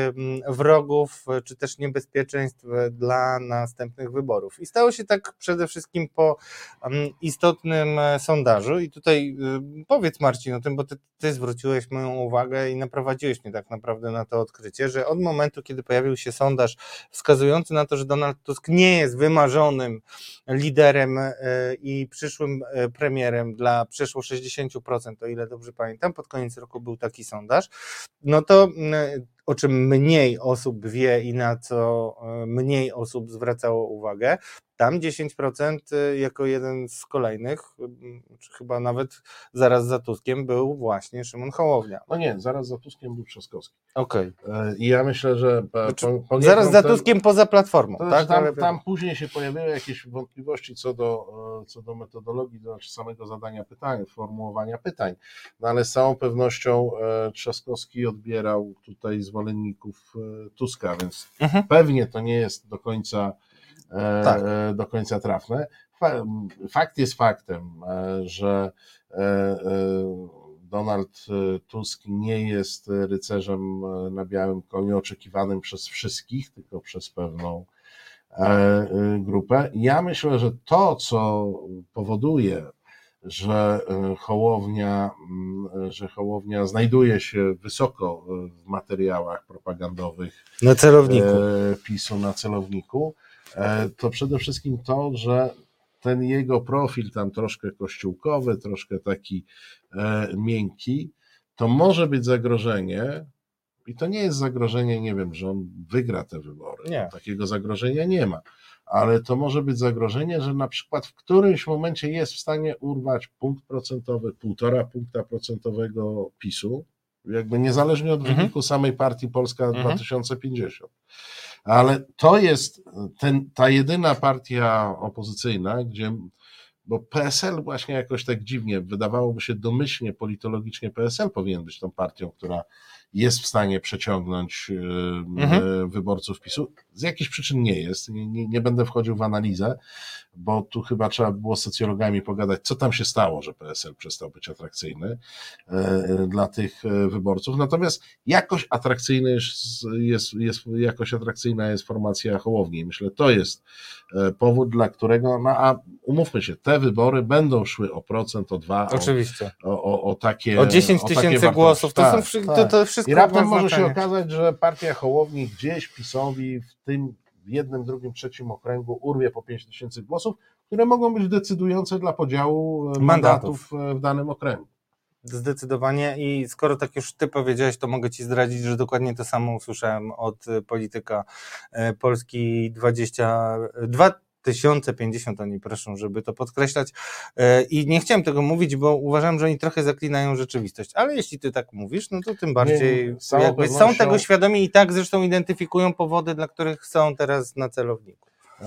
wrogów, czy też niebezpieczeństw dla następnych wyborów. I stało się tak przede wszystkim po istotnym sondażu i tutaj powiedz Marcin o tym, bo ty, ty zwróciłeś moją uwagę i naprowadziłeś mnie tak naprawdę na to odkrycie, że od momentu, kiedy pojawił się sondaż wskazujący na to, że Donald Tusk nie jest wymarzonym liderem i przyszłym premierem dla przeszło sześćdziesiąt procent, o ile dobrze pamiętam, pod koniec roku był taki sondaż, no to o czym mniej osób wie i na co mniej osób zwracało uwagę, tam dziesięć procent jako jeden z kolejnych, czy chyba nawet zaraz za Tuskiem, był właśnie Szymon Hołownia. No nie, zaraz za Tuskiem był Trzaskowski. Okej. Okay. I ja myślę, że... Znaczy, zaraz za Tuskiem ten, poza Platformą, to tak? Tam, tam później się pojawiły jakieś wątpliwości co do, co do metodologii, to znaczy samego zadania pytań, formułowania pytań, no ale z całą pewnością Trzaskowski odbierał tutaj zwolenników Tuska, więc mhm. pewnie to nie jest do końca tak. do końca trafne. Fakt jest faktem, że Donald Tusk nie jest rycerzem na białym koniu oczekiwanym przez wszystkich, tylko przez pewną grupę. Ja myślę, że to, co powoduje, że Hołownia, że Hołownia znajduje się wysoko w materiałach propagandowych na celowniku PiSu, na celowniku, to przede wszystkim to, że ten jego profil tam troszkę kościółkowy, troszkę taki e, miękki, to może być zagrożenie i to nie jest zagrożenie, nie wiem, że on wygra te wybory. Nie. Takiego zagrożenia nie ma, ale to może być zagrożenie, że na przykład w którymś momencie jest w stanie urwać punkt procentowy, półtora punkta procentowego PiSu, jakby niezależnie od mhm. wyniku samej partii Polska mhm. dwa tysiące pięćdziesiąt. Ale to jest ten, ta jedyna partia opozycyjna, gdzie, bo P S L właśnie jakoś tak dziwnie, wydawałoby się domyślnie, politologicznie P S L powinien być tą partią, która jest w stanie przeciągnąć mhm. wyborców PiSu. Z jakichś przyczyn nie jest, nie, nie, nie będę wchodził w analizę, bo tu chyba trzeba było z socjologami pogadać, co tam się stało, że P S L przestał być atrakcyjny dla tych wyborców. Natomiast jakoś atrakcyjny jest, jest, jest, jakoś atrakcyjna jest formacja Hołowni. Myślę, to jest powód, dla którego, no a umówmy się, te wybory będą szły o procent, o dwa, oczywiście. O, o, o takie o dziesięć tysięcy głosów, to, tak, są, tak. to, to wszystko. I raptem może się okazać, że partia Hołowni gdzieś PiSowi w tym w jednym, drugim, trzecim okręgu urwie po pięć tysięcy głosów, które mogą być decydujące dla podziału mandatów, mandatów w danym okręgu. Zdecydowanie i skoro tak już ty powiedziałeś, to mogę ci zdradzić, że dokładnie to samo usłyszałem od polityka Polski dwadzieścia dwa tysiące pięćdziesiąt, oni proszą, żeby to podkreślać i nie chciałem tego mówić, bo uważam, że oni trochę zaklinają rzeczywistość, ale jeśli ty tak mówisz, no to tym bardziej nie, nie, jakby są tego świadomi i tak zresztą identyfikują powody, dla których są teraz na celowniku.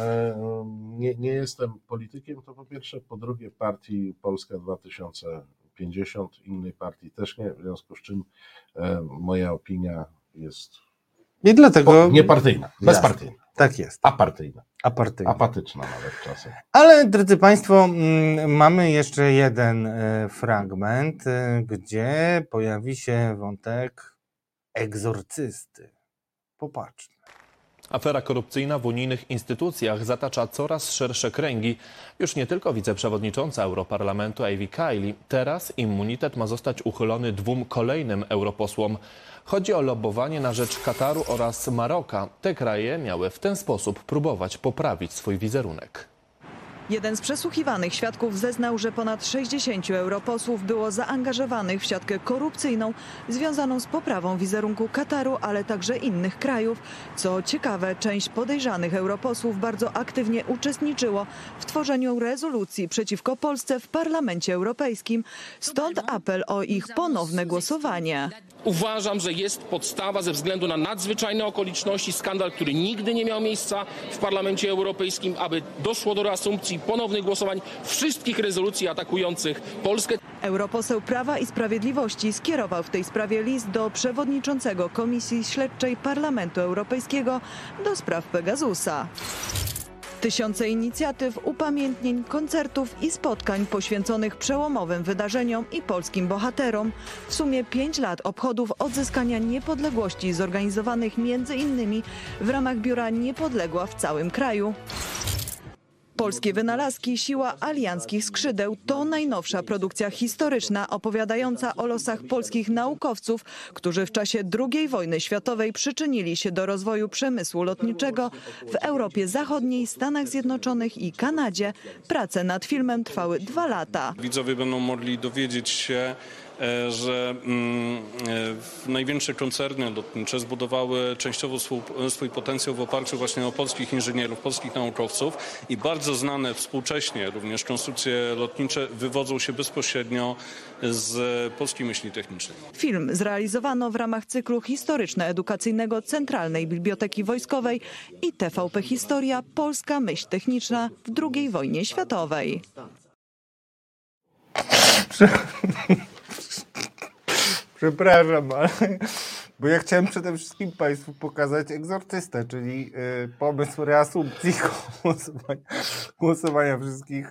Nie, nie jestem politykiem, to po pierwsze, po drugie partii Polska dwa tysiące pięćdziesiąt, innej partii też nie, w związku z czym moja opinia jest I dlatego... niepartyjna, bezpartyjna. Tak jest. Apartyjna. Apartyjna. Apatyczna nawet czasem. Ale drodzy Państwo, mamy jeszcze jeden fragment, gdzie pojawi się wątek egzorcysty. Popatrzmy. Afera korupcyjna w unijnych instytucjach zatacza coraz szersze kręgi. Już nie tylko wiceprzewodnicząca Europarlamentu Evi Kaili. Teraz immunitet ma zostać uchylony dwóm kolejnym europosłom. Chodzi o lobbowanie na rzecz Kataru oraz Maroka. Te kraje miały w ten sposób próbować poprawić swój wizerunek. Jeden z przesłuchiwanych świadków zeznał, że ponad sześćdziesięciu europosłów było zaangażowanych w siatkę korupcyjną związaną z poprawą wizerunku Kataru, ale także innych krajów. Co ciekawe, część podejrzanych europosłów bardzo aktywnie uczestniczyło w tworzeniu rezolucji przeciwko Polsce w Parlamencie Europejskim. Stąd apel o ich ponowne głosowanie. Uważam, że jest podstawa ze względu na nadzwyczajne okoliczności, skandal, który nigdy nie miał miejsca w Parlamencie Europejskim, aby doszło do reasumpcji ponownych głosowań wszystkich rezolucji atakujących Polskę. Europoseł Prawa i Sprawiedliwości skierował w tej sprawie list do przewodniczącego Komisji Śledczej Parlamentu Europejskiego do spraw Pegasusa. Tysiące inicjatyw, upamiętnień, koncertów i spotkań poświęconych przełomowym wydarzeniom i polskim bohaterom. W sumie pięć lat obchodów odzyskania niepodległości zorganizowanych między innymi w ramach Biura Niepodległa w całym kraju. Polskie wynalazki, siła alianckich skrzydeł to najnowsza produkcja historyczna opowiadająca o losach polskich naukowców, którzy w czasie drugiej wojny światowej przyczynili się do rozwoju przemysłu lotniczego w Europie Zachodniej, Stanach Zjednoczonych i Kanadzie. Prace nad filmem trwały dwa lata. Widzowie będą mogli dowiedzieć się, że największe koncerny lotnicze zbudowały częściowo swój, swój potencjał w oparciu właśnie o polskich inżynierów, polskich naukowców i bardzo znane współcześnie również konstrukcje lotnicze wywodzą się bezpośrednio z polskiej myśli technicznej. Film zrealizowano w ramach cyklu historyczno-edukacyjnego Centralnej Biblioteki Wojskowej i T V P Historia – Polska myśl techniczna w drugiej wojnie światowej. Przepraszam, ale bo ja chciałem przede wszystkim Państwu pokazać Egzorcystę, czyli y, pomysł reasumpcji głosowania, głosowania wszystkich.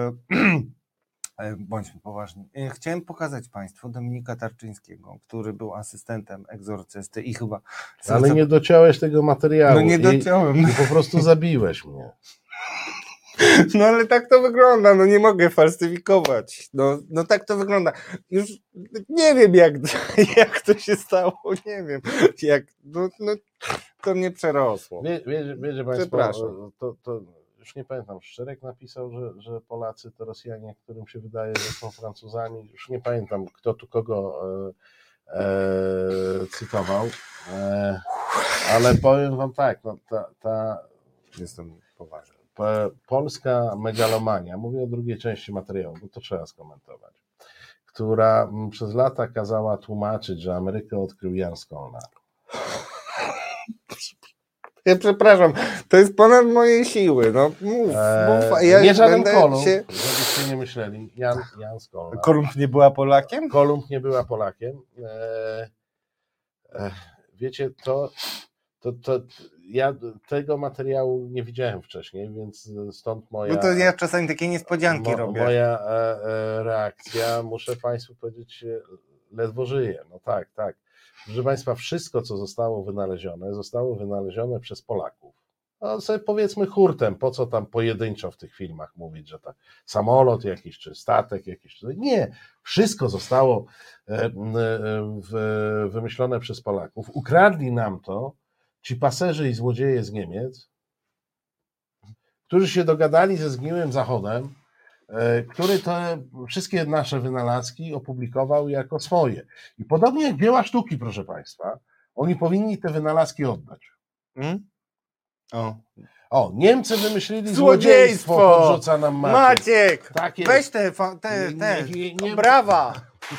Y, bądźmy poważni. Y, chciałem pokazać Państwu Dominika Tarczyńskiego, który był asystentem Egzorcysty i chyba... Ale nie dociąłeś tego materiału. No nie dociąłem. I, i po prostu zabiłeś mnie. No ale tak to wygląda, no nie mogę falsyfikować. No, no tak to wygląda. Już nie wiem jak, jak to się stało, nie wiem. Jak, no, no, to mnie przerosło. Wie, wie, wiecie Państwo, to, to już nie pamiętam, Szczerek napisał, że, że Polacy to Rosjanie, którym się wydaje, że są Francuzami. Już nie pamiętam, kto tu kogo e, e, cytował. E, ale powiem Wam tak, no, ta, ta... Jestem poważny. Polska megalomania, mówię o drugiej części materiału, bo to trzeba skomentować, która przez lata kazała tłumaczyć, że Amerykę odkrył Jan Skolna. Ja przepraszam, to jest ponad moje siły. No, mów, mów, eee, ja nie żaden Kolumb, się... żebyście nie myśleli. Jan, Jan Skolna. Kolumb nie była Polakiem? Kolumb nie była Polakiem. Eee, e, wiecie, to... To, to ja tego materiału nie widziałem wcześniej, więc stąd moja... No to ja czasami takie niespodzianki mo, robię. Moja e, e, reakcja, muszę Państwu powiedzieć, ledwo żyje. No tak, tak. Proszę Państwa, wszystko, co zostało wynalezione, zostało wynalezione przez Polaków. No sobie powiedzmy hurtem, po co tam pojedynczo w tych filmach mówić, że tak samolot jakiś, czy statek jakiś, czy... Nie, wszystko zostało e, e, w, wymyślone przez Polaków. Ukradli nam to ci paserzy i złodzieje z Niemiec, którzy się dogadali ze zgniłym Zachodem, który te wszystkie nasze wynalazki opublikował jako swoje. I podobnie jak dzieła sztuki, proszę Państwa, oni powinni te wynalazki oddać. Hmm? O. O, Niemcy wymyślili złodziejstwo, złodziejstwo podrzuca nam Maciek. Maciek, tak jest. Weź te, te, te nie, nie, nie, brawa.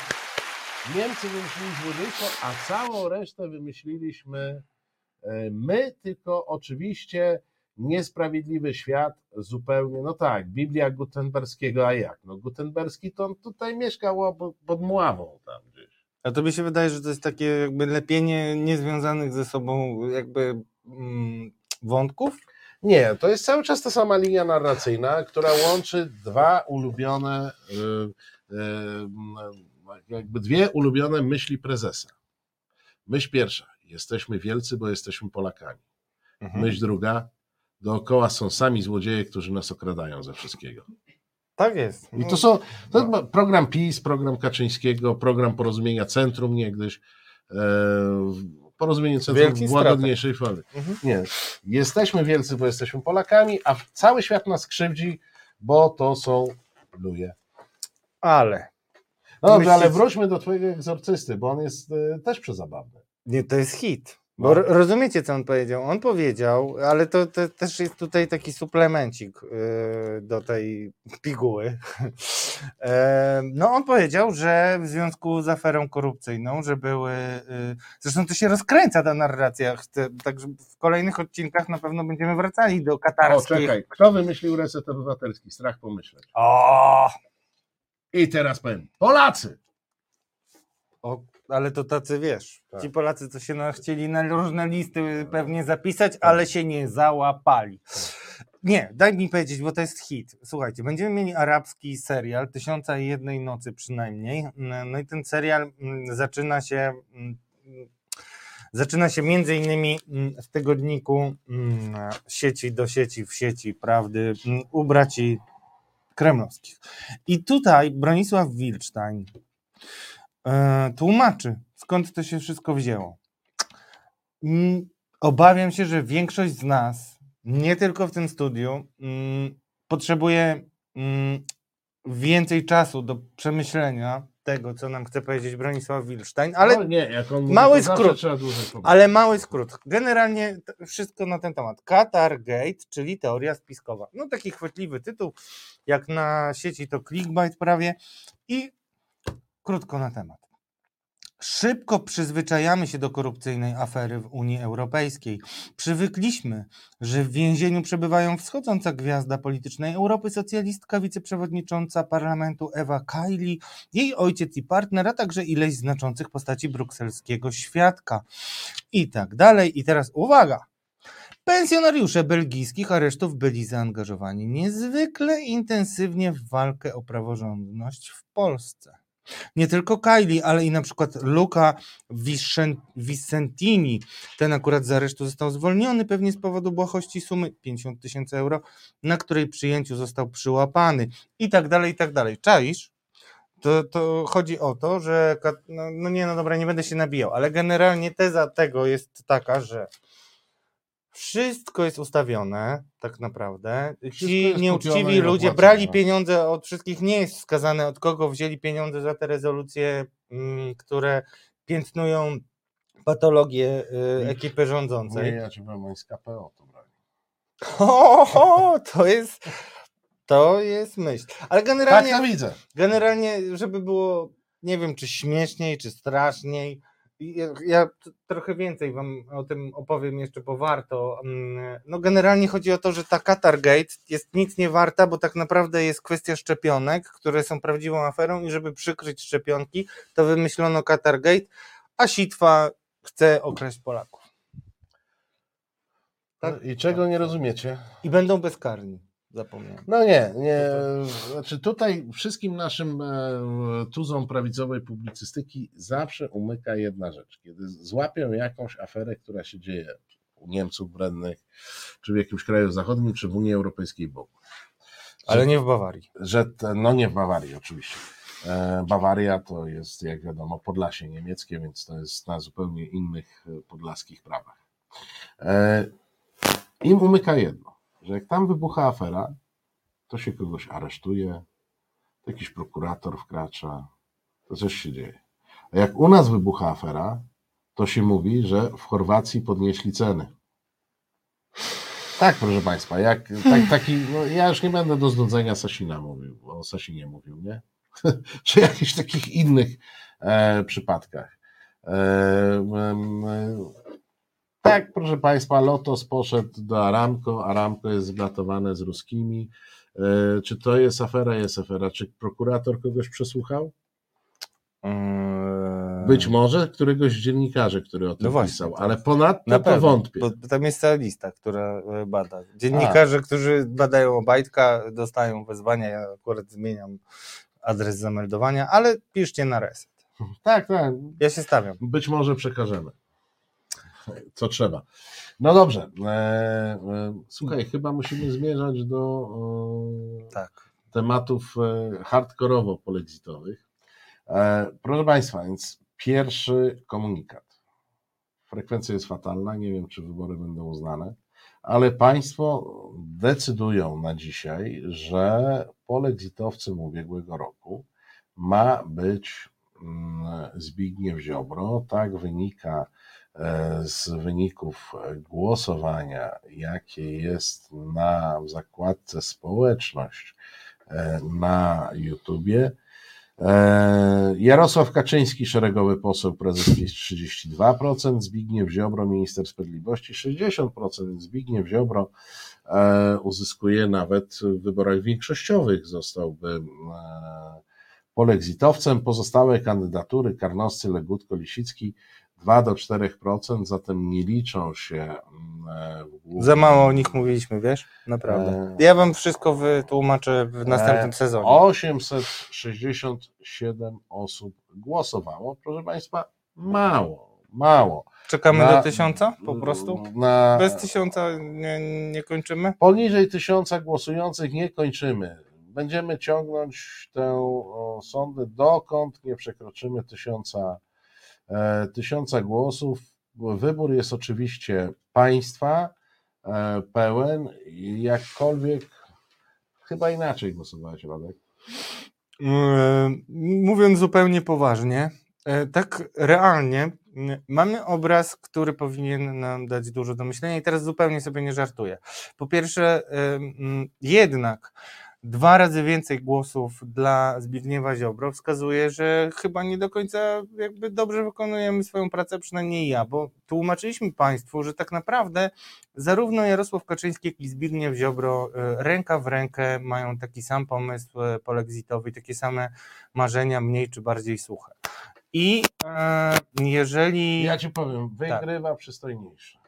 Niemcy wymyślili złodziejstwo, a całą resztę wymyśliliśmy my, tylko oczywiście niesprawiedliwy świat zupełnie, no tak, Biblia Gutenberskiego, a jak? No Gutenberski to on tutaj mieszkał pod Mławą tam gdzieś. A tobie się wydaje, że to jest takie jakby lepienie niezwiązanych ze sobą jakby mm, wątków? Nie, to jest cały czas ta sama linia narracyjna, która łączy dwa ulubione, yy, yy, jakby dwie ulubione myśli prezesa. Myśl pierwsza. Jesteśmy wielcy, bo jesteśmy Polakami. Mhm. Myśl druga, dookoła są sami złodzieje, którzy nas okradają ze wszystkiego. Tak jest. I to są to no. program PiS, program Kaczyńskiego, program Porozumienia Centrum niegdyś, e, Porozumienie Centrum w łagodniejszej formie. Mhm. Nie, jesteśmy wielcy, bo jesteśmy Polakami, a cały świat nas krzywdzi, bo to są luje. Ale. No dobrze, ale wróćmy do twojego Egzorcysty, bo on jest e, też przezabawny. Nie, to jest hit. Bo no. rozumiecie, co on powiedział? On powiedział, ale to, to też jest tutaj taki suplemencik yy, do tej piguły. yy, no on powiedział, że w związku z aferą korupcyjną, że były... Yy, zresztą to się rozkręca ta narracja. Chcę, także w kolejnych odcinkach na pewno będziemy wracali do katarskich... O, czekaj. Kto wymyślił reset obywatelski? Strach pomyśleć. O! I teraz powiem. Polacy! O, ale to tacy, wiesz, tak. Ci Polacy, co się na, chcieli na różne listy pewnie zapisać, tak. Ale się nie załapali. Nie, daj mi powiedzieć, bo to jest hit. Słuchajcie, będziemy mieli arabski serial, Tysiąca i jednej nocy przynajmniej. No i ten serial zaczyna się zaczyna się między innymi w tygodniku sieci do sieci, w sieci prawdy u braci kremlowskich. I tutaj Bronisław Wilcztań e, tłumaczy, skąd to się wszystko wzięło. Mm, obawiam się, że większość z nas, nie tylko w tym studiu, mm, potrzebuje mm, więcej czasu do przemyślenia tego, co nam chce powiedzieć Bronisław Wilcztań, ale no nie, jak on mówi, mały to skrót, trzeba dłużej powiedzieć. ale mały skrót. Generalnie wszystko na ten temat. Qatar Gate, czyli teoria spiskowa. No taki chwytliwy tytuł, jak na sieci to clickbait prawie i krótko na temat. Szybko przyzwyczajamy się do korupcyjnej afery w Unii Europejskiej. Przywykliśmy, że w więzieniu przebywają wschodząca gwiazda politycznej Europy, socjalistka, wiceprzewodnicząca parlamentu Ewa Kaili, jej ojciec i partner, a także ileś znaczących postaci brukselskiego świadka i tak dalej. I teraz uwaga! Pensjonariusze belgijskich aresztów byli zaangażowani niezwykle intensywnie w walkę o praworządność w Polsce. Nie tylko Kaili, ale i na przykład Luca Vicentini. Ten akurat z aresztu został zwolniony, pewnie z powodu błahości sumy pięćdziesiąt tysięcy euro, na której przyjęciu został przyłapany i tak dalej, i tak dalej. Czaisz? To, to chodzi o to, że no, no nie, no dobra, nie będę się nabijał, ale generalnie teza tego jest taka, że wszystko jest ustawione, tak naprawdę. Ci nieuczciwi ludzie brali pieniądze od wszystkich, nie jest wskazane, od kogo wzięli pieniądze za te rezolucje, m, które piętnują patologię y, ekipy rządzącej. Nie, ja ci powiem, oni z K P O to brali. O, to jest, to jest myśl. Ale generalnie, tak to widzę. Generalnie, żeby było, nie wiem, czy śmieszniej, czy straszniej, Ja, ja t- trochę więcej wam o tym opowiem jeszcze, bo warto. No generalnie chodzi o to, że ta Qatar Gate jest nic nie warta, bo tak naprawdę jest kwestia szczepionek, które są prawdziwą aferą i żeby przykryć szczepionki, to wymyślono Qatar Gate, a sitwa chce okraść Polaków. Tak? No i czego nie rozumiecie? I będą bezkarni. Zapomniałem. No nie, nie. Znaczy tutaj wszystkim naszym tuzom prawicowej publicystyki zawsze umyka jedna rzecz. Kiedy złapią jakąś aferę, która się dzieje u Niemców brednych, czy w jakimś kraju zachodnim, czy w Unii Europejskiej w ogóle. Ale nie w Bawarii. Że te, no nie w Bawarii oczywiście. Bawaria to jest, jak wiadomo, Podlasie niemieckie, więc to jest na zupełnie innych podlaskich prawach. Im umyka jedno. Że jak tam wybucha afera, to się kogoś aresztuje, to jakiś prokurator wkracza, to coś się dzieje. A jak u nas wybucha afera, to się mówi, że w Chorwacji podnieśli ceny. Tak, proszę Państwa, jak tak, taki, no ja już nie będę do znudzenia Sasina mówił, o Sasinie mówił, nie? Czy jakichś takich innych e, przypadkach. E, e, Tak, proszę Państwa, Lotos poszedł do Aramco, Aramco jest zblatowane z ruskimi. E, czy to jest afera? Jest afera. Czy prokurator kogoś przesłuchał? Eee... Być może któregoś z dziennikarzy, który o tym no pisał, właśnie, ale ponadto na to pewno, wątpię. Bo tam jest cała lista, która bada. Dziennikarze, A. którzy badają Obajtka, dostają wezwania, ja akurat zmieniam adres zameldowania, ale piszcie na reset. Tak, tak. Ja się stawiam. Być może przekażemy. Co trzeba. No dobrze. E, e, słuchaj, chyba musimy zmierzać do e, tak. tematów e, hardkorowo polexitowych. E, proszę Państwa, więc pierwszy komunikat. Frekwencja jest fatalna, nie wiem, czy wybory będą uznane, ale Państwo decydują na dzisiaj, że polexitowcem ubiegłego roku ma być mm, Zbigniew Ziobro. Tak wynika z wyników głosowania, jakie jest na w zakładce społeczność na YouTubie. Jarosław Kaczyński, szeregowy poseł, prezes PiS trzydzieści dwa procent, Zbigniew Ziobro, minister sprawiedliwości sześćdziesiąt procent. Zbigniew Ziobro uzyskuje nawet w wyborach większościowych, zostałby polexitowcem. Pozostałe kandydatury, Karnowscy, Legutko, Lisicki dwa do czterech procent, zatem nie liczą się w głównym... Za mało o nich mówiliśmy, wiesz? Naprawdę. Ja wam wszystko wytłumaczę w następnym sezonie. osiemset sześćdziesiąt siedem osób głosowało, proszę Państwa, mało. mało. Czekamy na, do tysiąca po prostu? Na, Bez tysiąca nie, nie kończymy? Poniżej tysiąca głosujących nie kończymy. Będziemy ciągnąć tę o, sondę, dokąd nie przekroczymy tysiąca, e, tysiąca głosów. Wybór jest oczywiście państwa e, pełen. Jakkolwiek chyba inaczej głosowałeś, Radek. Mówiąc zupełnie poważnie, tak realnie mamy obraz, który powinien nam dać dużo do myślenia i teraz zupełnie sobie nie żartuję. Po pierwsze, jednak dwa razy więcej głosów dla Zbigniewa Ziobro wskazuje, że chyba nie do końca jakby dobrze wykonujemy swoją pracę, przynajmniej ja, bo tłumaczyliśmy Państwu, że tak naprawdę zarówno Jarosław Kaczyński, jak i Zbigniew Ziobro ręka w rękę mają taki sam pomysł polexitowy, takie same marzenia, mniej czy bardziej suche. I e, jeżeli... Ja Ci powiem, wygrywa tak. Przystojniejszy.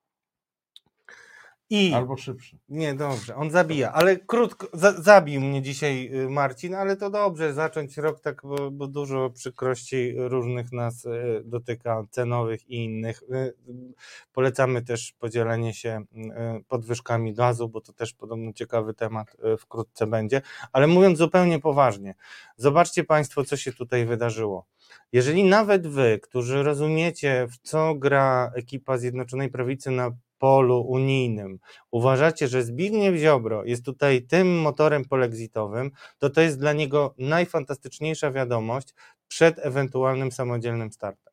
I, albo szybszy. Nie, dobrze, on zabija, ale krótko, za, zabił mnie dzisiaj Marcin, ale to dobrze, zacząć rok tak, bo, bo dużo przykrości różnych nas y, dotyka, cenowych i innych. Y, polecamy też podzielenie się y, podwyżkami gazu, bo to też podobno ciekawy temat y, wkrótce będzie, ale mówiąc zupełnie poważnie, zobaczcie Państwo, co się tutaj wydarzyło. Jeżeli nawet wy, którzy rozumiecie, w co gra ekipa Zjednoczonej Prawicy na polu unijnym, uważacie, że Zbigniew Ziobro jest tutaj tym motorem polexitowym, to to jest dla niego najfantastyczniejsza wiadomość przed ewentualnym samodzielnym startem.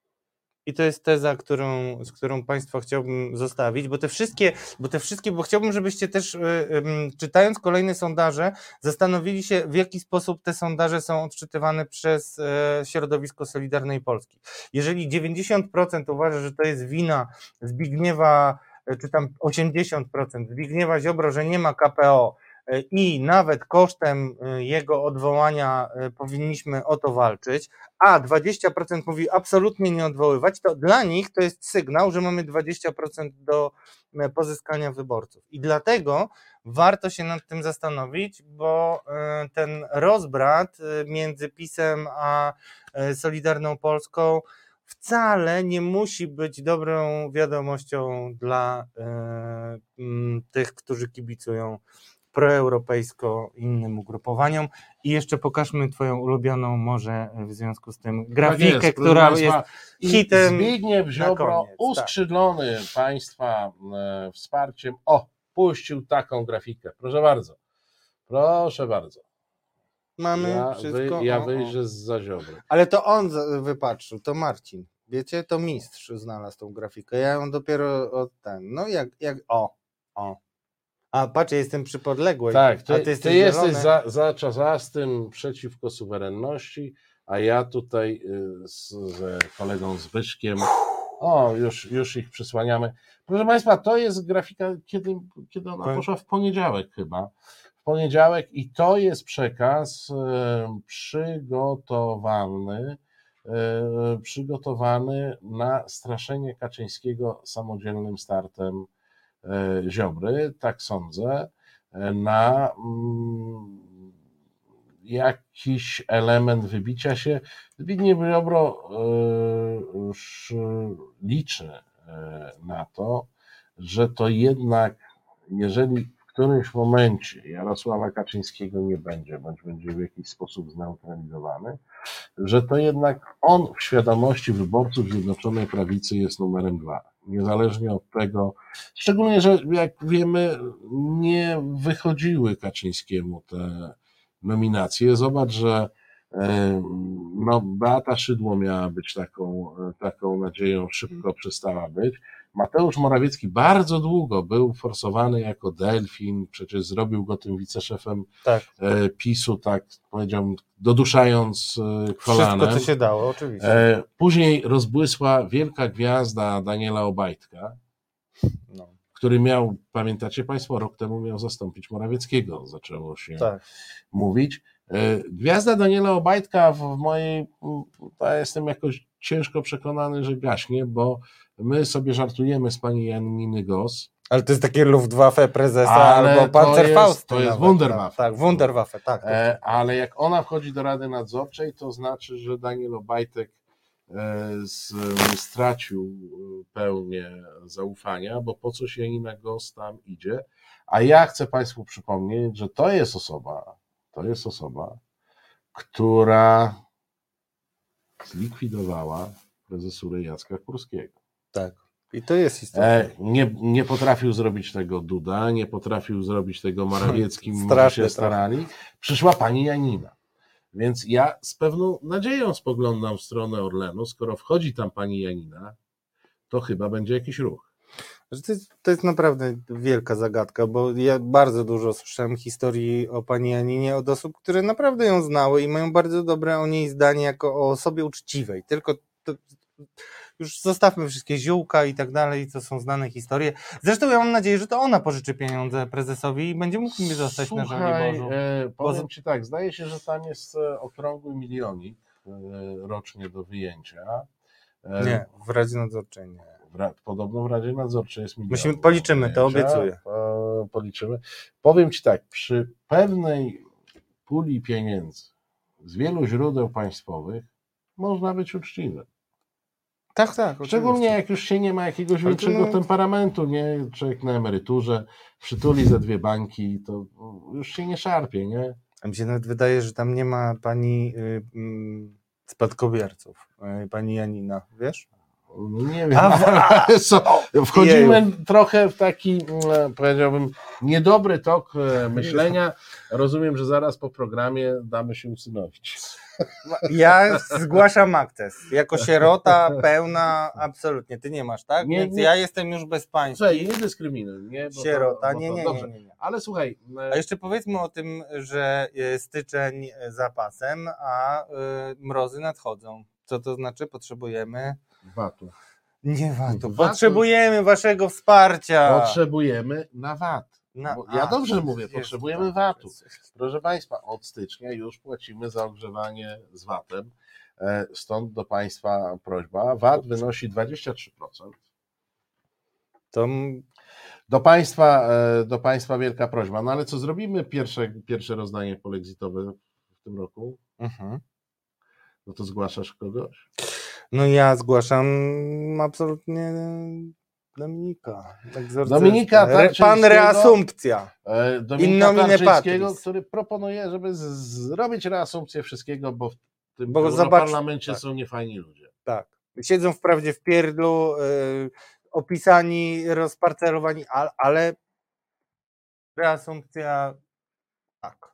I to jest teza, którą, z którą Państwa chciałbym zostawić, bo te wszystkie, bo te wszystkie, bo chciałbym, żebyście też y, y, czytając kolejne sondaże, zastanowili się, w jaki sposób te sondaże są odczytywane przez y, środowisko Solidarnej Polski. Jeżeli dziewięćdziesiąt procent uważa, że to jest wina Zbigniewa, czy tam osiemdziesiąt procent Zbigniewa Ziobro, że nie ma K P O i nawet kosztem jego odwołania powinniśmy o to walczyć, a dwadzieścia procent mówi absolutnie nie odwoływać, to dla nich to jest sygnał, że mamy dwadzieścia procent do pozyskania wyborców. I dlatego warto się nad tym zastanowić, bo ten rozbrat między PiS-em a Solidarną Polską wcale nie musi być dobrą wiadomością dla y, y, tych, którzy kibicują proeuropejsko innym ugrupowaniom. I jeszcze pokażmy Twoją ulubioną może w związku z tym grafikę, tak jest, która jest hitem. Zbigniew Ziobro uskrzydlony tak. Państwa e, wsparciem. O, puścił taką grafikę. Proszę bardzo. Proszę bardzo. Mamy ja wszystko. Wy, ja wyjrzę zza Ziobro. Ale to on wypatrzył, to Marcin. Wiecie, to mistrz znalazł tą grafikę. Ja ją dopiero od ten. No jak, jak o, o. A patrz, ja jestem przypodległy. Tak, ty, a ty jesteś, ty jesteś za, za czasastym przeciwko suwerenności, a ja tutaj z, z kolegą Zbyszkiem, o, już, już ich przysłaniamy. Proszę Państwa, to jest grafika, kiedy, kiedy ona poszła w poniedziałek chyba. W poniedziałek i to jest przekaz e, przygotowany, e, przygotowany na straszenie Kaczyńskiego samodzielnym startem Ziobry, tak sądzę, na jakiś element wybicia się. Zbigniew Ziobro już liczy na to, że to jednak, jeżeli w którymś momencie Jarosława Kaczyńskiego nie będzie, bądź będzie w jakiś sposób zneutralizowany, że to jednak on w świadomości wyborców Zjednoczonej Prawicy jest numerem dwa. Niezależnie od tego, szczególnie, że jak wiemy, nie wychodziły Kaczyńskiemu te nominacje. Zobacz, że no, Beata Szydło miała być taką, taką nadzieją, szybko przestała być. Mateusz Morawiecki bardzo długo był forsowany jako delfin, przecież zrobił go tym wiceszefem tak. PiS-u, tak powiedziałbym, doduszając kolanem. Wszystko, co się dało, oczywiście. Później rozbłysła wielka gwiazda Daniela Obajtka, no. który miał, pamiętacie Państwo, rok temu miał zastąpić Morawieckiego, zaczęło się tak. mówić. Gwiazda Daniela Obajtka w mojej, ja jestem jakoś ciężko przekonany, że gaśnie, bo my sobie żartujemy z pani Janiny Gos. Ale to jest takie Luftwaffe prezesa albo Panzerfaust. To jest Wunderwaffe. Tak, Wunderwaffe, tak. E, ale jak ona wchodzi do Rady Nadzorczej, to znaczy, że Daniel Obajtek stracił pełnię zaufania, bo po coś Janina-Gos tam idzie. A ja chcę Państwu przypomnieć, że to jest osoba, to jest osoba, która zlikwidowała prezesurę Jacka Kurskiego. Tak. I to jest istotne. E, nie, nie potrafił zrobić tego Duda, nie potrafił zrobić tego Morawiecki, mimo że Strasznie się starali. Przyszła pani Janina. Więc ja z pewną nadzieją spoglądam w stronę Orlenu. Skoro wchodzi tam pani Janina, to chyba będzie jakiś ruch. To jest, to jest naprawdę wielka zagadka, bo ja bardzo dużo słyszałem historii o pani Janinie od osób, które naprawdę ją znały i mają bardzo dobre o niej zdanie jako o osobie uczciwej. Tylko to, już zostawmy wszystkie ziółka i tak dalej, co są znane historie. Zresztą ja mam nadzieję, że to ona pożyczy pieniądze prezesowi i będzie mógł mi zostać na Żoliborzu. E, powiem Bo... Ci tak, zdaje się, że tam jest okrągły milionik e, rocznie do wyjęcia. E, nie, w Radzie Nadzorczej nie. W, podobno w Radzie Nadzorczej jest milion. Musimy, policzymy, to obiecuję. Po, policzymy. Powiem Ci tak, przy pewnej puli pieniędzy z wielu źródeł państwowych można być uczciwym. Tak, tak. Szczególnie oczywiście. jak już się nie ma jakiegoś większego no... temperamentu, nie? Człowiek na emeryturze przytuli ze dwie bańki, to już się nie szarpie, nie? A mi się nawet wydaje, że tam nie ma pani y, y, spadkobierców, y, pani Janina, wiesz? Nie wiem, ale co, wchodzimy Jeju. trochę w taki, powiedziałbym, niedobry tok myślenia. Rozumiem, że zaraz po programie damy się usynowić. Ja zgłaszam akces. Jako sierota pełna, absolutnie. Ty nie masz, tak? Nie, Więc nie. ja jestem już bez państwa. Słuchaj, nie dyskryminuj, nie? Bo sierota, to, bo nie, to, nie, dobrze. nie, nie, nie. Ale słuchaj. A jeszcze powiedzmy o tym, że styczeń za pasem, a y, mrozy nadchodzą. Co to znaczy? Potrzebujemy watu. Nie watu. Potrzebujemy waszego wsparcia. Potrzebujemy na wat. Na, ja a, dobrze mówię, potrzebujemy watu. Proszę Państwa, od stycznia już płacimy za ogrzewanie z watem. Stąd do Państwa prośba. VAT wynosi dwadzieścia trzy procent. To... Do Państwa, do Państwa wielka prośba. No ale co zrobimy pierwsze, pierwsze rozdanie polexitowe w tym roku? Mhm. No to zgłaszasz kogoś? No ja zgłaszam absolutnie Dominika. Dominika Tarczyńskiego, pan reasumpcja. Dominika Tarczyńskiego, który proponuje, żeby z- zrobić reasumpcję wszystkiego, bo w tym Bo parlamencie zobacz, są niefajni ludzie. Tak. Siedzą wprawdzie w pierdlu, y, opisani, rozparcelowani, ale, ale reasumpcja tak.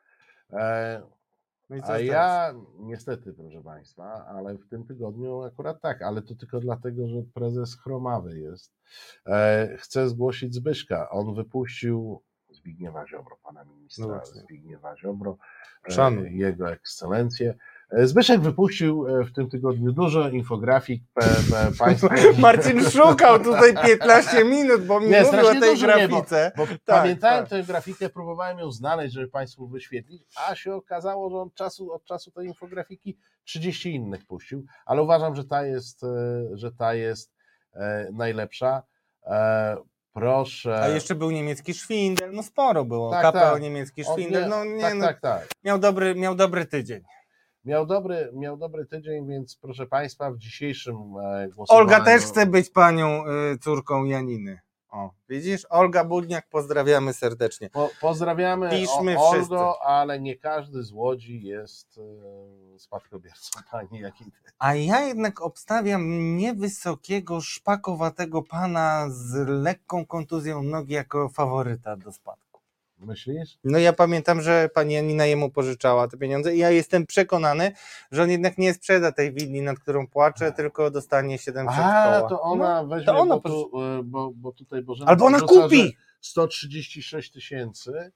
E, No i co a teraz? ja niestety, proszę Państwa, ale w tym tygodniu akurat tak, ale to tylko dlatego, że prezes chromawy jest. E, chcę zgłosić Zbyszka. On wypuścił Zbigniewa Ziobro, pana ministra No Zbigniewa Ziobro, e, Szanuj. jego ekscelencję. E, Zbyszek wypuścił e, w tym tygodniu dużo infografik. P, P, państwo... Marcin szukał tutaj piętnaście minut, bo mi Nie, mówił o strasznie tej dużo, grafice. Nie, bo, bo Tak, pamiętałem tak. tę grafikę, próbowałem ją znaleźć, żeby Państwu wyświetlić, a się okazało, że on czasu, od czasu tej infografiki trzydzieści innych puścił, ale uważam, że ta jest, e, że ta jest e, najlepsza. E, proszę. A jeszcze był niemiecki szwindel, no sporo było. Tak, K P O tak. niemiecki On szwindel, nie- no nie, tak, no, tak, tak. Miał dobry, miał dobry tydzień. Miał dobry, miał dobry tydzień, więc proszę Państwa, w dzisiejszym e, głosowaniu... Olga też chce być panią y, córką Janiny. O, widzisz? Olga Budniak, pozdrawiamy serdecznie. Po, pozdrawiamy Piszmy o, wszyscy. Olgo, ale nie każdy z Łodzi jest e, spadkobiercą pani Janiny. A ja jednak obstawiam niewysokiego, szpakowatego pana z lekką kontuzją nogi jako faworyta do spadku. Myślisz? No ja pamiętam, że pani Janina jemu pożyczała te pieniądze i ja jestem przekonany, że on jednak nie sprzeda tej widli, nad którą płacze, tylko dostanie siedemset A, koła. to ona No, weźmie, to ona bo, tu, e, bo, bo tutaj Bożena Albo ona podrzuca, kupi! że sto trzydzieści sześć tysięcy,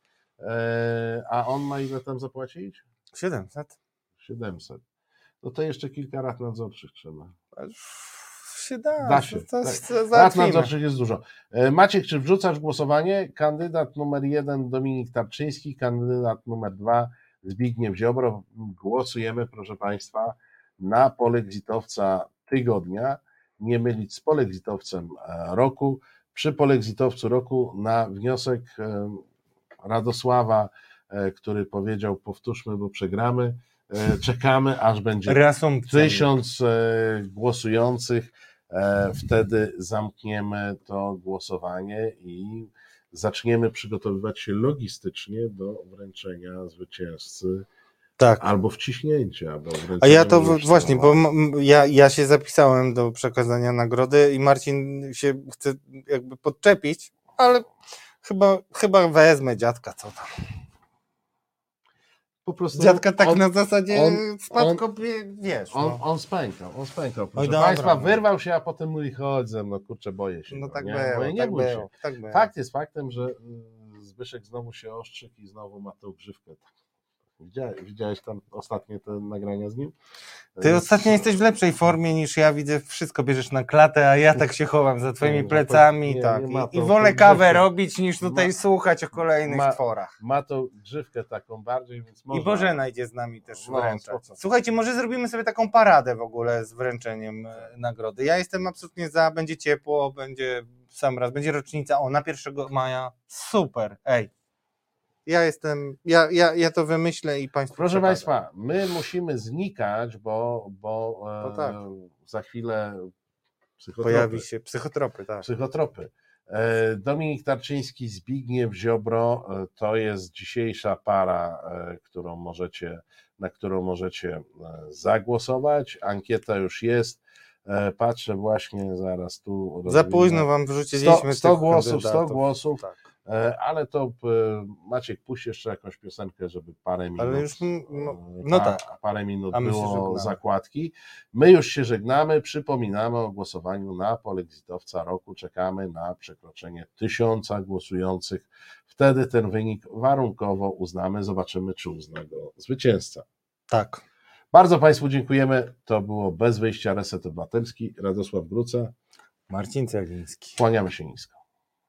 e, a on ma ile tam zapłacić? siedemset. siedemset. No to jeszcze kilka rad nadzorczych trzeba. Się da, Da się. to, to, tak. to Rad załatwimy. nadzorczych jest dużo. E, Maciek, czy wrzucasz głosowanie? Kandydat numer jeden Dominik Tarczyński, kandydat numer dwa Zbigniew Ziobro. Głosujemy, proszę Państwa, na polexitowca tygodnia. Nie mylić z polexitowcem e, roku. Przy polexitowcu roku na wniosek e, Radosława, e, który powiedział powtórzmy, bo przegramy, czekamy, aż będzie Reasumpcja. tysiąc głosujących. Wtedy zamkniemy to głosowanie i zaczniemy przygotowywać się logistycznie do wręczenia zwycięzcy. Tak. Albo wciśnięcia. Albo A ja to właśnie, bo ja, ja się zapisałem do przekazania nagrody i Marcin się chce jakby podczepić, ale chyba, chyba wezmę dziadka, co tam. Po prostu dziadka tak on, na zasadzie on, spadko, on, wiesz. On, no. on spękał, on spękał. Proszę Oj, Państwa, dobra. wyrwał się, a potem mówi, chodź ze mną, kurczę, boję się. No tak nie? było, Boję, nie tak bój było, się. tak było. Fakt jest faktem, że Zbyszek znowu się ostrzyk i znowu ma tą grzywkę. Widziałeś, widziałeś tam ostatnie te nagrania z nim? Ty ostatnio jesteś w lepszej formie niż ja, widzę, wszystko bierzesz na klatę, a ja tak się chowam za twoimi plecami, nie, tak. nie ma I, I tą- wolę tą kawę grzywkę. robić niż tutaj Ma- słuchać o kolejnych ma- tworach. Ma tą grzywkę taką bardziej, więc można... I Bożena idzie z nami też No, wręczać. spoko. Słuchajcie, może zrobimy sobie taką paradę w ogóle z wręczeniem e, nagrody. Ja jestem absolutnie za, będzie ciepło, będzie sam raz, będzie rocznica, o, na pierwszego maja, super, ej. Ja jestem, ja, ja, ja to wymyślę i Państwu Proszę przekażę. Państwa, my musimy znikać, bo, bo No e, tak. za chwilę psychotropy. Pojawi się psychotropy, tak. Psychotropy. E, Dominik Tarczyński, Zbigniew Ziobro, e, to jest dzisiejsza para, e, którą możecie, na którą możecie e, zagłosować. Ankieta już jest. E, Patrzę właśnie, zaraz tu. Za późno wam wrzuciliśmy sto, sto tych głosów, sto kandydatów. głosów. Tak. E, Ale to e, Maciek, puść jeszcze jakąś piosenkę, żeby parę minut, Ale już, m- e, no, no pa- tak. parę minut A my się było żegnamy. zakładki. My już się żegnamy, przypominamy o głosowaniu na polexitowca roku, czekamy na przekroczenie tysiąca głosujących. Wtedy ten wynik warunkowo uznamy, zobaczymy, czy uzna go zwycięzca. Tak. Bardzo Państwu dziękujemy. To było Bez Wyjścia Reset Obywatelski. Radosław Gruca. Marcin Celiński. Kłaniamy się nisko.